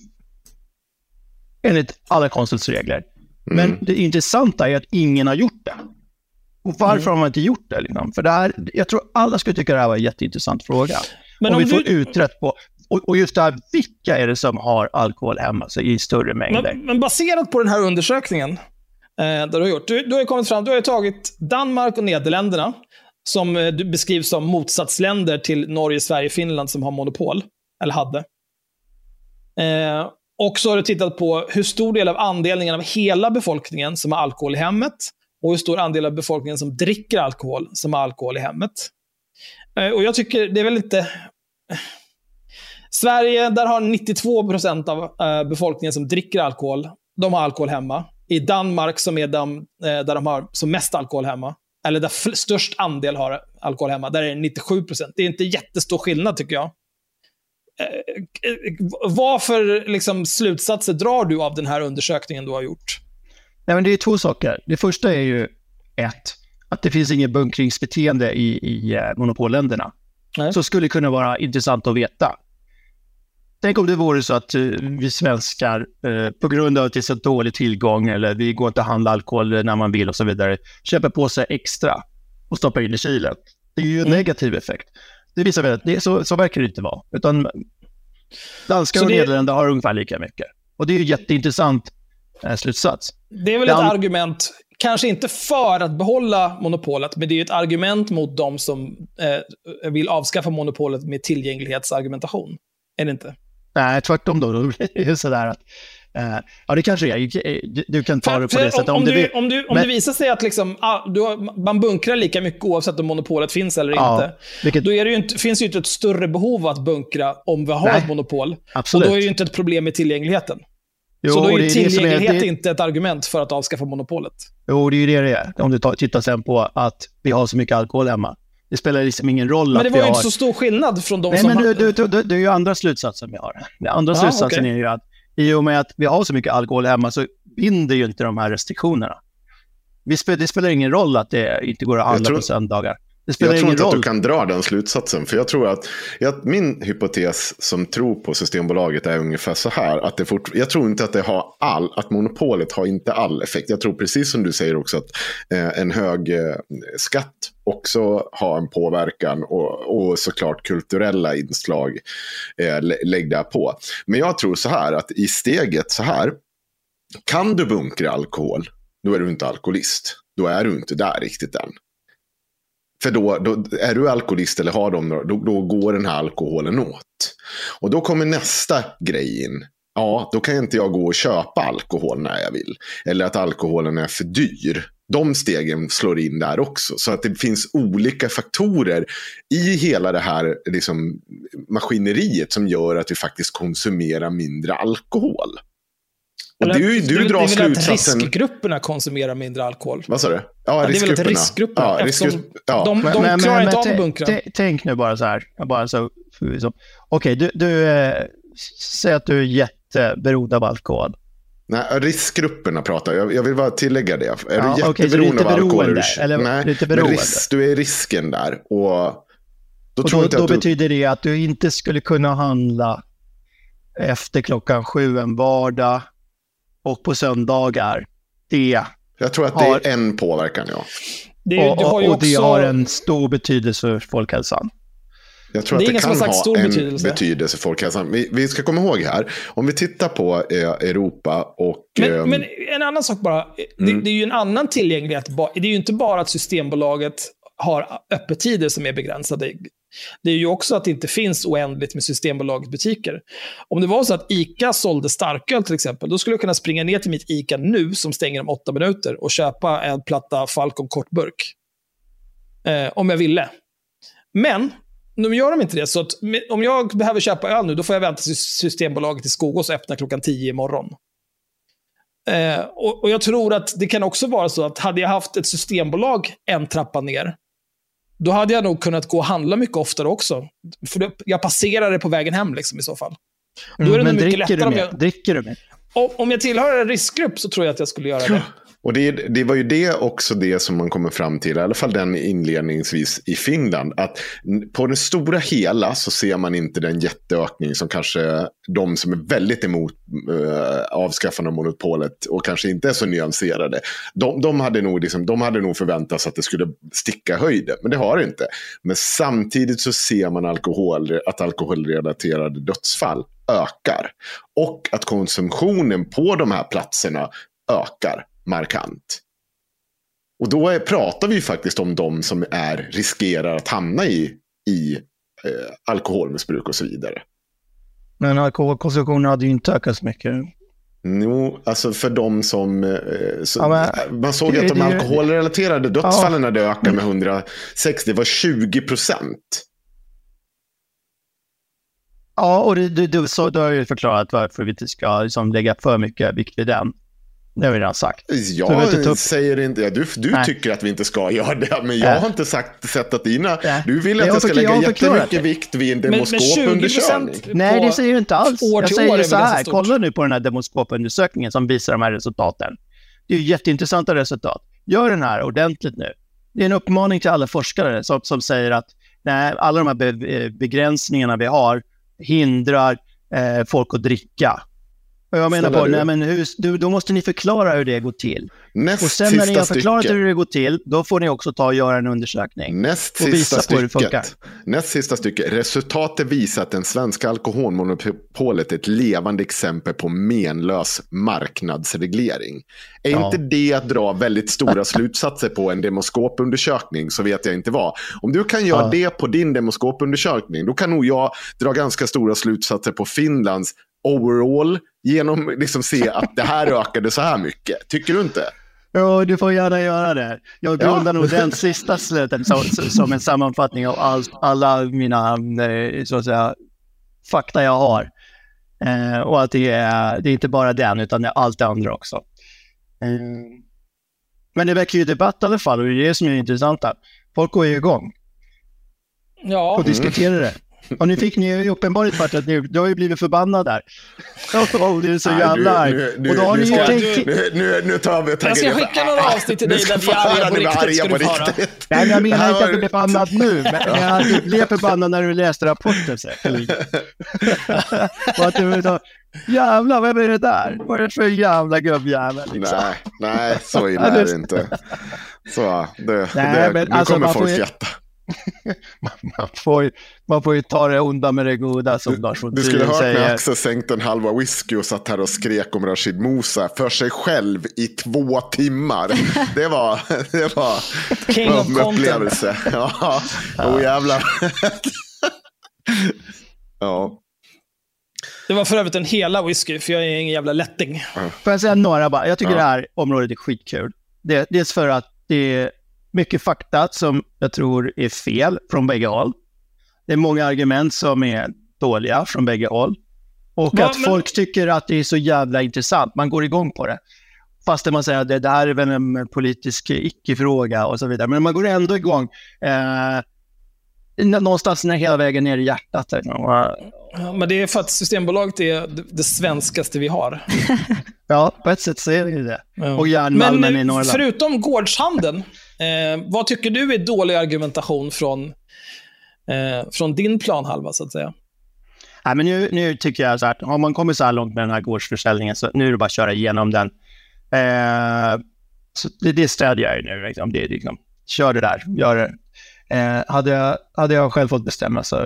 enligt alla konstregler. Men det intressanta är att ingen har gjort det. Och varför har man inte gjort det? Liksom? För det här, jag tror alla skulle tycka det här var en jätteintressant fråga. Men om vi får utrett på, och just det här, vilka är det som har alkohol hemma så i större mängder? Men baserat på den här undersökningen där du har gjort, du har kommit fram, du har ju tagit Danmark och Nederländerna som du beskrivs som motsatsländer till Norge, Sverige, Finland som har monopol, eller hade. Och så har du tittat på hur stor del av andelningen av hela befolkningen som har alkohol i hemmet och hur stor andel av befolkningen som dricker alkohol som har alkohol i hemmet. Och jag tycker det är väl lite... Sverige, där har 92% av befolkningen som dricker alkohol, de har alkohol hemma. I Danmark som är där de har som mest alkohol hemma, eller där störst andel har alkohol hemma, där är det 97%. Det är inte jättestor skillnad tycker jag. Vad för liksom, slutsatser drar du av den här undersökningen du har gjort? Nej, men det är 2 saker. Det första är ju att det finns inget bunkringsbeteende i monopolländerna. Så skulle det kunna vara intressant att veta. tänk om det vore så att vi svenskar på grund av att det är så dålig tillgång eller vi går inte att handla alkohol när man vill och så vidare, köper på sig extra och stoppar in i kylen. Det är ju en negativ effekt. Det visar väl att det så verkar det inte vara. Utan danskar och Nederländer har ungefär lika mycket. Och det är ju jätteintressant slutsats. Det är väl ett argument, kanske inte för att behålla monopolet, men det är ju ett argument mot de som vill avskaffa monopolet med tillgänglighetsargumentation. Är det inte? Nej, tvärtom då. Det är sådär att ja, det kanske är. Du kan ta det på det sättet. Om det visar sig att liksom, man bunkrar lika mycket oavsett om monopolet finns eller inte, då är det ju finns ju inte ett större behov att bunkra om vi har ett monopol. Absolut. Och då är det ju inte ett problem med tillgängligheten. Så då är ju tillgänglighet inte ett argument för att avskaffa monopolet. Jo, det är ju det är. Om du tittar sen på att vi har så mycket alkohol hemma. Det spelar liksom ingen roll. Men det var ju inte så stor skillnad från de som... Nej, men det är ju andra slutsatsen vi har. Den andra slutsatsen är ju att i och med att vi har så mycket alkohol hemma så binder ju inte de här restriktionerna. Det spelar ingen roll att det inte går att handla på söndagar. Jag tror inte att du kan dra den slutsatsen. För jag tror att min hypotes som tror på Systembolaget är ungefär så här. Att jag tror inte att det har att monopolet har inte all effekt. Jag tror precis som du säger också att en hög skatt också har en påverkan. Och såklart kulturella inslag lägga på. Men jag tror så här att i steget så här. Kan du bunkra alkohol, då är du inte alkoholist. Då är du inte där riktigt än. För då är du alkoholist eller har dem, då går den här alkoholen åt. Och då kommer nästa grej in. Ja, då kan inte jag gå och köpa alkohol när jag vill. Eller att alkoholen är för dyr. De stegen slår in där också. Så att det finns olika faktorer i hela det här liksom, maskineriet som gör att vi faktiskt konsumerar mindre alkohol. Och du drar slutsatsen... Det är väl att riskgrupperna konsumerar mindre alkohol? Vad sa du? Ja, det är väl att riskgrupperna. Ja, de klarar inte av att bunkra. Tänk nu bara så här. Okej, du säger att du är jätteberoende av alkohol. Nej, riskgrupperna pratar jag vill bara tillägga det. Är du jätteberoende av alkohol? Nej, du är i risken där. Och då betyder det att du inte skulle kunna handla efter 7:00 en vardag. Och på söndagar, jag tror att det är en påverkan, ja. Det har en stor betydelse för folkhälsan. Jag tror att det kan ha en betydelse för folkhälsan. Vi ska komma ihåg här, om vi tittar på Europa och... Men en annan sak bara, det är ju en annan tillgänglighet. Det är ju inte bara att Systembolaget har öppettider som är begränsade. Det är ju också att det inte finns oändligt med Systembolaget-butiker. Om det var så att ICA sålde starköl till exempel, då skulle jag kunna springa ner till mitt ICA nu som stänger om 8 minuter och köpa en platta Falcon kortburk. Om jag ville. Men nu gör de inte det. Så att om jag behöver köpa öl nu, då får jag vänta till Systembolaget i Skogås och öppna 10:00 imorgon. Och jag tror att det kan också vara så att hade jag haft ett Systembolag en trappa ner, då hade jag nog kunnat gå och handla mycket oftare också. För jag passerar det på vägen hem liksom, i så fall. Då är det mycket lättare dricker du med? Om jag tillhör en riskgrupp så tror jag att jag skulle göra det. Och det var ju det också det som man kommer fram till, i alla fall den inledningsvis i Finland, att på det stora hela så ser man inte den jätteökning som kanske de som är väldigt emot avskaffande av monopolet och kanske inte är så nyanserade. De hade nog förväntat sig att det skulle sticka höjden, men det har det inte. Men samtidigt så ser man att alkoholrelaterade dödsfall ökar och att konsumtionen på de här platserna ökar markant. Och då pratar vi faktiskt om de som riskerar att hamna i alkoholmissbruk och så vidare. Men alkoholkonsumtionen hade ju inte ökat så mycket. Alltså för de som... man såg att de alkoholrelaterade dödsfallen hade ökat med 160. Det var 20%. Ja, och du har ju förklarat varför vi inte ska lägga för mycket vikt vid den. Det har vi redan sagt. Jag säger inte... Du tycker att vi inte ska göra det, men jag har inte sett att dina... Du vill att jag ska lägga jättemycket vikt vid en demoskopundersökning. Nej, det säger du inte alls. Jag säger så här, kolla nu på den här demoskopundersökningen som visar de här resultaten. Det är ju jätteintressanta resultat. Gör den här ordentligt nu. Det är en uppmaning till alla forskare som säger att nej, alla de här begränsningarna vi har hindrar folk att dricka. Och jag menar på, då måste ni förklara hur det går till. Och sen när ni har förklarat hur det går till, då får ni också ta och göra en undersökning. Näst sista stycket. Resultatet visar att den svenska alkoholmonopolet är ett levande exempel på menlös marknadsreglering. Är inte det att dra väldigt stora slutsatser på en demoskopundersökning, så vet jag inte vad. Om du kan göra det på din demoskopundersökning, då kan nog jag dra ganska stora slutsatser på Finlands overall genom liksom se att det här ökade så här mycket. Tycker du inte? Ja, du får gärna göra det. Jag grundar nog den sista sluten som en sammanfattning av alla mina så att säga, fakta jag har. Och att det är inte bara den, utan det är allt det andra också. Men det väcker ju debatt i alla fall, och det är det som är intressant. Folk går ju igång och diskuterar det. Och nu fick ni uppenbarligen för att du har ju blivit förbannad där. Det är så jävla här. Och då har ni ju tänkt... Nu tar vi... Jag ska skicka några avsnitt till dig där vi är arga på riktigt. Nej, jag menar inte att du blev förbannad nu. Men du blev förbannad när du läste rapporten. Och att du då... Jävlar, vem är det där? Vad är det för jävla gubbjävel? Liksom? Nej, så illa är det inte. Så, nu kommer folk skratta. Man får ju ta det onda med det goda, som Lars Montin säger. Du skulle hört när Axel sänkt en halva whisky och satt här och skrek om Rashid Musa för sig själv i 2 timmar. Det var King of upplevelse. Jävlar. Ja. Det var för övrigt en hela whisky, för jag är ingen jävla lätting. Får jag säga några bara? Jag tycker det här området är skitkul. Dels för att det är mycket fakta som jag tror är fel från bägge håll. Det är många argument som är dåliga från bägge håll. Och folk tycker att det är så jävla intressant. Man går igång på det. Fast man säger att det här är väl en politisk icke-fråga och så vidare. Men man går ändå igång. Någonstans hela vägen ner i hjärtat. Ja, men det är för att Systembolaget är det svenskaste vi har. Ja, på ett sätt så är det ju det. Och järnmalmen i Norrland. Förutom gårdshandeln, vad tycker du är dålig argumentation från din planhalva, så att säga? Nej, men nu tycker jag så här, har man kommit så här långt med den här gårdsförsäljningen, så nu är det bara att köra igenom den. Så det stödjer jag ju nu. Liksom. Det är liksom, kör det där, gör det. Hade jag själv fått bestämma så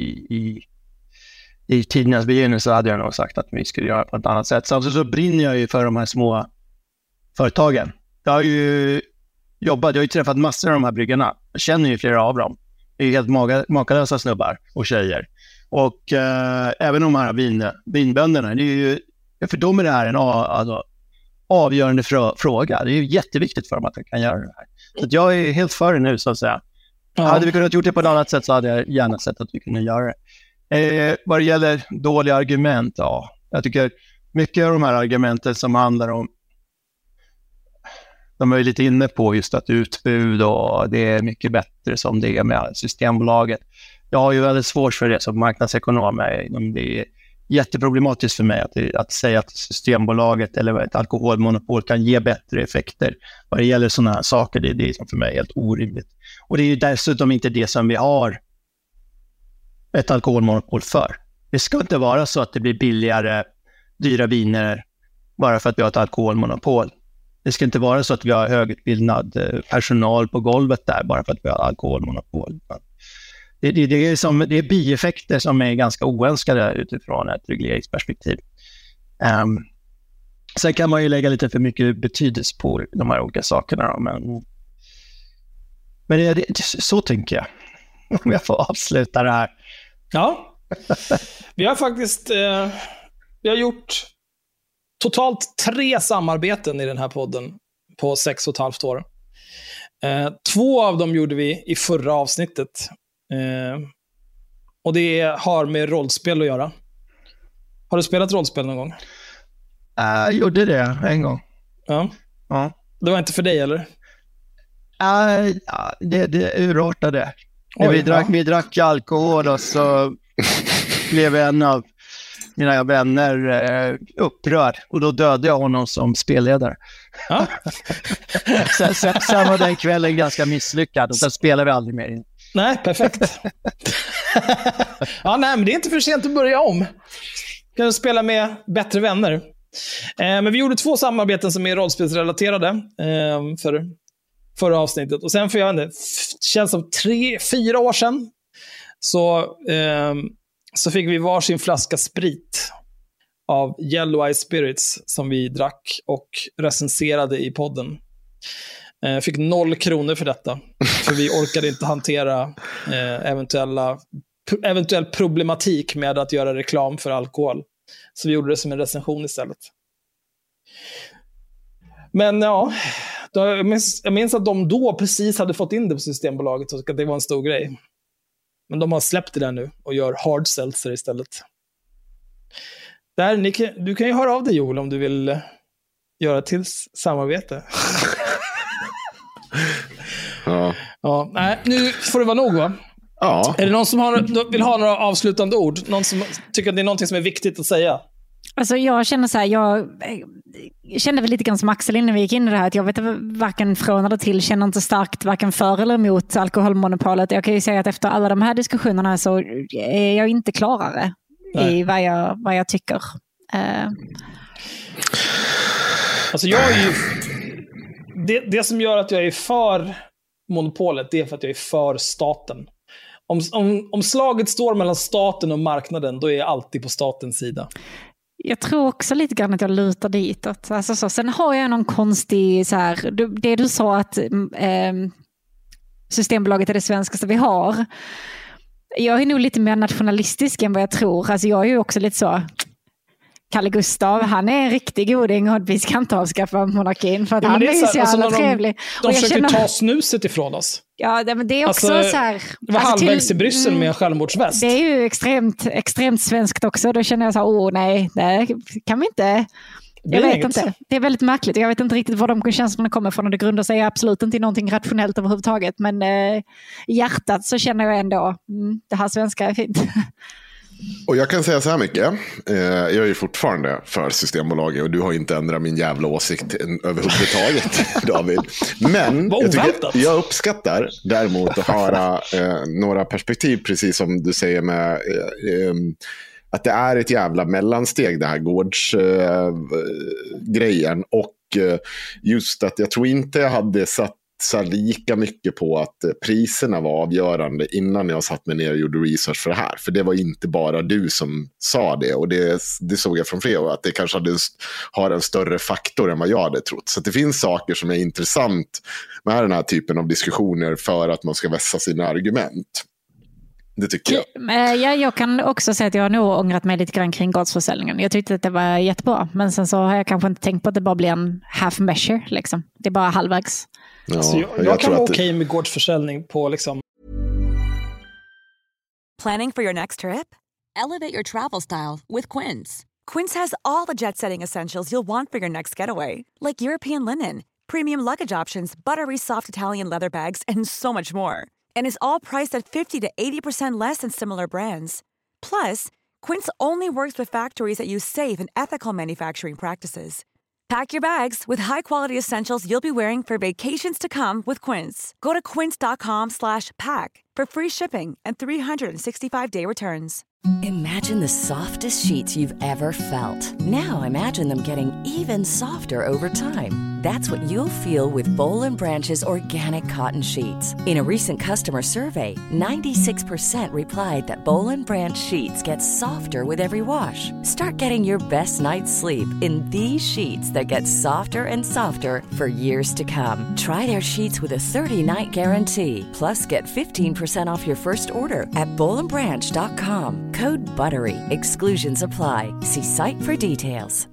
i tidernas begynnelse, så hade jag nog sagt att vi skulle göra på ett annat sätt. Samtidigt så brinner jag ju för de här små företagen. Jag har ju träffat massor av de här bryggarna. Jag känner ju flera av dem. Det är helt makalösa snubbar och tjejer. Och även de här vinbönderna, det är ju, för dem är det här en avgörande fråga. Det är ju jätteviktigt för dem att de kan göra det här. Så att jag är helt för det nu, så att säga. Hade vi kunnat gjort det på ett annat sätt, så hade jag gärna sett att vi kunde göra det. Vad det gäller dåliga argument, jag tycker mycket av de här argumenten som handlar om, de är ju lite inne på just att utbud och det är mycket bättre som det är med Systembolaget. Jag har ju väldigt svårt för det som marknadsekonom. Det är jätteproblematiskt för mig att säga att Systembolaget eller ett alkoholmonopol kan ge bättre effekter. Vad det gäller sådana här saker, det är för mig helt orimligt. Och det är ju dessutom inte det som vi har ett alkoholmonopol för. Det ska inte vara så att det blir billigare, dyra viner bara för att vi har ett alkoholmonopol. Det ska inte vara så att vi har högutbildad personal på golvet där bara för att vi har alkoholmonopol. Det är bieffekter som är ganska oönskade utifrån ett regleringsperspektiv. Sen kan man ju lägga lite för mycket betydelse på de här olika sakerna. Men så tänker jag. Om jag får avsluta det här. Ja, vi har faktiskt vi har gjort totalt 3 samarbeten i den här podden på 6,5 år. 2 av dem gjorde vi i förra avsnittet. Och det har med rollspel att göra. Har du spelat rollspel någon gång? Jag gjorde det en gång. Ja. Det var inte för dig, eller? Det urartade. Vi drack alkohol och så blev en av mina vänner upprörd. Och då dödade jag honom som spelledare. Ja. sen var den kvällen ganska misslyckad och sen spelade vi aldrig mer in. Nej, perfekt. Men det är inte för sent att börja om. Kan spela med bättre vänner. Men vi gjorde 2 samarbeten som är rollspelsrelaterade för förra avsnittet. Och sen för jag det känns som 3-4 år sedan så fick vi varsin flaska sprit av Yellow Eye Spirits som vi drack och recenserade i podden. Fick 0 kronor för detta. För vi orkade inte hantera eventuell problematik med att göra reklam för alkohol. Så vi gjorde det som en recension istället. Men ja, jag minns att de då precis hade fått in det på Systembolaget och att det var en stor grej. Men de har släppt det där nu och gör hard seltzer istället. Du kan ju höra av dig, Joel, om du vill göra till samarbete. Ja, nej, nu får det vara nog, va? Ja. Är det någon som vill ha några avslutande ord? Någon som tycker att det är någonting som är viktigt att säga? Alltså jag känner så här, jag kände väl lite grann som Axel innan vi gick in i det här, att jag vet varken från eller till, känner inte starkt varken för eller emot alkoholmonopolet. Jag kan ju säga att efter alla de här diskussionerna så är jag inte klarare i vad jag tycker. Alltså jag är ju det som gör att jag är för monopolet, det är för att jag är för staten. Om slaget står mellan staten och marknaden, då är jag alltid på statens sida. Jag tror också lite grann att jag lutar ditåt. Alltså så. Sen har jag någon konstig så här, det du sa att Systembolaget är det svenskaste vi har. Jag är nog lite mer nationalistisk än vad jag tror. Alltså jag är ju också lite så, Kalle Gustav, han är en riktig goding och vi ska inte avskaffa monarkin för att han är så jävla trevlig. De försöker ta snuset ifrån oss. Ja, men det är också alltså, så här... Det var halvvägs till Bryssel med en självmordsväst. Det är ju extremt svenskt också. Då känner jag så här, nej, det kan vi inte... Jag vet inte. Det är väldigt märkligt. Jag vet inte riktigt var de känslorna kommer från och det grundar sig absolut inte i någonting rationellt överhuvudtaget. Men i hjärtat så känner jag ändå det här svenska är fint. Och jag kan säga så här mycket. Jag är ju fortfarande för Systembolaget och du har inte ändrat min jävla åsikt överhuvudtaget, David. Men jag uppskattar däremot att höra några perspektiv, precis som du säger med att det är ett jävla mellansteg, det här gårdsgrejen. Och just att jag tror inte jag hade satt så lika mycket på att priserna var avgörande innan jag satt mig ner och gjorde research för det här. För det var inte bara du som sa det. Och det såg jag från flera, att det kanske har en större faktor än vad jag hade trott. Så det finns saker som är intressant med den här typen av diskussioner för att man ska vässa sina argument. Det tycker jag. Jag kan också säga att jag har nog ångrat mig lite grann kring gårdsförsäljningen. Jag tyckte att det var jättebra. Men sen så har jag kanske inte tänkt på att det bara blir en half measure. Liksom. Det är bara halvvägs. Ja, alltså jag kan vara okej med gårdsförsäljning på liksom... Planning for your next trip? Elevate your travel style with Quince. Quince has all the jet-setting essentials you'll want for your next getaway. Like European linen, premium luggage options, buttery soft Italian leather bags, and so much more. And is all priced at 50 to 80% less than similar brands. Plus, Quince only works with factories that use safe and ethical manufacturing practices. Pack your bags with high-quality essentials you'll be wearing for vacations to come with Quince. Go to quince.com/pack for free shipping and 365-day returns. Imagine the softest sheets you've ever felt. Now imagine them getting even softer over time. That's what you'll feel with Boll & Branch's organic cotton sheets. In a recent customer survey, 96% replied that Boll & Branch sheets get softer with every wash. Start getting your best night's sleep in these sheets that get softer and softer for years to come. Try their sheets with a 30-night guarantee. Plus, get 15% off your first order at bollandbranch.com. Code BUTTERY. Exclusions apply. See site for details.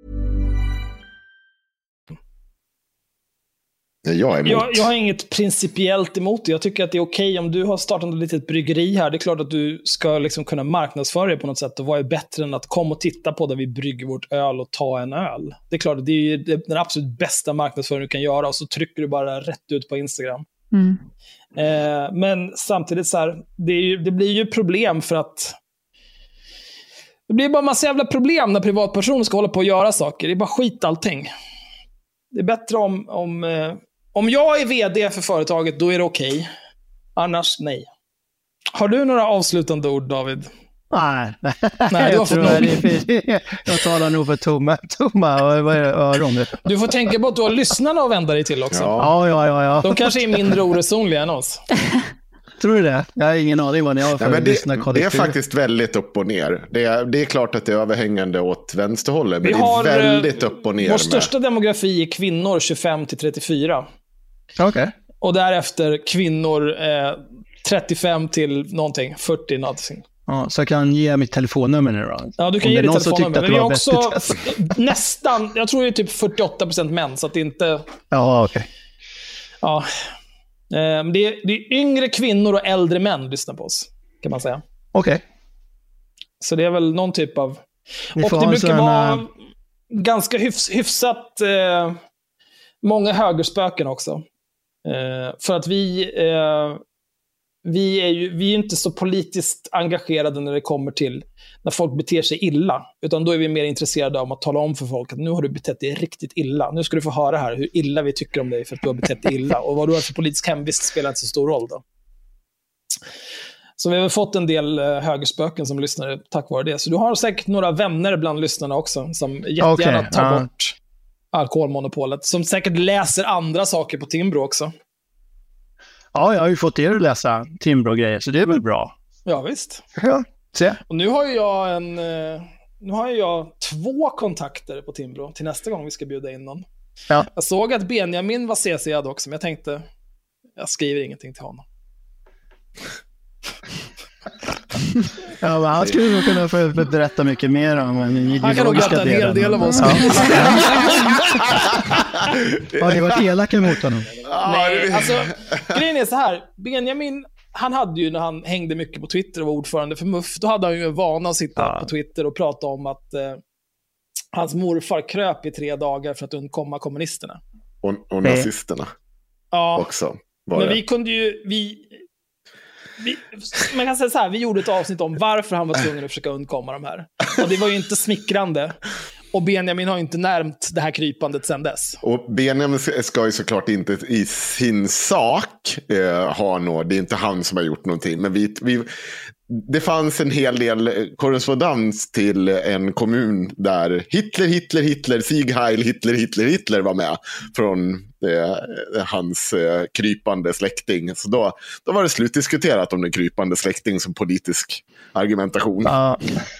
Jag är emot. Jag har inget principiellt emot det. Jag tycker att det är okej om du har startat ett litet bryggeri här. Det är klart att du ska liksom kunna marknadsföra det på något sätt. Och vad är bättre än att komma och titta på där vi brygger vårt öl och ta en öl. Det är klart att det är den absolut bästa marknadsföringen du kan göra. Och så trycker du bara rätt ut på Instagram. Men samtidigt så här, det blir ju problem för att det blir bara en massa jävla problem när privatpersoner ska hålla på och göra saker. Det är bara skit allting. Det är bättre om jag är vd för företaget, då är det okej. Annars nej. Har du några avslutande ord, David? Nej, jag talar nog för tomma öron. Du får tänka på att du har lyssnarna att vända dig till också. Ja. De kanske är mindre oresonliga än oss. Tror du det? Jag har ingen aning vad ni har för lyssnarkollektiv. Det är faktiskt väldigt upp och ner. Det är klart att det är överhängande åt vänsterhållet, men det är väldigt upp och ner. Vår största demografi är kvinnor 25-34. Okay. Och därefter kvinnor 35 till någonting, 40 någonting. Ja, så jag kan ge mitt telefonnummer nu då. Ja, du kan ge ditt telefonnummer. Men vi har också nästan, jag tror det är typ 48% män, så att det inte... Ja, okej. Ja. Det är yngre kvinnor och äldre män lyssnar på oss, kan man säga. Okej. Så det är väl någon typ av... Och det brukar vara ganska hyfsat många högerspöken också. För att vi är ju inte så politiskt engagerade när det kommer till när folk beter sig illa, utan då är vi mer intresserade av att tala om för folk att nu har du betett dig riktigt illa. Nu ska du få höra här hur illa vi tycker om dig för att du har betett dig illa. Och vad du har för politisk hemvist spelar inte så stor roll då. Så vi har fått en del högerspöken som lyssnare tack vare det. Så du har säkert några vänner bland lyssnarna också som jättegärna tar bort alkoholmonopolet. Som säkert läser andra saker på Timbro också. Ja, jag har ju fått er att läsa Timbro-grejer, så det är väl bra. Ja, visst. Ja, se. Och nu har jag 2 kontakter på Timbro till nästa gång vi ska bjuda in någon. Ja. Jag såg att Benjamin var CC:ad också, men jag tänkte jag skriver ingenting till honom. Ja, men han skulle nog kunna få berätta mycket mer om den ideologiska delen. Han kan nog berätta en hel del av oss. Har ni varit elaka mot honom? Nej, alltså grejen är så här. Benjamin, han hade ju när han hängde mycket på Twitter och var ordförande för MUF, då hade han ju en vana att sitta på Twitter och prata om att hans morfar kröp i 3 dagar för att undkomma kommunisterna. Och nazisterna. Ja, också. Men vi kunde ju... Man kan säga så här, vi gjorde ett avsnitt om varför han var tvungen att försöka undkomma de här. Och det var ju inte smickrande. Och Benjamin har ju inte närmt det här krypandet sedan dess. Och Benjamin ska ju såklart inte i sin sak ha något. Det är inte han som har gjort någonting. Men det fanns en hel del korrespondens till en kommun där Hitler, Sieg Heil, Hitler var med från hans krypande släkting. Så då var det slutdiskuterat om den krypande släkting som politisk argumentation. Ja.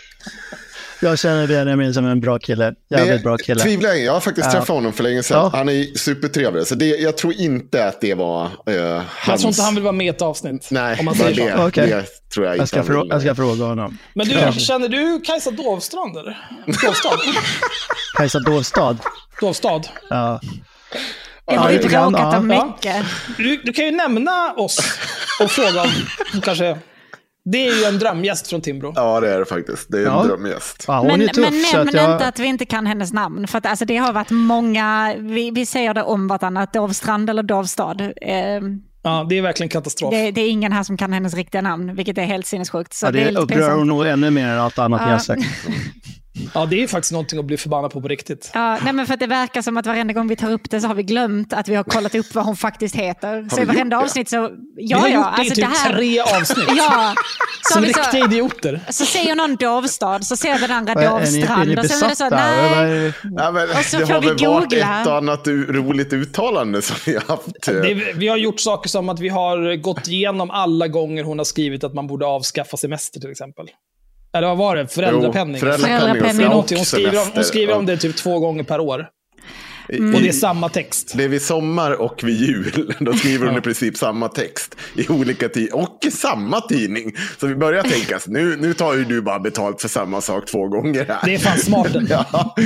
Jag känner Benjamin som en bra kille. Jävligt bra kille. Tvivlar jag har faktiskt träffat honom för länge sedan. Ja. Han är supertrevlig. Så jag tror inte att det var hans... Jag tror inte han vill vara med i ett avsnitt. Nej, om man säger det tror jag inte. Jag ska fråga honom. Men känner du Kajsa Dovstrand eller? Dovstad? Kajsa Dovstad? Dovstad. Ja. Det har inte råkat om mycket. Du kan ju nämna oss och fråga om kanske... Det är ju en drömgäst från Timbro. Ja, det är det faktiskt. Det är en drömgäst. Ja, men nämn inte att vi inte kan hennes namn. För att, alltså, det har varit många... Vi säger det om vartannat. Dovstrand eller Dovstad. Ja, det är verkligen katastrof. Det är ingen här som kan hennes riktiga namn. Vilket är helt sinnessjukt. Så det upprör hon nog ännu mer än allt annat jag sagt. Ja, det är faktiskt någonting att bli förbannad på riktigt. Ja, nej, men för att det verkar som att varenda gång vi tar upp det så har vi glömt att vi har kollat upp vad hon faktiskt heter. Så i varenda avsnitt så... vi har gjort det i typ 3 avsnitt. Ja. Som riktiga idioter. Så säger någon Dovstad, så ser vi den andra Dovstrand. Och sen är det så, nej. Och så får vi googla. Ett annat roligt uttalande som vi har haft. Vi har gjort saker som att vi har gått igenom alla gånger hon har skrivit att man borde avskaffa semester till exempel. Eller vad var det? Föräldrapenning. Föräldrapenning. Hon skriver om det typ 2 gånger per år. Och det är samma text. Det är vid sommar och vid jul. Då skriver hon i princip samma text i olika och i samma tidning. Så vi börjar tänka, nu tar ju du bara betalt för samma sak 2 gånger här. Det är fan smart. Ja.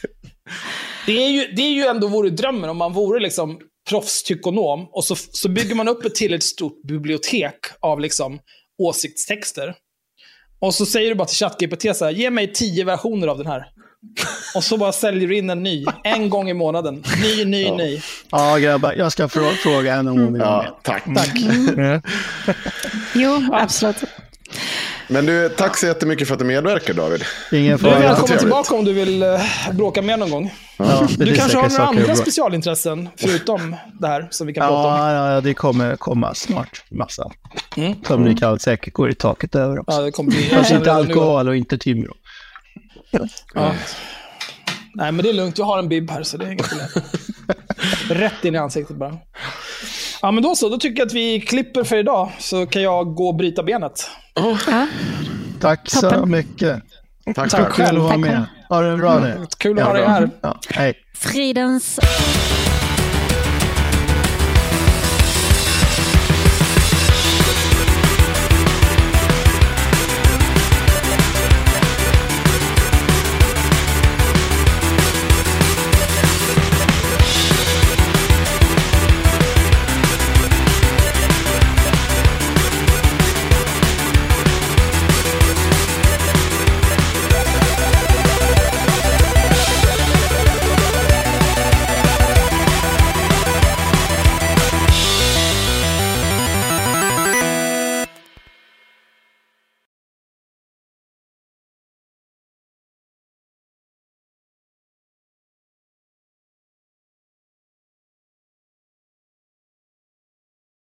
Det är ju ändå vore drömmen om man vore liksom proffstykonom och så bygger man upp ett tillräckligt stort bibliotek av liksom åsiktstexter. Och så säger du bara till ChatGPT så här: ge mig 10 versioner av den här. Och så bara säljer du in en ny. 1 gång i månaden. Ny. Ja, grabbar. Jag ska fråga henne om hon vill. Ja, tack. Tack. Jo, absolut. Men du, tack så jättemycket för att du medverkar, David. Ingen Du är fara. välkommen tillbaka om du vill bråka med någon gång. Ja, Du kanske har några andra specialintressen förutom det här som vi kan prata om. Ja, det kommer komma snart. Massa. Som ni kan säkert gå i taket över också. Ja, det kommer bli. Kanske inte alkohol och inte Timrå. Ja. Nej, men det är lugnt. Jag har en bib här, så det är inget problem. Rätt in i ansiktet bara. Ja, men då så. Då tycker jag att vi klipper för idag. Så kan jag gå och bryta benet. Tack så mycket. Tack Kul att vara med. Ha det bra nu. Kul att ha dig här. Ja, hej. Fridens